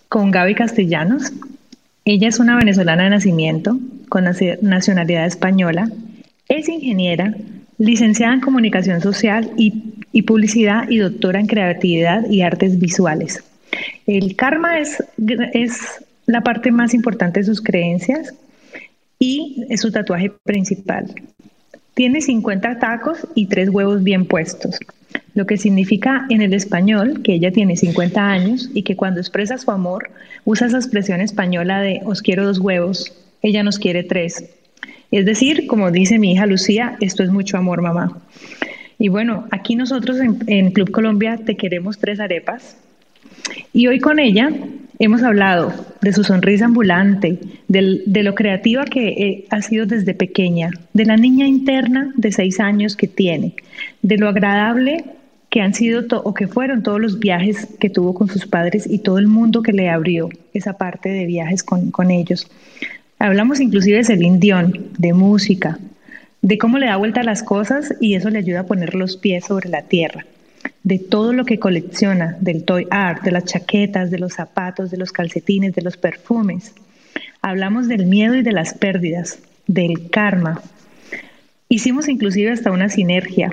con Gaby Castellanos. Ella es una venezolana de nacimiento, con naci- nacionalidad española, es ingeniera, licenciada en comunicación social y, y publicidad y doctora en creatividad y artes visuales. El karma es, es la parte más importante de sus creencias y es su tatuaje principal. Tiene cincuenta tacos y tres huevos bien puestos, lo que significa en el español que ella tiene cincuenta años y que cuando expresa su amor usa esa expresión española de os quiero dos huevos, ella nos quiere tres. Es decir, como dice mi hija Lucía, esto es mucho amor, mamá. Y bueno, aquí nosotros en, en Club Colombia te queremos tres arepas. Y hoy con ella hemos hablado de su sonrisa ambulante, del, de lo creativa que eh, ha sido desde pequeña, de la niña interna de seis años que tiene, de lo agradable que han sido to- o que fueron todos los viajes que tuvo con sus padres y todo el mundo que le abrió esa parte de viajes con, con ellos. Hablamos inclusive de Celine Dion, de música, de cómo le da vuelta a las cosas y eso le ayuda a poner los pies sobre la tierra, de todo lo que colecciona, del toy art, de las chaquetas, de los zapatos, de los calcetines, de los perfumes. Hablamos del miedo y de las pérdidas, del karma. Hicimos inclusive hasta una sinergia.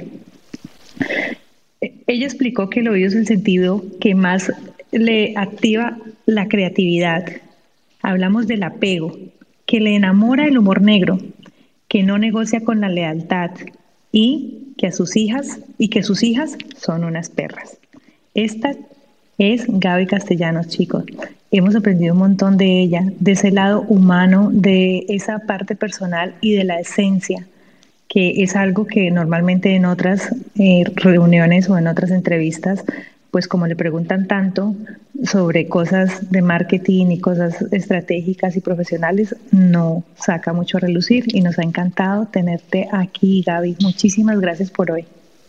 Ella explicó que el oído es el sentido que más le activa la creatividad. Hablamos del apego, que le enamora el humor negro, que no negocia con la lealtad y que a sus hijas y que sus hijas son unas perras. Esta es Gaby Castellanos, chicos. Hemos aprendido un montón de ella, de ese lado humano, de esa parte personal y de la esencia, que es algo que normalmente en otras eh, reuniones o en otras entrevistas, pues como le preguntan tanto sobre cosas de marketing y cosas estratégicas y profesionales, no saca mucho a relucir y nos ha encantado tenerte aquí, Gaby. Muchísimas gracias por hoy.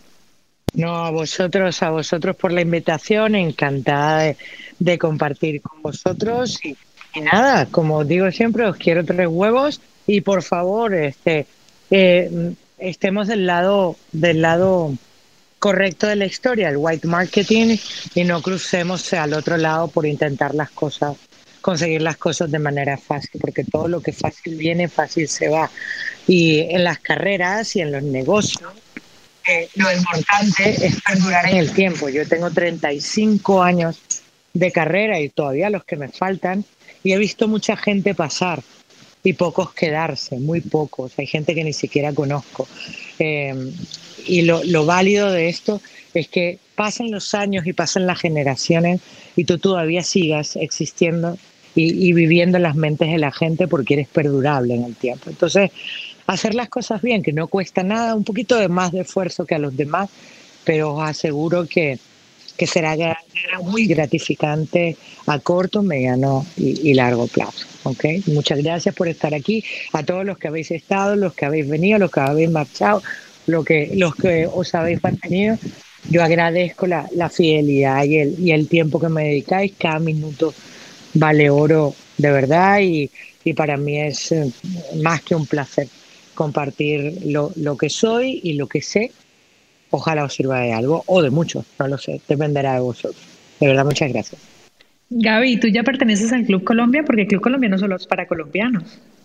No, a vosotros, a vosotros por la invitación, encantada de, de compartir con vosotros y, y nada, como digo siempre, os quiero tres huevos y por favor, este, eh, estemos del lado, del lado correcto de la historia, el white marketing, y no crucemos al otro lado por intentar las cosas, conseguir las cosas de manera fácil, porque todo lo que fácil viene, fácil se va. Y en las carreras y en los negocios, eh, lo importante es perdurar en el tiempo. Yo tengo treinta y cinco años de carrera y todavía los que me faltan, y he visto mucha gente pasar y pocos quedarse, muy pocos. Hay gente que ni siquiera conozco. Eh, y lo, lo válido de esto es que pasen los años y pasen las generaciones y tú todavía sigas existiendo y, y viviendo en las mentes de la gente porque eres perdurable en el tiempo. Entonces, hacer las cosas bien, que no cuesta nada, un poquito de más de esfuerzo que a los demás, pero os aseguro que, que será muy gratificante a corto, mediano y, y largo plazo. ¿Okay? Muchas gracias por estar aquí, a todos los que habéis estado, los que habéis venido, los que habéis marchado, lo que, los que os habéis mantenido. Yo agradezco la, la fidelidad y el, y el tiempo que me dedicáis. Cada minuto vale oro de verdad y, y para mí es eh, más que un placer compartir lo, lo que soy y lo que sé. Ojalá os sirva de algo o de mucho, no lo sé, dependerá de vosotros. De verdad, muchas gracias. Gaby, ¿tú ya perteneces al Club Colombia? Porque Club Colombia no solo es para colombianos.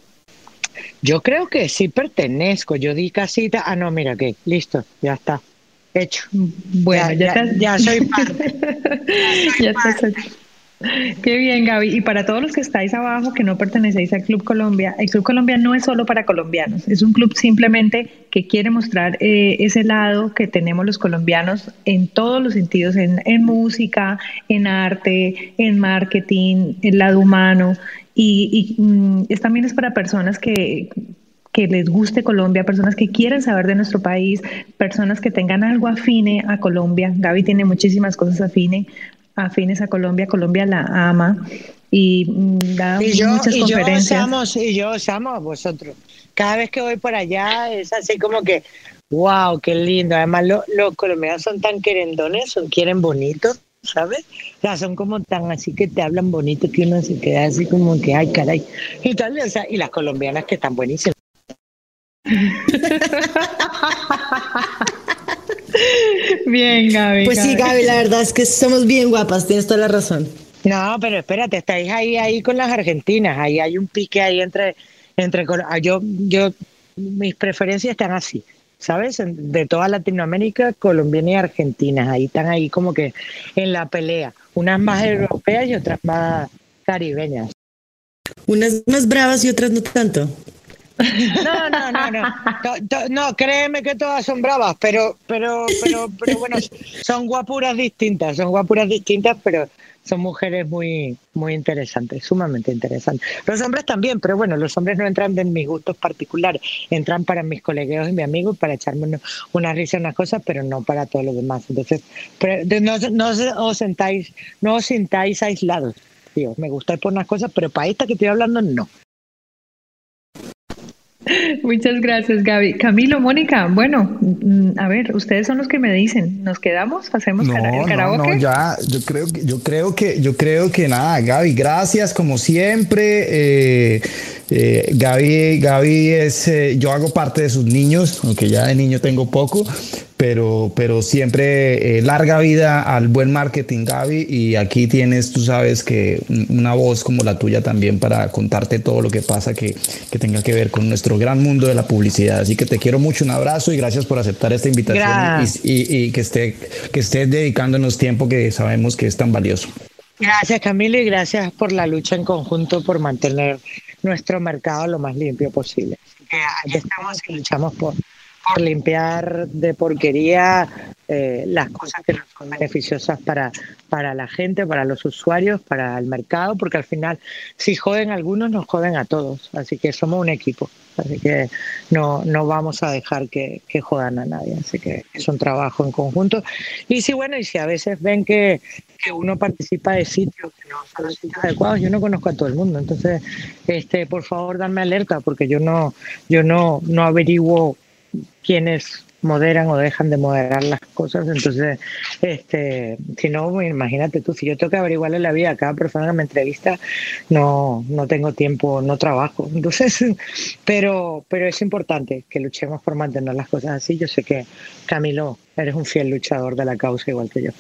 Yo creo que sí pertenezco. Yo di casita. Ah, no, mira, que listo, ya está. Hecho. Bueno, ya, ya, ya, ya soy parte. ya soy parte. Qué bien, Gaby. Y para todos los que estáis abajo, que no pertenecéis al Club Colombia, el Club Colombia no es solo para colombianos. Es un club simplemente que quiere mostrar eh, ese lado que tenemos los colombianos en todos los sentidos, en, en música, en arte, en marketing, el lado humano. Y, y mm, es, también es para personas que... que les guste Colombia, personas que quieran saber de nuestro país, personas que tengan algo afine a Colombia. Gaby tiene muchísimas cosas afine, afines a Colombia, Colombia la ama y da y yo, muchas y conferencias. Yo os amo, y yo os amo a vosotros. Cada vez que voy por allá es así como que, wow, qué lindo. Además lo, los colombianos son tan querendones, son, quieren bonito, ¿sabes? O sea, son como tan así que te hablan bonito que uno se queda así como que, ay, caray. Y, tal, o sea, y las colombianas que están buenísimas. Bien, Gaby. Pues Gaby. sí, Gaby, la verdad es que somos bien guapas, tienes toda la razón. No, pero espérate, estáis ahí, ahí con las argentinas, ahí hay un pique ahí entre, entre, Col- ah, yo, yo, mis preferencias están así, ¿sabes? En- De toda Latinoamérica, colombiana y argentina, ahí están ahí como que en la pelea, unas más europeas y otras más caribeñas. Unas más bravas y otras no tanto. No, no, no, no, To- to- no, créeme que todas son bravas, pero, pero, pero, pero bueno, son guapuras distintas, son guapuras distintas, pero son mujeres muy, muy interesantes, sumamente interesantes. Los hombres también, pero bueno, los hombres no entran en mis gustos particulares, entran para mis colegueos y mis amigos, para echarme una, una risa, unas cosas, pero no para todos los demás. Entonces, pero de- no, no se- os sentáis, no os sintáis aislados, tío. Me gustáis por unas cosas, pero para esta que estoy hablando, no. Muchas gracias, Gaby. Camilo, Mónica, bueno, mm, a ver, ustedes son los que me dicen, ¿nos quedamos? ¿Hacemos No, cara- el no, karaoke? no, ya, yo creo que, yo creo que, yo creo que nada, Gaby, gracias como siempre. Eh, eh, Gaby, Gaby es, eh, yo hago parte de sus niños, aunque ya de niño tengo poco, pero, pero siempre eh, larga vida al buen marketing, Gaby, y aquí tienes, tú sabes que un- una voz como la tuya también para contarte todo lo que pasa que, que tenga que ver con nuestro gran mundo de la publicidad. Así que te quiero mucho, un abrazo y gracias por aceptar esta invitación Gracias. y, y- y que, esté, que estés dedicándonos tiempo que sabemos que es tan valioso. Gracias, Camilo, y gracias por la lucha en conjunto por mantener nuestro mercado lo más limpio posible. Así que aquí estamos y luchamos por, por limpiar de porquería eh, las cosas que no son beneficiosas para, para la gente, para los usuarios, para el mercado, porque al final, si joden a algunos, nos joden a todos. Así que somos un equipo. Así que no, no vamos a dejar que, que jodan a nadie. Así que es un trabajo en conjunto. Y si, bueno, y si a veces ven que, que uno participa de sitios que no son los sitios adecuados, yo no conozco a todo el mundo. Entonces, este, por favor, danme alerta, porque yo no, yo no, no averiguo quiénes moderan o dejan de moderar las cosas. Entonces, este, si no, imagínate tú, si yo tengo que averiguarle la vida a cada persona que me entrevista, no, no tengo tiempo, no trabajo. Entonces, pero, pero es importante que luchemos por mantener las cosas así. Yo sé que, Camilo, eres un fiel luchador de la causa igual que yo.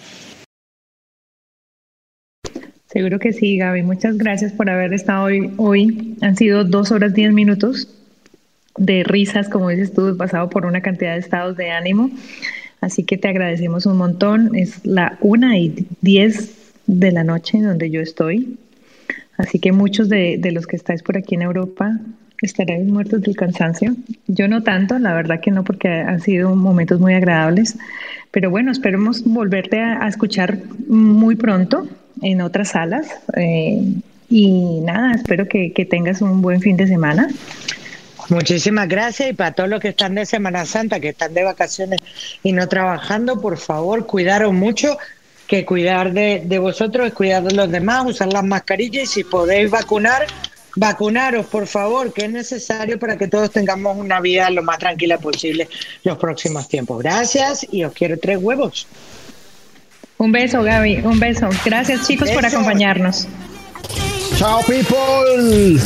Seguro que sí, Gaby. Muchas gracias por haber estado hoy. Hoy han sido dos horas diez minutos de risas, como dices tú, he pasado por una cantidad de estados de ánimo. Así que te agradecemos un montón. Es la una y diez de la noche donde yo estoy. Así que muchos de, de los que estáis por aquí en Europa estaréis muertos del cansancio. Yo no tanto, la verdad que no, porque han sido momentos muy agradables. Pero bueno, esperemos volverte a, a escuchar muy pronto en otras salas. Eh, y nada, espero que, que tengas un buen fin de semana. Muchísimas gracias, y para todos los que están de Semana Santa, que están de vacaciones y no trabajando, por favor, cuidaros mucho, que cuidar de, de vosotros es cuidar de los demás, usar las mascarillas, y si podéis vacunar, vacunaros, por favor, que es necesario para que todos tengamos una vida lo más tranquila posible los próximos tiempos. Gracias, y os quiero tres huevos. Un beso, Gaby, un beso. Gracias, chicos, por Beso. acompañarnos. Chao, people.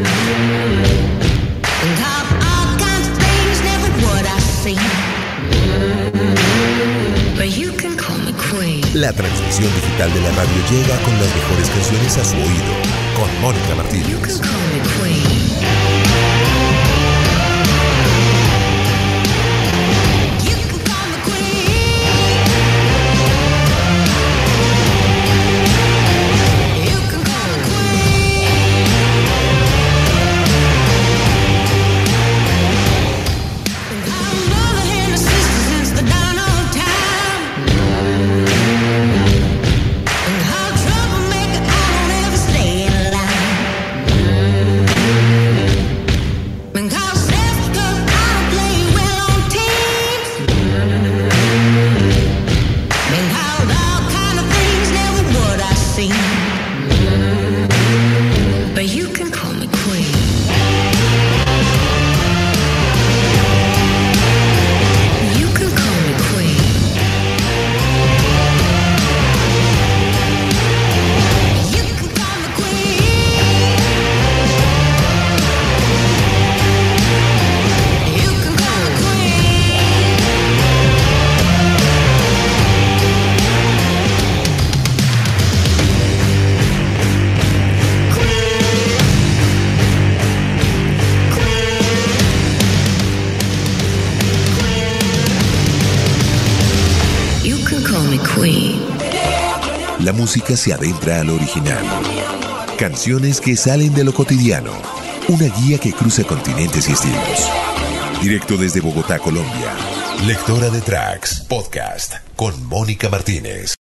La transmisión digital de la radio llega con las mejores canciones a su oído, con Mónica Martínez. la música se adentra al original. Canciones que salen de lo cotidiano. Una guía que cruza continentes y estilos. Directo desde Bogotá, Colombia. Lectora de Tracks, podcast con Mónica Martínez.